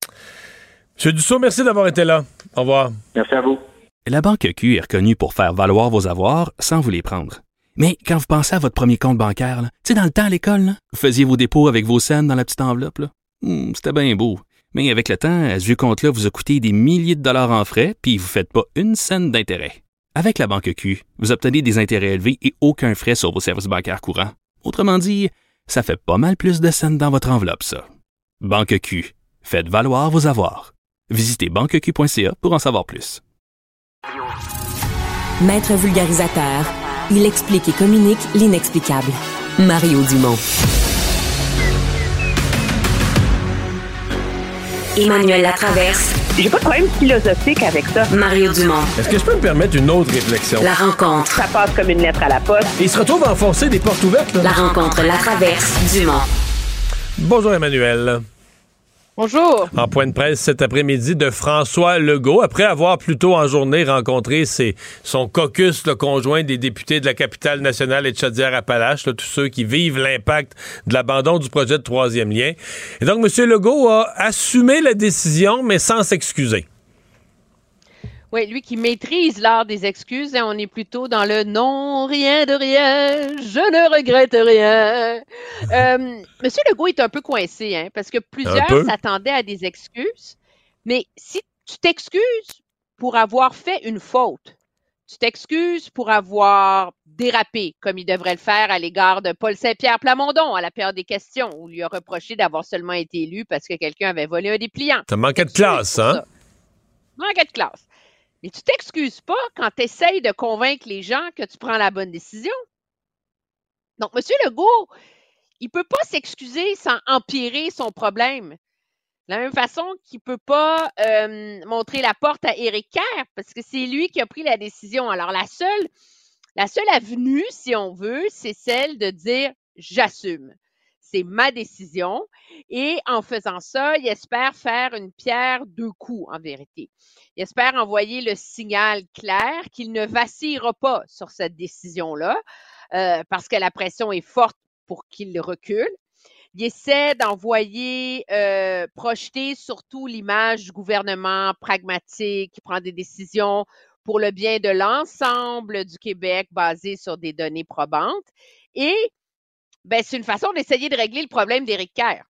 S3: M. Dussault, merci d'avoir été là. Au revoir.
S16: Merci à vous.
S1: La Banque Q est reconnue pour faire valoir vos avoirs sans vous les prendre. Mais quand vous pensez à votre premier compte bancaire, tu sais, dans le temps à l'école, là, vous faisiez vos dépôts avec vos scènes dans la petite enveloppe. Là. Hum, c'était bien beau. Mais avec le temps, à ce vieux compte-là vous a coûté des milliers de dollars en frais, puis vous ne faites pas une scène d'intérêt. Avec la Banque Q, vous obtenez des intérêts élevés et aucun frais sur vos services bancaires courants. Autrement dit, ça fait pas mal plus de scènes dans votre enveloppe, ça. Banque Q. Faites valoir vos avoirs. Visitez banque q point c a pour en savoir plus.
S2: Maître vulgarisateur, il explique et communique l'inexplicable. Mario Dumont. Emmanuel Latraverse.
S15: J'ai pas de problème philosophique avec ça.
S2: Mario Dumont.
S3: Est-ce que je peux me permettre une autre réflexion?
S2: La rencontre.
S15: Ça passe comme une lettre à la poste.
S3: Et il se retrouve à enfoncer des portes ouvertes, là.
S2: La rencontre Latraverse Dumont.
S3: Bonjour Emmanuel.
S15: Bonjour.
S3: En point de presse cet après-midi de François Legault, après avoir plus tôt en journée rencontré ses, son caucus le conjoint des députés de la capitale nationale et de Chaudière-Appalaches, là, tous ceux qui vivent l'impact de l'abandon du projet de troisième lien. Et donc, M. Legault a assumé la décision, mais sans s'excuser.
S17: Oui, lui qui maîtrise l'art des excuses, hein, on est plutôt dans le non, rien de rien, je ne regrette rien. Euh, Monsieur Legault est un peu coincé, hein, parce que plusieurs s'attendaient à des excuses, mais si tu t'excuses pour avoir fait une faute, tu t'excuses pour avoir dérapé, comme il devrait le faire à l'égard de Paul Saint-Pierre Plamondon à la période des questions, où il lui a reproché d'avoir seulement été élu parce que quelqu'un avait volé un dépliant.
S3: Ça manquait de classe, hein?
S17: Ça. Manquait de classe. Mais tu t'excuses pas quand tu essayes de convaincre les gens que tu prends la bonne décision. Donc, M. Legault, il peut pas s'excuser sans empirer son problème. De la même façon qu'il peut pas euh, montrer la porte à Éric Kerr, parce que c'est lui qui a pris la décision. Alors, la seule, la seule avenue, si on veut, c'est celle de dire « j'assume ». C'est ma décision. Et en faisant ça, il espère faire une pierre deux coups, en vérité. Il espère envoyer le signal clair qu'il ne vacillera pas sur cette décision-là, euh, parce que la pression est forte pour qu'il recule. Il essaie d'envoyer, euh, projeter surtout l'image du gouvernement pragmatique qui prend des décisions pour le bien de l'ensemble du Québec basées sur des données probantes. Et ben, c'est une façon d'essayer de régler le problème d'Éric Kerr.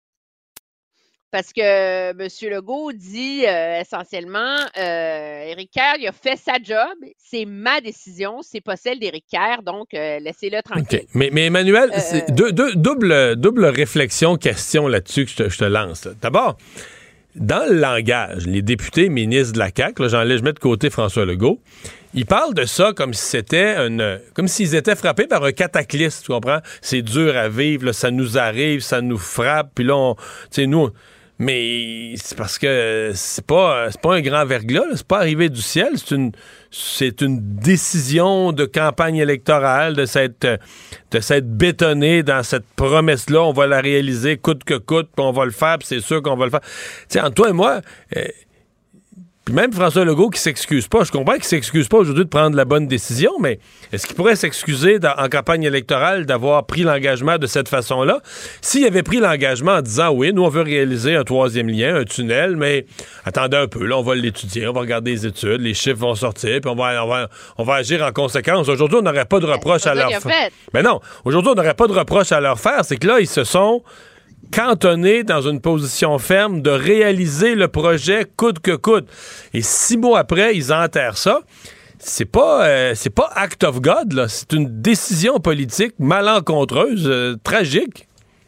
S17: Parce que M. Legault dit euh, essentiellement, euh, Éric Kerr, il a fait sa job, c'est ma décision, c'est pas celle d'Éric Kerr, donc euh, laissez-le tranquille.
S3: Okay. Mais, mais Emmanuel,
S17: euh,
S3: c'est deux, deux, double, double réflexion, question là-dessus que je te, je te lance. Là. D'abord, dans le langage, les députés ministres de la C A Q, là, j'en laisse, je mets de côté François Legault, ils parlent de ça comme si c'était une, comme s'ils étaient frappés par un cataclysme, tu comprends? C'est dur à vivre, là, ça nous arrive, ça nous frappe, puis là, on, tu sais, nous, mais c'est parce que c'est pas, c'est pas un grand verglas, là, c'est pas arrivé du ciel, c'est une, c'est une décision de campagne électorale, de s'être, de s'être bétonné dans cette promesse-là, on va la réaliser coûte que coûte, puis on va le faire, puis c'est sûr qu'on va le faire. Tu sais, entre toi et moi, euh, puis même François Legault qui s'excuse pas, je comprends qu'il s'excuse pas aujourd'hui de prendre la bonne décision, mais est-ce qu'il pourrait s'excuser dans, en campagne électorale d'avoir pris l'engagement de cette façon-là? S'il avait pris l'engagement en disant, oui, nous on veut réaliser un troisième lien, un tunnel, mais attendez un peu, là on va l'étudier, on va regarder les études, les chiffres vont sortir, puis on va, on va, on va agir en conséquence. Aujourd'hui, on n'aurait pas de reproche à leur faire. Mais non, aujourd'hui, on n'aurait pas de reproche à leur faire, c'est que là, ils se sont cantonné dans une position ferme de réaliser le projet coûte que coûte. Et six mois après, ils enterrent ça. C'est pas, euh, c'est pas act of God, là. C'est une décision politique malencontreuse, euh, tragique.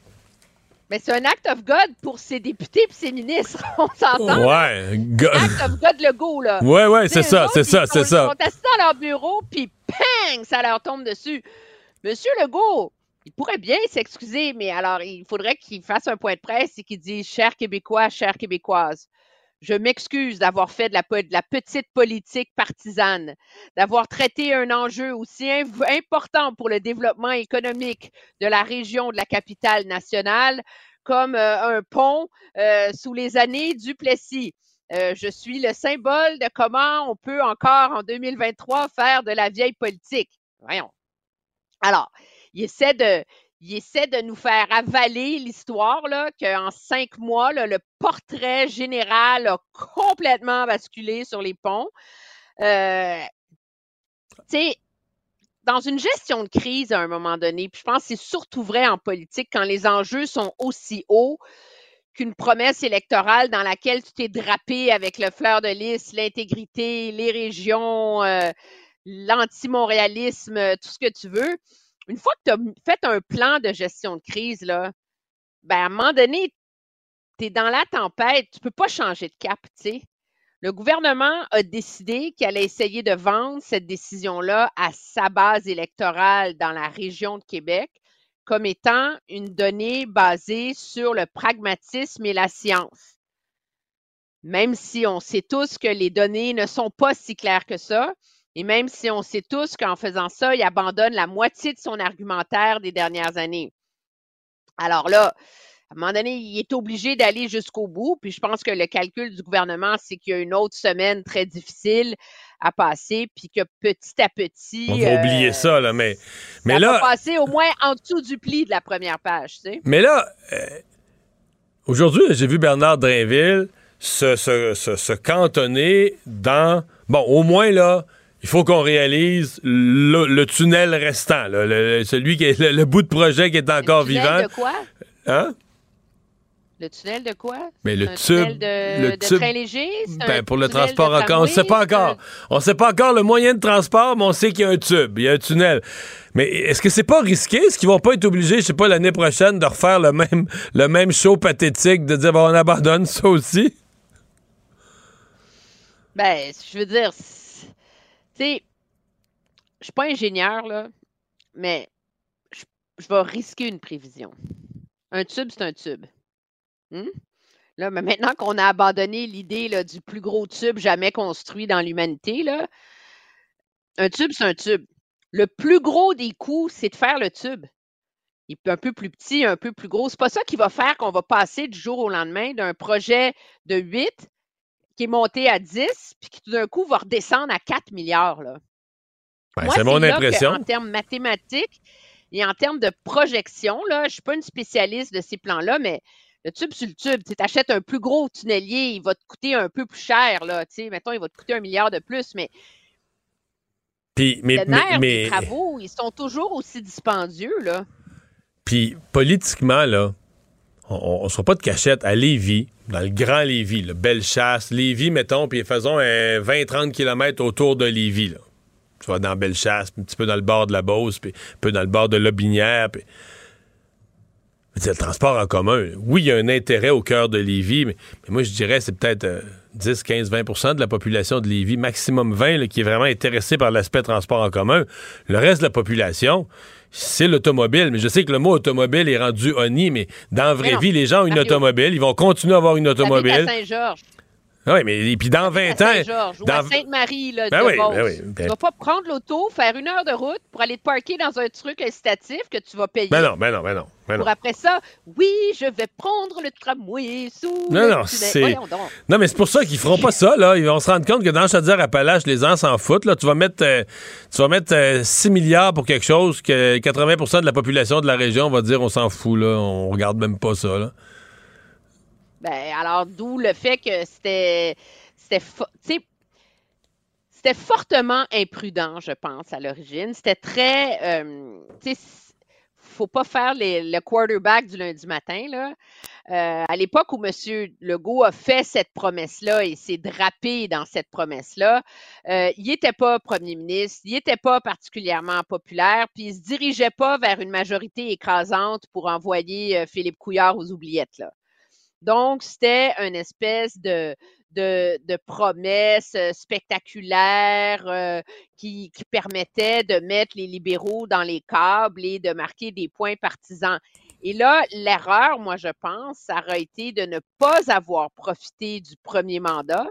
S17: Mais c'est un act of God pour ses députés et ses ministres. On s'entend?
S3: Ouais.
S17: Go- act of God Legault, là.
S3: Ouais, ouais, c'est ça, c'est ça, c'est ça.
S17: Ils sont assis dans leur bureau, puis pang, ça leur tombe dessus. Monsieur Legault, il pourrait bien s'excuser, mais alors il faudrait qu'il fasse un point de presse et qu'il dise « Chers Québécois, chères Québécoises, je m'excuse d'avoir fait de la, de la petite politique partisane, d'avoir traité un enjeu aussi inv- important pour le développement économique de la région de la capitale nationale comme euh, un pont euh, sous les années Duplessis. Euh, je suis le symbole de comment on peut encore en deux mille vingt-trois faire de la vieille politique. » Voyons. Alors, il essaie de, il essaie de nous faire avaler l'histoire, là, qu'en cinq mois, là, le portrait général a complètement basculé sur les ponts. Euh, tu sais, dans une gestion de crise à un moment donné, puis je pense que c'est surtout vrai en politique quand les enjeux sont aussi hauts qu'une promesse électorale dans laquelle tu t'es drapé avec le fleur de lys, l'intégrité, les régions, euh, l'anti-montréalisme, tout ce que tu veux. Une fois que tu as fait un plan de gestion de crise, là, ben à un moment donné, tu es dans la tempête, tu ne peux pas changer de cap, tu sais. Le gouvernement a décidé qu'il allait essayer de vendre cette décision-là à sa base électorale dans la région de Québec. comme étant une donnée basée sur le pragmatisme et la science. Même si on sait tous que les données ne sont pas si claires que ça, et même si on sait tous qu'en faisant ça, il abandonne la moitié de son argumentaire des dernières années. Alors là, à un moment donné, il est obligé d'aller jusqu'au bout, puis je pense que le calcul du gouvernement, c'est qu'il y a une autre semaine très difficile à passer, puis que petit à petit...
S3: On va euh, oublier ça, là, mais... mais
S17: ça
S3: là,
S17: va passer au moins en dessous du pli de la première page, tu sais.
S3: Mais là, euh, aujourd'hui, j'ai vu Bernard Drainville se, se, se, se cantonner dans... Bon, au moins, là, il faut qu'on réalise le, le tunnel restant, là, le, celui qui est le, le bout de projet qui est encore vivant.
S17: Le tunnel de quoi?
S3: Hein?
S17: Le tunnel de quoi?
S3: Mais le
S17: un
S3: tube,
S17: tunnel de,
S3: le
S17: de
S3: tube,
S17: train léger?
S3: Ben, pour le transport en commun. On ne sait pas encore. On ne sait pas encore le moyen de transport, mais on sait qu'il y a un tube, il y a un tunnel. Mais est-ce que c'est pas risqué? Est-ce qu'ils vont pas être obligés, je sais pas, l'année prochaine, de refaire le même, le même show pathétique, de dire, bon, on abandonne ça aussi?
S17: Ben, je veux dire, tu sais, je suis pas ingénieur, là, mais je, je vais risquer une prévision. Un tube, c'est un tube. Hmm? Là, mais maintenant qu'on a abandonné l'idée là, du plus gros tube jamais construit dans l'humanité, là, un tube, c'est un tube. Le plus gros des coûts, c'est de faire le tube. Il est un peu plus petit, un peu plus gros. C'est pas ça qui va faire qu'on va passer du jour au lendemain d'un projet de huit qui est monté à dix, puis qui tout d'un coup va redescendre à quatre milliards. Là.
S3: Ben,
S17: Moi,
S3: c'est mon
S17: là
S3: impression.
S17: En termes mathématiques et en termes de projection, là, je ne suis pas une spécialiste de ces plans-là, mais le tube sur le tube, tu achètes un plus gros tunnelier, il va te coûter un peu plus cher. Là, mettons, il va te coûter un milliard de plus, mais,
S3: Puis, mais
S17: le nerf
S3: mais,
S17: des travaux, ils sont toujours aussi dispendieux. Là.
S3: Puis, politiquement, là, on ne sera pas de cachette à Lévis, dans le grand Lévis, le Bellechasse, Lévis, mettons, puis faisons un vingt à trente kilomètres autour de Lévis. Là. Tu vas dans Bellechasse, un petit peu dans le bord de la Beauce, puis un peu dans le bord de Lobinière. Puis... Le transport en commun, oui, il y a un intérêt au cœur de Lévis, mais, mais moi, je dirais c'est peut-être euh, dix, quinze, vingt pour cent de la population de Lévis, maximum vingt, là, qui est vraiment intéressée par l'aspect transport en commun. Le reste de la population, c'est l'automobile. Mais je sais que le mot automobile est rendu honni, mais dans la vraie vie, les gens ont une Mario. automobile. Ils vont continuer à avoir une automobile.
S17: À Saint-Georges.
S3: Oui, mais puis dans vingt ans...
S17: Saint-Georges ou
S3: dans...
S17: à Sainte-Marie, là, de
S3: ben oui,
S17: Beauce.
S3: ben oui, ben...
S17: Tu vas pas prendre l'auto, faire une heure de route pour aller te parquer dans un truc incitatif que tu vas payer.
S3: Ben non, ben non, ben non. Ben
S17: pour
S3: non.
S17: après ça, oui, je vais prendre le tramway sous
S3: non,
S17: le
S3: non, c'est... Non, mais c'est pour ça qu'ils feront pas ça, là. Ils vont se rendre compte que dans Chaudière-Appalaches, les gens s'en foutent, là. Tu vas mettre, euh, tu vas mettre euh, six milliards pour quelque chose que quatre-vingts pour cent de la population de la région va dire on s'en fout, là. On regarde même pas ça, là.
S17: Ben, alors, d'où le fait que c'était... C'était, fo- c'était fortement imprudent, je pense, à l'origine. C'était très... Euh, tu sais, faut pas faire les, le quarterback du lundi matin, là. Euh, à l'époque où M. Legault a fait cette promesse-là et s'est drapé dans cette promesse-là, euh, il n'était pas premier ministre, il n'était pas particulièrement populaire, puis il ne se dirigeait pas vers une majorité écrasante pour envoyer euh, Philippe Couillard aux oubliettes, là. Donc, c'était une espèce de... De, de promesses spectaculaires euh, qui, qui permettaient de mettre les libéraux dans les câbles et de marquer des points partisans. Et là, l'erreur, moi, je pense, ça aurait été de ne pas avoir profité du premier mandat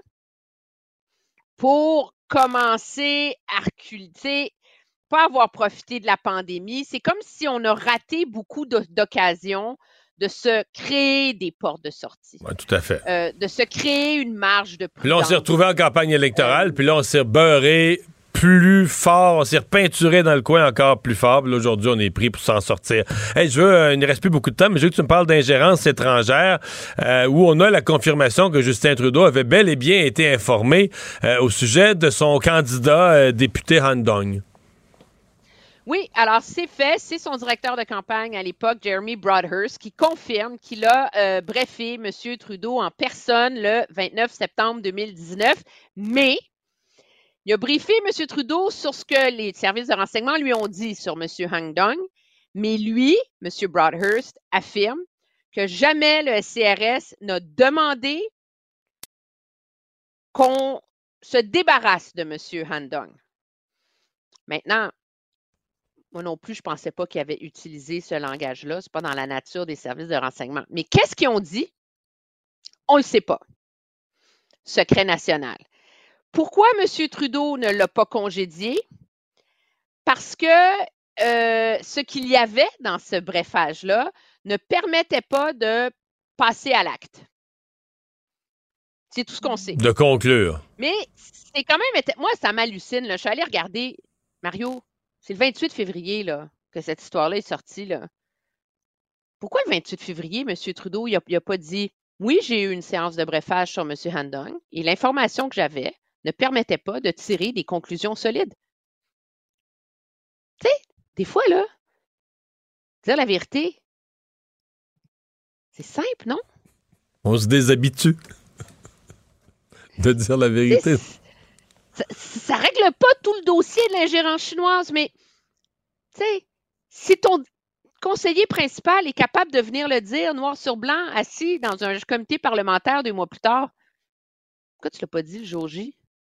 S17: pour commencer à reculer, pas avoir profité de la pandémie. C'est comme si on a raté beaucoup d'occasions de se créer des portes de sortie.
S3: Oui, tout à fait.
S17: Euh, de se créer une marge de prudence.
S3: Puis là, on s'est retrouvé en campagne électorale, euh, puis là, on s'est beurré plus fort, on s'est repeinturé dans le coin encore plus fort. Puis là, aujourd'hui, on est pris pour s'en sortir. Hey, je veux, euh, il ne reste plus beaucoup de temps, mais je veux que tu me parles d'ingérence étrangère, euh, où on a la confirmation que Justin Trudeau avait bel et bien été informé euh, au sujet de son candidat euh, député Han Dong.
S17: Oui, alors c'est fait. C'est son directeur de campagne à l'époque, Jeremy Broadhurst, qui confirme qu'il a euh, brefé M. Trudeau en personne le vingt-neuf septembre deux mille dix-neuf. Mais il a briefé M. Trudeau sur ce que les services de renseignement lui ont dit sur M. Han Dong. Mais lui, M. Broadhurst, affirme que jamais le S C R S n'a demandé qu'on se débarrasse de M. Han Dong. Maintenant, Moi non plus, je ne pensais pas qu'ils avaient utilisé ce langage-là. Ce n'est pas dans la nature des services de renseignement. Mais qu'est-ce qu'ils ont dit? On ne le sait pas. Secret national. Pourquoi M. Trudeau ne l'a pas congédié? Parce que euh, ce qu'il y avait dans ce brefage-là ne permettait pas de passer à l'acte. C'est tout ce qu'on sait.
S3: De conclure.
S17: Mais c'est quand même... Moi, ça m'hallucine. Là. Je suis allée regarder... Mario, c'est le vingt-huit février là, que cette histoire-là est sortie. Là. Pourquoi le vingt-huit février, M. Trudeau, il n'a pas dit « Oui, j'ai eu une séance de brefage sur M. Handong et l'information que j'avais ne permettait pas de tirer des conclusions solides. » Tu sais, des fois, là, dire la vérité, c'est simple, non?
S3: On se déshabitue de dire la vérité.
S17: Ça, ça règle pas tout le dossier de l'ingérence chinoise, mais, tu sais, si ton conseiller principal est capable de venir le dire noir sur blanc, assis dans un comité parlementaire deux mois plus tard, pourquoi tu l'as pas dit le jour J?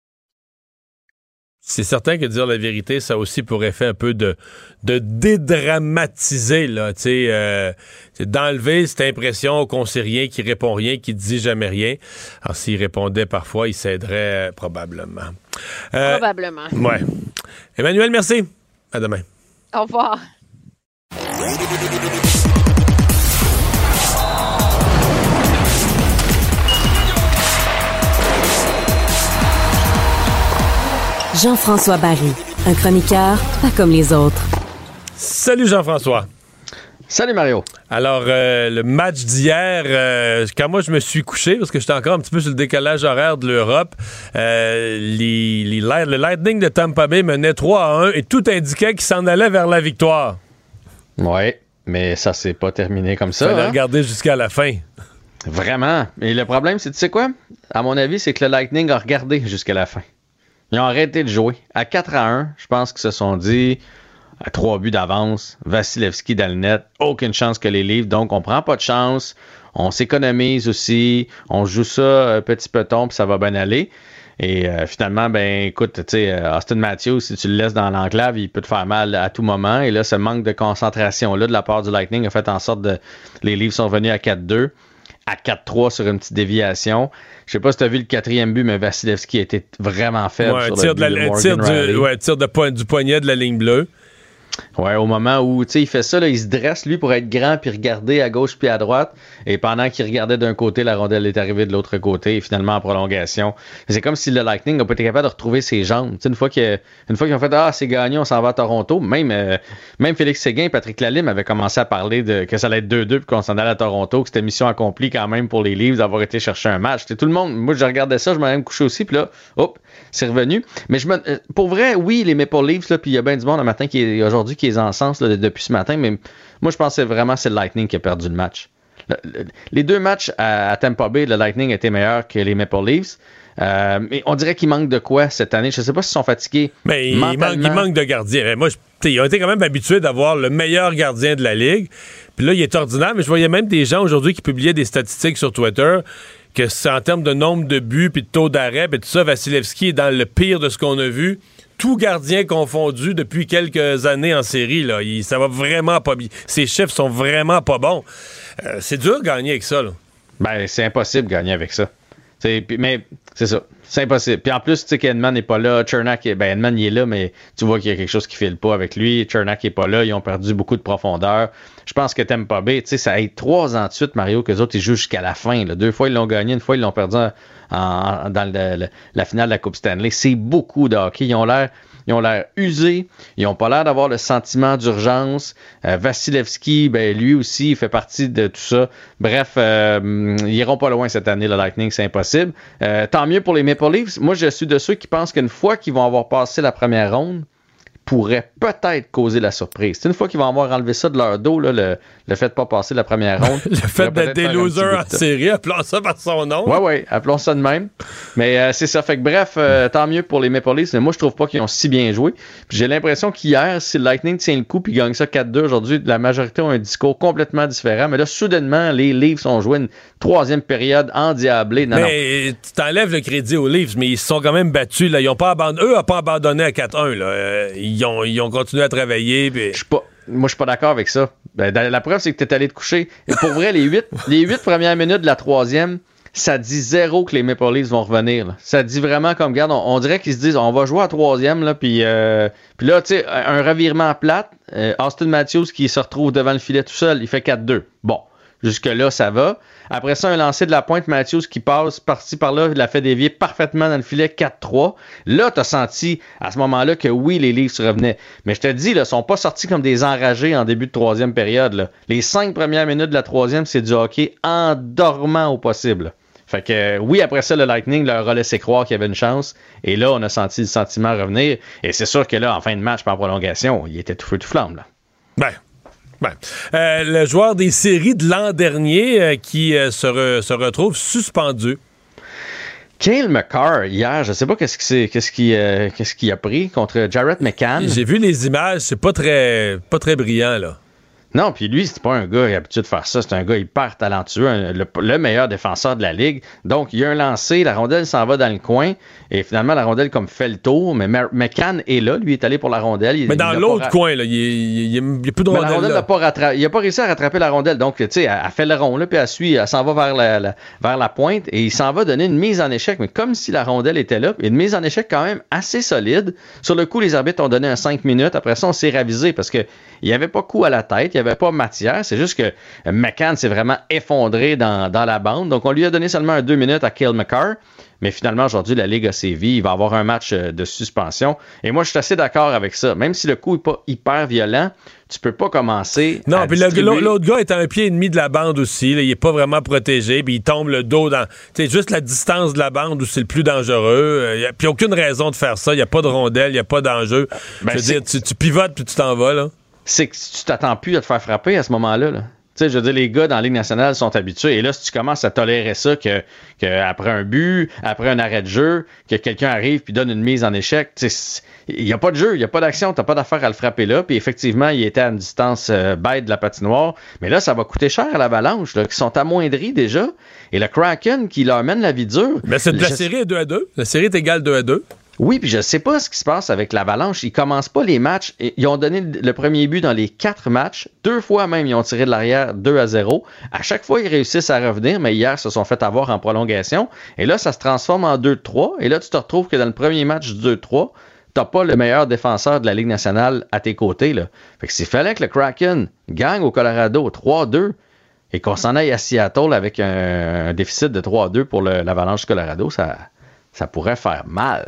S3: C'est certain que dire la vérité, ça a aussi pour effet un peu de, de dédramatiser, là, tu sais, euh, d'enlever cette impression qu'on sait rien, qu'il répond rien, qu'il dit jamais rien. Alors, s'il répondait parfois, il s'aiderait euh, probablement.
S17: Euh, probablement.
S3: Ouais. Emmanuel, merci. À demain.
S17: Au revoir.
S2: Jean-François Barry, un chroniqueur pas comme les autres.
S3: Salut Jean-François.
S18: Salut Mario.
S3: Alors, euh, le match d'hier, euh, quand moi je me suis couché, parce que j'étais encore un petit peu sur le décalage horaire de l'Europe, euh, les, les, le Lightning de Tampa Bay menait trois à un et tout indiquait qu'il s'en allait vers la victoire.
S18: Ouais, mais ça s'est pas terminé comme ça.
S3: Il fallait
S18: hein?
S3: regarder jusqu'à la fin.
S18: Vraiment. Et le problème, c'est, tu sais quoi? À mon avis, c'est que le Lightning a regardé jusqu'à la fin. Ils ont arrêté de jouer. À quatre à un, je pense qu'ils se sont dit, à trois buts d'avance, Vasilevski dans le net, aucune chance que les Leafs, donc on prend pas de chance, on s'économise aussi, on joue ça petit peton, puis ça va bien aller. Et euh, finalement, ben écoute, tu sais, Austin Matthews, si tu le laisses dans l'enclave, il peut te faire mal à tout moment. Et là, ce manque de concentration-là de la part du Lightning a fait en sorte que les Leafs sont revenus à quatre deux. À quatre trois sur une petite déviation. Je sais pas si tu as vu le quatrième but, mais Vasilevski était vraiment faible
S3: ouais,
S18: sur
S3: tir
S18: le but
S3: de, la,
S18: de Morgan
S3: tir
S18: Riley.
S3: Du, ouais, tir de po- du poignet de la ligne bleue.
S18: Ouais, au moment où, tu sais, il fait ça, là, il se dresse, lui, pour être grand, puis regarder à gauche puis à droite. Et pendant qu'il regardait d'un côté, la rondelle est arrivée de l'autre côté, et finalement en prolongation. C'est comme si le Lightning n'a pas été capable de retrouver ses jambes. Tu sais, une fois que, une fois qu'ils ont fait, ah, c'est gagné, on s'en va à Toronto. Même, euh, même Félix Séguin et Patrick Lalime avaient commencé à parler de que ça allait être deux deux, puis qu'on s'en allait à Toronto, que c'était mission accomplie quand même pour les Leafs d'avoir été chercher un match. T'sais, tout le monde, moi, je regardais ça, je m'en allais me coucher aussi, puis là, hop, c'est revenu. Mais je me, pour vrai, oui, les Maple Leafs, là, puis il y a bien du monde le matin qui est, aujourd'hui qui est en sens là, depuis ce matin, mais moi, je pensais vraiment que c'est le Lightning qui a perdu le match. Le, le, les deux matchs à, à Tampa Bay, le Lightning était meilleur que les Maple Leafs. Euh, mais on dirait qu'il manque de quoi cette année. Je ne sais pas s'ils sont fatigués.
S3: Mais il manque, il manque de gardiens. Mais moi, je, ils ont été quand même habitués d'avoir le meilleur gardien de la Ligue. Puis là, il est ordinaire. Mais je voyais même des gens aujourd'hui qui publiaient des statistiques sur Twitter que c'est en termes de nombre de buts puis de taux d'arrêt et tout ça, Vasilevski est dans le pire de ce qu'on a vu. Tout gardien confondu depuis quelques années en série, là, il, ça va vraiment pas bien. Ses chiffres sont vraiment pas bons. Euh, c'est dur de gagner avec ça. Là.
S18: Ben, c'est impossible de gagner avec ça. T'sais, mais c'est ça. C'est impossible. Puis en plus, tu sais qu'Edman n'est pas là. Chernak, ben Edman, il est là, mais tu vois qu'il y a quelque chose qui ne file pas avec lui. Chernak n'est pas là. Ils ont perdu beaucoup de profondeur. Je pense que Tampa Bay, tu sais, ça aide trois ans de suite, Mario, qu'eux autres, ils jouent jusqu'à la fin. Là. Deux fois, ils l'ont gagné. Une fois, ils l'ont perdu en, en, dans le, le, la finale de la Coupe Stanley. C'est beaucoup de hockey. Ils ont l'air... Ils ont l'air usés, ils n'ont pas l'air d'avoir le sentiment d'urgence. Euh, Vasilevski, ben lui aussi, il fait partie de tout ça. Bref, euh, ils iront pas loin cette année, le Lightning, c'est impossible. Euh, tant mieux pour les Maple Leafs. Moi, je suis de ceux qui pensent qu'une fois qu'ils vont avoir passé la première ronde, pourrait peut-être causer la surprise. C'est une fois qu'ils vont avoir enlevé ça de leur dos, là, le, le fait de ne pas passer la première ronde.
S3: Le fait d'être des losers en série, appelons ça par son nom.
S18: Oui, oui, appelons ça de même. Mais euh, c'est ça. Fait que bref, euh, tant mieux pour les Maple Leafs. Mais moi, je trouve pas qu'ils ont si bien joué. Puis j'ai l'impression qu'hier, si le Lightning tient le coup et gagne ça quatre deux, aujourd'hui, la majorité ont un discours complètement différent. Mais là, soudainement, les Leafs ont joué une troisième période endiablée. Non,
S3: mais non. Tu t'enlèves le crédit aux Leafs, mais ils se sont quand même battus. Là. Ils ont pas abandonné. Eux n'ont pas abandonné à quatre un. Là. Euh, ils ils ont, ils ont continué à travailler. Pis...
S18: Je suis pas... Moi, je suis pas d'accord avec ça. Ben, la preuve, c'est que t'es allé te coucher. Et pour vrai, les huit, les huit premières minutes de la troisième, ça dit zéro que les Maple Leafs vont revenir. Là. Ça dit vraiment comme, regarde, on, on dirait qu'ils se disent, on va jouer à troisième, là, puis euh, là, tu sais, un revirement plate, euh, Austin Matthews qui se retrouve devant le filet tout seul, il fait quatre deux. Bon, jusque-là, ça va. Après ça, un lancer de la pointe, Matthews qui passe par-ci par-là, il l'a fait dévier parfaitement dans le filet quatre trois. Là, t'as senti à ce moment-là que oui, les Leafs revenaient. Mais je te dis, là, ils sont pas sortis comme des enragés en début de troisième période. Là. Les cinq premières minutes de la troisième, c'est du hockey en dormant au possible. Fait que oui, après ça, le Lightning leur a laissé croire qu'il y avait une chance. Et là, on a senti le sentiment revenir. Et c'est sûr que là, en fin de match, par prolongation, il était tout feu tout flamme. Là.
S3: Ben. Ben, euh, le joueur des séries de l'an dernier euh, qui euh, se, re, se retrouve suspendu.
S18: Cale Makar, hier, je sais pas qu'est-ce qu'il c'est, qu'est-ce qu'il, euh, qu'est-ce qu'il a pris contre Jarrett McCann.
S3: J'ai vu les images, c'est pas très, pas très brillant, là.
S18: Non, puis lui, c'est pas un gars qui a l'habitude de faire ça. C'est un gars hyper talentueux, un, le, le meilleur défenseur de la ligue. Donc, il y a un lancé, la rondelle s'en va dans le coin, et finalement, la rondelle comme fait le tour, mais McCann est là, lui est allé pour la rondelle. Il,
S3: mais dans l'autre ra- coin, là, il n'y a, a plus de rondelle.
S18: Mais la rondelle n'a pas rattrapé, il a pas réussi à rattraper la rondelle. Donc, tu sais, elle, elle fait le rond, là, puis elle suit, elle s'en va vers la, la, vers la pointe, et il s'en va donner une mise en échec, mais comme si la rondelle était là, une mise en échec quand même assez solide. Sur le coup, les arbitres ont donné un cinq minutes. Après ça, on s'est ravisé parce que il n'y avait pas coup à la tête, il n'y avait pas matière. C'est juste que McCann s'est vraiment effondré dans, dans la bande. Donc, on lui a donné seulement un deux minutes à Cale Makar. Mais finalement, aujourd'hui, la Ligue a sévi. Il va avoir un match de suspension. Et moi, je suis assez d'accord avec ça. Même si le coup n'est pas hyper violent, tu peux pas commencer
S3: non,
S18: à
S3: puis
S18: distribuer...
S3: l'autre gars est à un pied et demi de la bande aussi. Là. Il est pas vraiment protégé. Puis il tombe le dos dans... Tu sais, juste la distance de la bande où c'est le plus dangereux. Il n'y a puis aucune raison de faire ça. Il n'y a pas de rondelle, il n'y a pas d'enjeu. Ben, je veux dire, tu, tu pivotes puis tu t'en vas, là.
S18: C'est que tu t'attends plus à te faire frapper à ce moment-là, là. Tu sais, je veux dire, les gars dans la Ligue nationale sont habitués. Et là, si tu commences à tolérer ça, que, que après un but, après un arrêt de jeu, que quelqu'un arrive puis donne une mise en échec, il n'y a pas de jeu, il n'y a pas d'action, tu n'as pas d'affaire à le frapper là. Puis effectivement, il était à une distance euh, bête de la patinoire. Mais là, ça va coûter cher à l'Avalanche, là, qui sont amoindris déjà. Et le Kraken qui leur mène la vie dure.
S3: Mais c'est, la je... série est deux à deux. La série est égale deux à deux.
S18: Oui, puis je sais pas ce qui se passe avec l'Avalanche. Ils commencent pas les matchs. Ils ont donné le premier but dans les quatre matchs. Deux fois même, ils ont tiré de l'arrière deux à zéro. À chaque fois, ils réussissent à revenir, mais hier, ils se sont fait avoir en prolongation. Et là, ça se transforme en deux trois. Et là, tu te retrouves que dans le premier match du deux trois, t'as pas le meilleur défenseur de la Ligue nationale à tes côtés, là. Fait que s'il fallait que le Kraken gagne au Colorado trois deux et qu'on s'en aille à Seattle avec un, un déficit de trois deux pour le, l'Avalanche du Colorado, ça... ça pourrait faire mal.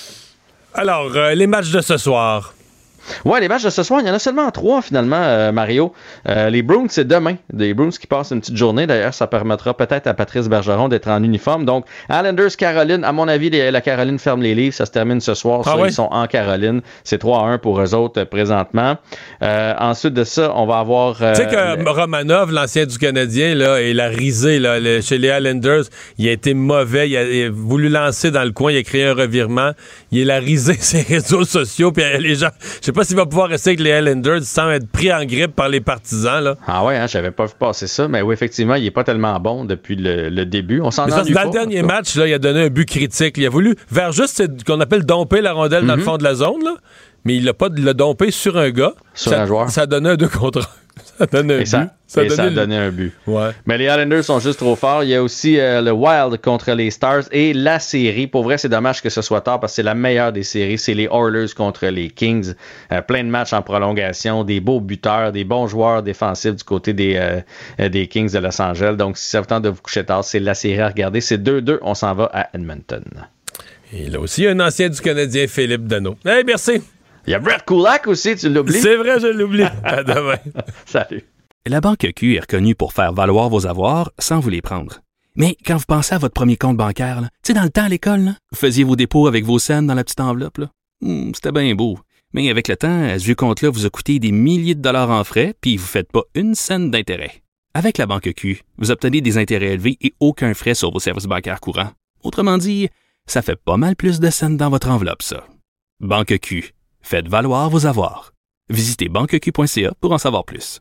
S3: Alors, euh, les matchs de ce soir.
S18: Ouais, les matchs de ce soir, il y en a seulement trois finalement, euh, Mario. Euh, les Bruins, c'est demain. Les Bruins qui passent une petite journée. D'ailleurs, ça permettra peut-être à Patrice Bergeron d'être en uniforme. Donc, Islanders, Caroline. À mon avis, les, la Caroline ferme les livres. Ça se termine ce soir. Ah ça, oui? Ils sont en Caroline. C'est trois à un pour eux autres euh, présentement. Euh, ensuite de ça, on va avoir... Euh,
S3: tu sais que le... Romanov, l'ancien du Canadien, là, il a risé là, le, chez les Islanders. Il a été mauvais. Il a, il a voulu lancer dans le coin. Il a créé un revirement. Il a risé ses réseaux sociaux. Puis les gens... Je sais pas s'il va pouvoir rester avec les Islanders sans être pris en grippe par les partisans. Là.
S18: Ah ouais, hein, j'avais pas vu passer ça. Mais oui, effectivement, il est pas tellement bon depuis le, le début. On s'en ennuie
S3: Dans
S18: pas,
S3: le dernier match, là, il a donné un but critique. Il a voulu vers juste ce qu'on appelle domper la rondelle mm-hmm. dans le fond de la zone. Là. Mais il l'a pas l'a dompé sur un gars.
S18: Sur
S3: ça,
S18: un joueur.
S3: Ça a donné un deux contre un. Ça a donné un
S18: et
S3: but.
S18: Ça, ça, a, et donné ça a donné un but.
S3: Ouais.
S18: Mais les Islanders sont juste trop forts. Il y a aussi euh, le Wild contre les Stars et la série. Pour vrai, c'est dommage que ce soit tard parce que c'est la meilleure des séries. C'est les Oilers contre les Kings. Euh, plein de matchs en prolongation, des beaux buteurs, des bons joueurs défensifs du côté des, euh, des Kings de Los Angeles. Donc, si ça vous tente de vous coucher tard, c'est la série à regarder. C'est deux deux. On s'en va à Edmonton.
S3: Et là aussi, un ancien du Canadien, Philippe Danault. Hey, merci.
S18: Il y a Brett Kulak aussi, tu l'oublies?
S3: C'est vrai, je l'oublie. À demain.
S18: Salut.
S1: La Banque Q est reconnue pour faire valoir vos avoirs sans vous les prendre. Mais quand vous pensez à votre premier compte bancaire, tu sais, dans le temps à l'école, là, vous faisiez vos dépôts avec vos scènes dans la petite enveloppe. Là. Hum, c'était bien beau. Mais avec le temps, ce vieux compte-là vous a coûté des milliers de dollars en frais, puis vous ne faites pas une scène d'intérêt. Avec la Banque Q, vous obtenez des intérêts élevés et aucun frais sur vos services bancaires courants. Autrement dit, ça fait pas mal plus de scènes dans votre enveloppe, ça. Banque Q. Faites valoir vos avoirs. Visitez banque q point c a pour en savoir plus.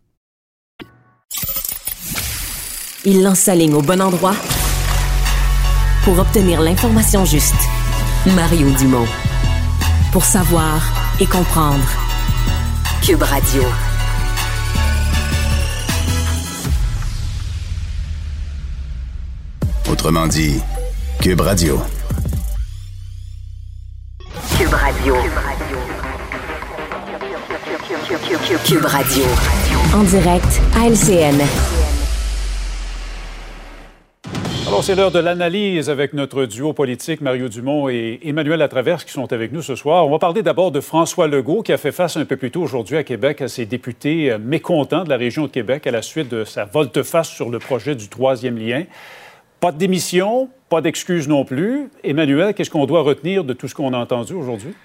S2: Il lance sa ligne au bon endroit pour obtenir l'information juste. Mario Dumont. Pour savoir et comprendre. Cube Radio.
S19: Autrement dit, Cube Radio.
S2: Cube Radio. Cube Radio. En direct à L C N.
S20: Alors, c'est l'heure de l'analyse avec notre duo politique, Mario Dumont et Emmanuel Latraverse, qui sont avec nous ce soir. On va parler d'abord de François Legault, qui a fait face un peu plus tôt aujourd'hui à Québec à ses députés mécontents de la région de Québec à la suite de sa volte-face sur le projet du troisième lien. Pas de démission, pas d'excuses non plus. Emmanuel, qu'est-ce qu'on doit retenir de tout ce qu'on a entendu aujourd'hui?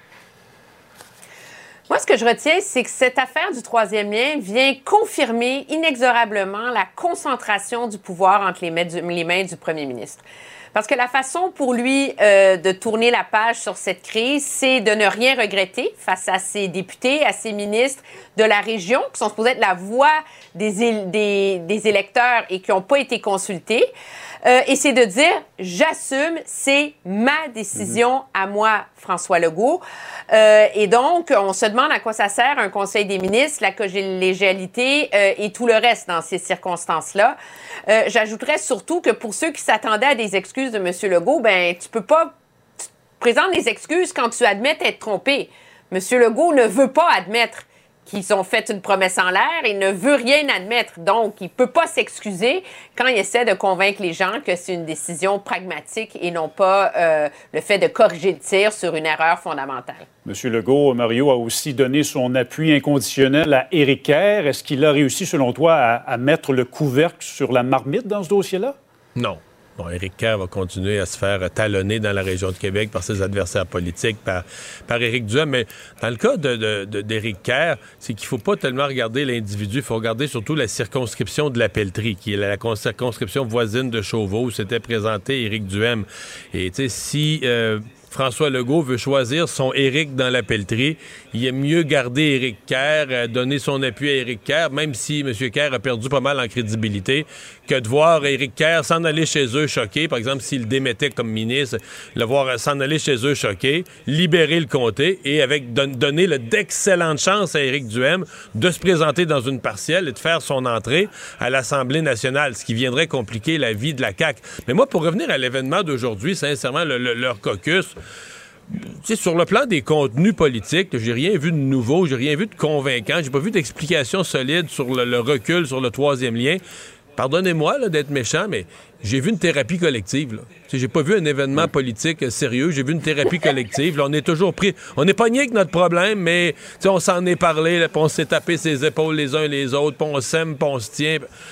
S21: Moi, ce que je retiens, c'est que cette affaire du troisième lien vient confirmer inexorablement la concentration du pouvoir entre les mains du, les mains du premier ministre. Parce que la façon pour lui euh, de tourner la page sur cette crise, c'est de ne rien regretter face à ses députés, à ses ministres de la région, qui sont supposés être la voix des, des, des électeurs et qui n'ont pas été consultés. Euh, et c'est de dire, j'assume, c'est ma décision à moi, François Legault. Euh, et donc, on se demande à quoi ça sert un conseil des ministres, la collégialité euh, et tout le reste dans ces circonstances-là. Euh, j'ajouterais surtout que pour ceux qui s'attendaient à des excuses de M. Legault, ben tu peux pas... Tu présentes des excuses quand tu admets t'être trompé. M. Legault ne veut pas admettre qu'ils ont fait une promesse en l'air. Il ne veut rien admettre. Donc, il ne peut pas s'excuser quand il essaie de convaincre les gens que c'est une décision pragmatique et non pas euh, le fait de corriger le tir sur une erreur fondamentale.
S20: M. Legault, Mario, a aussi donné son appui inconditionnel à Éric Kerr. Est-ce qu'il a réussi, selon toi, à, à mettre le couvercle sur la marmite dans ce dossier-là?
S3: Non. Bon, Éric Kerr va continuer à se faire talonner dans la région de Québec par ses adversaires politiques, par, par Éric Duhem. Mais dans le cas de, de, de, d'Éric Kerr, c'est qu'il ne faut pas tellement regarder l'individu, il faut regarder surtout la circonscription de la Pelletrie, qui est la, la circonscription voisine de Chauveau, où s'était présenté Éric Duhem. Et tu sais, si... Euh, François Legault veut choisir son Éric dans la Pelletrie, il aime mieux garder Éric Kerr, euh, donner son appui à Éric Kerr, même si M. Kerr a perdu pas mal en crédibilité, que de voir Éric Kerr s'en aller chez eux choqué, par exemple s'il le démettait comme ministre, le voir s'en aller chez eux choqué, libérer le comté et avec don- donner le, d'excellentes chances à Éric Duhem de se présenter dans une partielle et de faire son entrée à l'Assemblée nationale, ce qui viendrait compliquer la vie de la C A Q. Mais moi, pour revenir à l'événement d'aujourd'hui, sincèrement, le, le, leur caucus, tu sais, sur le plan des contenus politiques, j'ai rien vu de nouveau, j'ai rien vu de convaincant, j'ai pas vu d'explication solide sur le, le recul sur le troisième lien. Pardonnez-moi là, d'être méchant, mais j'ai vu une thérapie collective. Là. Tu sais, j'ai pas vu un événement politique sérieux, j'ai vu une thérapie collective. Là, on est toujours pris, on n'est pas nié avec notre problème, mais tu sais, on s'en est parlé, là, puis on s'est tapé ses épaules les uns les autres, puis on s'aime, puis on se tient.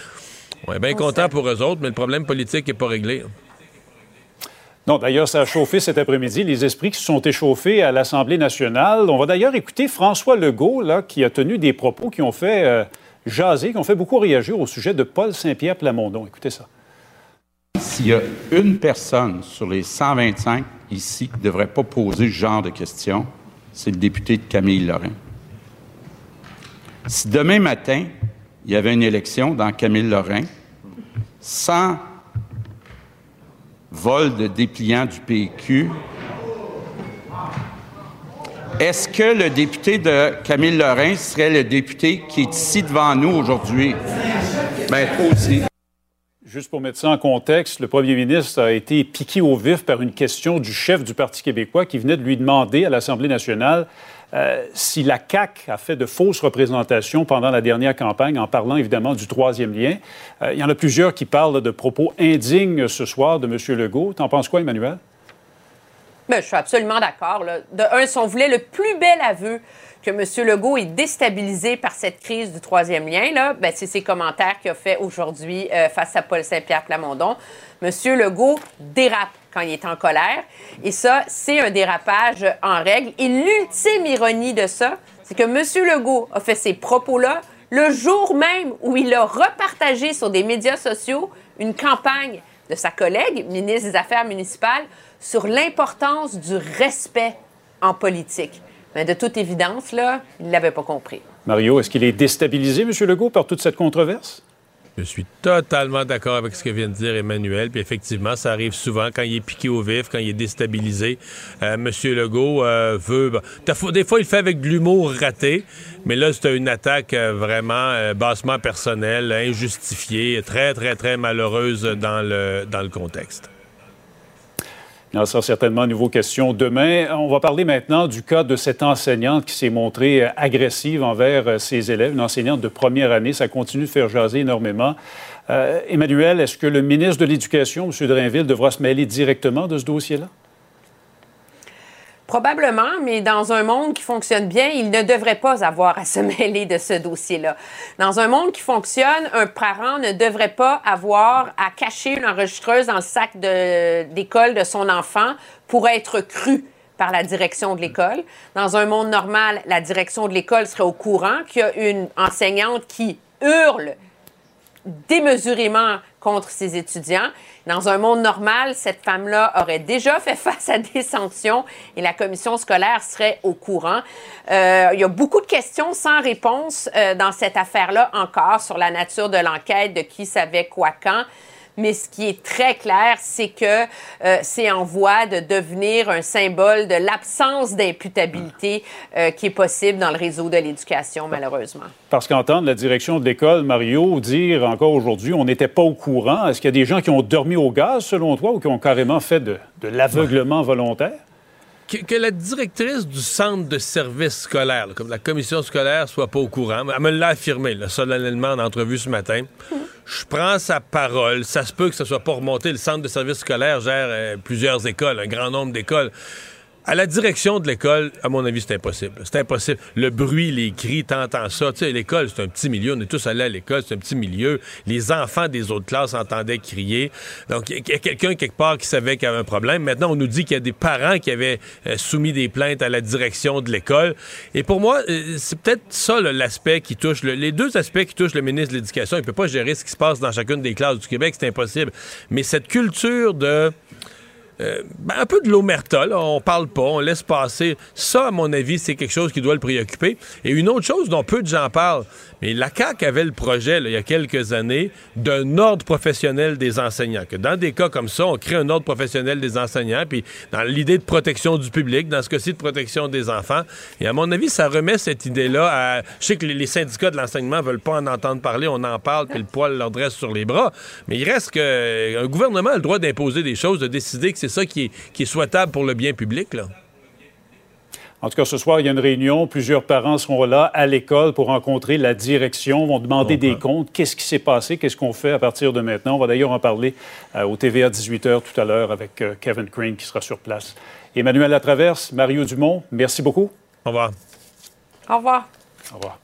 S3: On est bien content pour eux autres, mais le problème politique n'est pas réglé. Hein.
S20: Non, d'ailleurs, ça a chauffé cet après-midi, les esprits qui se sont échauffés à l'Assemblée nationale. On va d'ailleurs écouter François Legault, là, qui a tenu des propos qui ont fait euh, jaser, qui ont fait beaucoup réagir au sujet de Paul Saint-Pierre Plamondon. Écoutez ça.
S9: S'il y a une personne sur les cent vingt-cinq ici qui ne devrait pas poser ce genre de questions, c'est le député de Camille Lorrain. Si demain matin, il y avait une élection dans Camille Lorrain, sans vol de dépliant du P Q, est-ce que le député de Camille Lorrain serait le député qui est ici devant nous aujourd'hui? Bien, toi aussi.
S20: Juste pour mettre ça en contexte, le premier ministre a été piqué au vif par une question du chef du Parti québécois qui venait de lui demander à l'Assemblée nationale euh, si la C A Q a fait de fausses représentations pendant la dernière campagne, en parlant évidemment du troisième lien. Euh, il y en a plusieurs qui parlent de propos indignes ce soir de M. Legault. T'en penses quoi, Emmanuel?
S21: Bien, je suis absolument d'accord. Là. De un, si on voulait le plus bel aveu que M. Legault est déstabilisé par cette crise du troisième lien, là, ben, c'est ses commentaires qu'il a fait aujourd'hui euh, face à Paul Saint-Pierre Plamondon. M. Legault dérape quand il est en colère. Et ça, c'est un dérapage en règle. Et l'ultime ironie de ça, c'est que M. Legault a fait ces propos-là le jour même où il a repartagé sur des médias sociaux une campagne de sa collègue, ministre des Affaires municipales, sur l'importance du respect en politique. Mais de toute évidence, là, il ne l'avait pas compris.
S20: Mario, est-ce qu'il est déstabilisé, M. Legault, par toute cette controverse?
S3: Je suis totalement d'accord avec ce que vient de dire Emmanuel. Puis effectivement, ça arrive souvent quand il est piqué au vif, quand il est déstabilisé. Euh, Monsieur Legault euh, veut... Bon, des fois, il le fait avec de l'humour raté, mais là, c'est une attaque euh, vraiment euh, bassement personnelle, injustifiée, très, très, très malheureuse dans le, dans le contexte.
S20: Il y en sera certainement une nouvelle question demain. On va parler maintenant du cas de cette enseignante qui s'est montrée agressive envers ses élèves, une enseignante de première année. Ça continue de faire jaser énormément. Euh, Emmanuel, est-ce que le ministre de l'Éducation, M. Drainville, devra se mêler directement de ce dossier-là?
S21: Probablement, mais dans un monde qui fonctionne bien, il ne devrait pas avoir à se mêler de ce dossier-là. Dans un monde qui fonctionne, un parent ne devrait pas avoir à cacher une enregistreuse dans le sac de, d'école de son enfant pour être cru par la direction de l'école. Dans un monde normal, la direction de l'école serait au courant qu'il y a une enseignante qui hurle démesurément contre ses étudiants. Dans un monde normal, cette femme-là aurait déjà fait face à des sanctions et la commission scolaire serait au courant. Euh, il y a beaucoup de questions sans réponse euh, dans cette affaire-là encore sur la nature de l'enquête, de qui savait quoi quand. Mais ce qui est très clair, c'est que euh, c'est en voie de devenir un symbole de l'absence d'imputabilité euh, qui est possible dans le réseau de l'éducation, malheureusement.
S20: Parce qu'entendre la direction de l'école, Mario, dire encore aujourd'hui, on n'était pas au courant, est-ce qu'il y a des gens qui ont dormi au gaz, selon toi, ou qui ont carrément fait de, de l'aveuglement volontaire?
S3: Que, que la directrice du centre de service scolaire, là, comme la commission scolaire, soit pas au courant. Elle me l'a affirmé, là, solennellement, en entrevue ce matin. Je prends sa parole. Ça se peut que ça soit pas remonté. Le centre de service scolaire gère euh, plusieurs écoles, un grand nombre d'écoles. À la direction de l'école, à mon avis, c'est impossible. C'est impossible. Le bruit, les cris, t'entends ça. Tu sais, l'école, c'est un petit milieu. On est tous allés à l'école, c'est un petit milieu. Les enfants des autres classes entendaient crier. Donc, il y a quelqu'un quelque part qui savait qu'il y avait un problème. Maintenant, on nous dit qu'il y a des parents qui avaient euh, soumis des plaintes à la direction de l'école. Et pour moi, euh, c'est peut-être ça, là, l'aspect qui touche... Le, les deux aspects qui touchent le ministre de l'Éducation. Il ne peut pas gérer ce qui se passe dans chacune des classes du Québec. C'est impossible. Mais cette culture de... Euh, ben un peu de l'omerta, là. On parle pas, on laisse passer. Ça, à mon avis, c'est quelque chose qui doit le préoccuper. Et une autre chose dont peu de gens parlent, mais la C A Q avait le projet, là, il y a quelques années, d'un ordre professionnel des enseignants. Que dans des cas comme ça, on crée un ordre professionnel des enseignants, puis dans l'idée de protection du public, dans ce cas-ci de protection des enfants. Et à mon avis, ça remet cette idée-là à... Je sais que les syndicats de l'enseignement veulent pas en entendre parler, on en parle, puis le poil leur dresse sur les bras. Mais il reste qu'un gouvernement a le droit d'imposer des choses, de décider que c'est ça qui est, qui est souhaitable pour le bien public, là.
S20: En tout cas, ce soir, il y a une réunion. Plusieurs parents seront là à l'école pour rencontrer la direction, vont demander des comptes. Qu'est-ce qui s'est passé? Qu'est-ce qu'on fait à partir de maintenant? On va d'ailleurs en parler euh, au T V A dix-huit heures tout à l'heure avec euh, Kevin Crane qui sera sur place. Emmanuel Latraverse, Mario Dumont, merci beaucoup.
S3: Au revoir.
S21: Au revoir.
S20: Au revoir.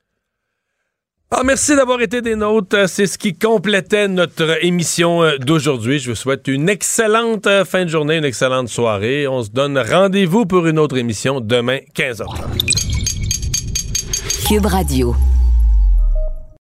S3: Ah, merci d'avoir été des nôtres. C'est ce qui complétait notre émission d'aujourd'hui. Je vous souhaite une excellente fin de journée, une excellente soirée. On se donne rendez-vous pour une autre émission demain, quinze heures trente.
S2: Cube Radio.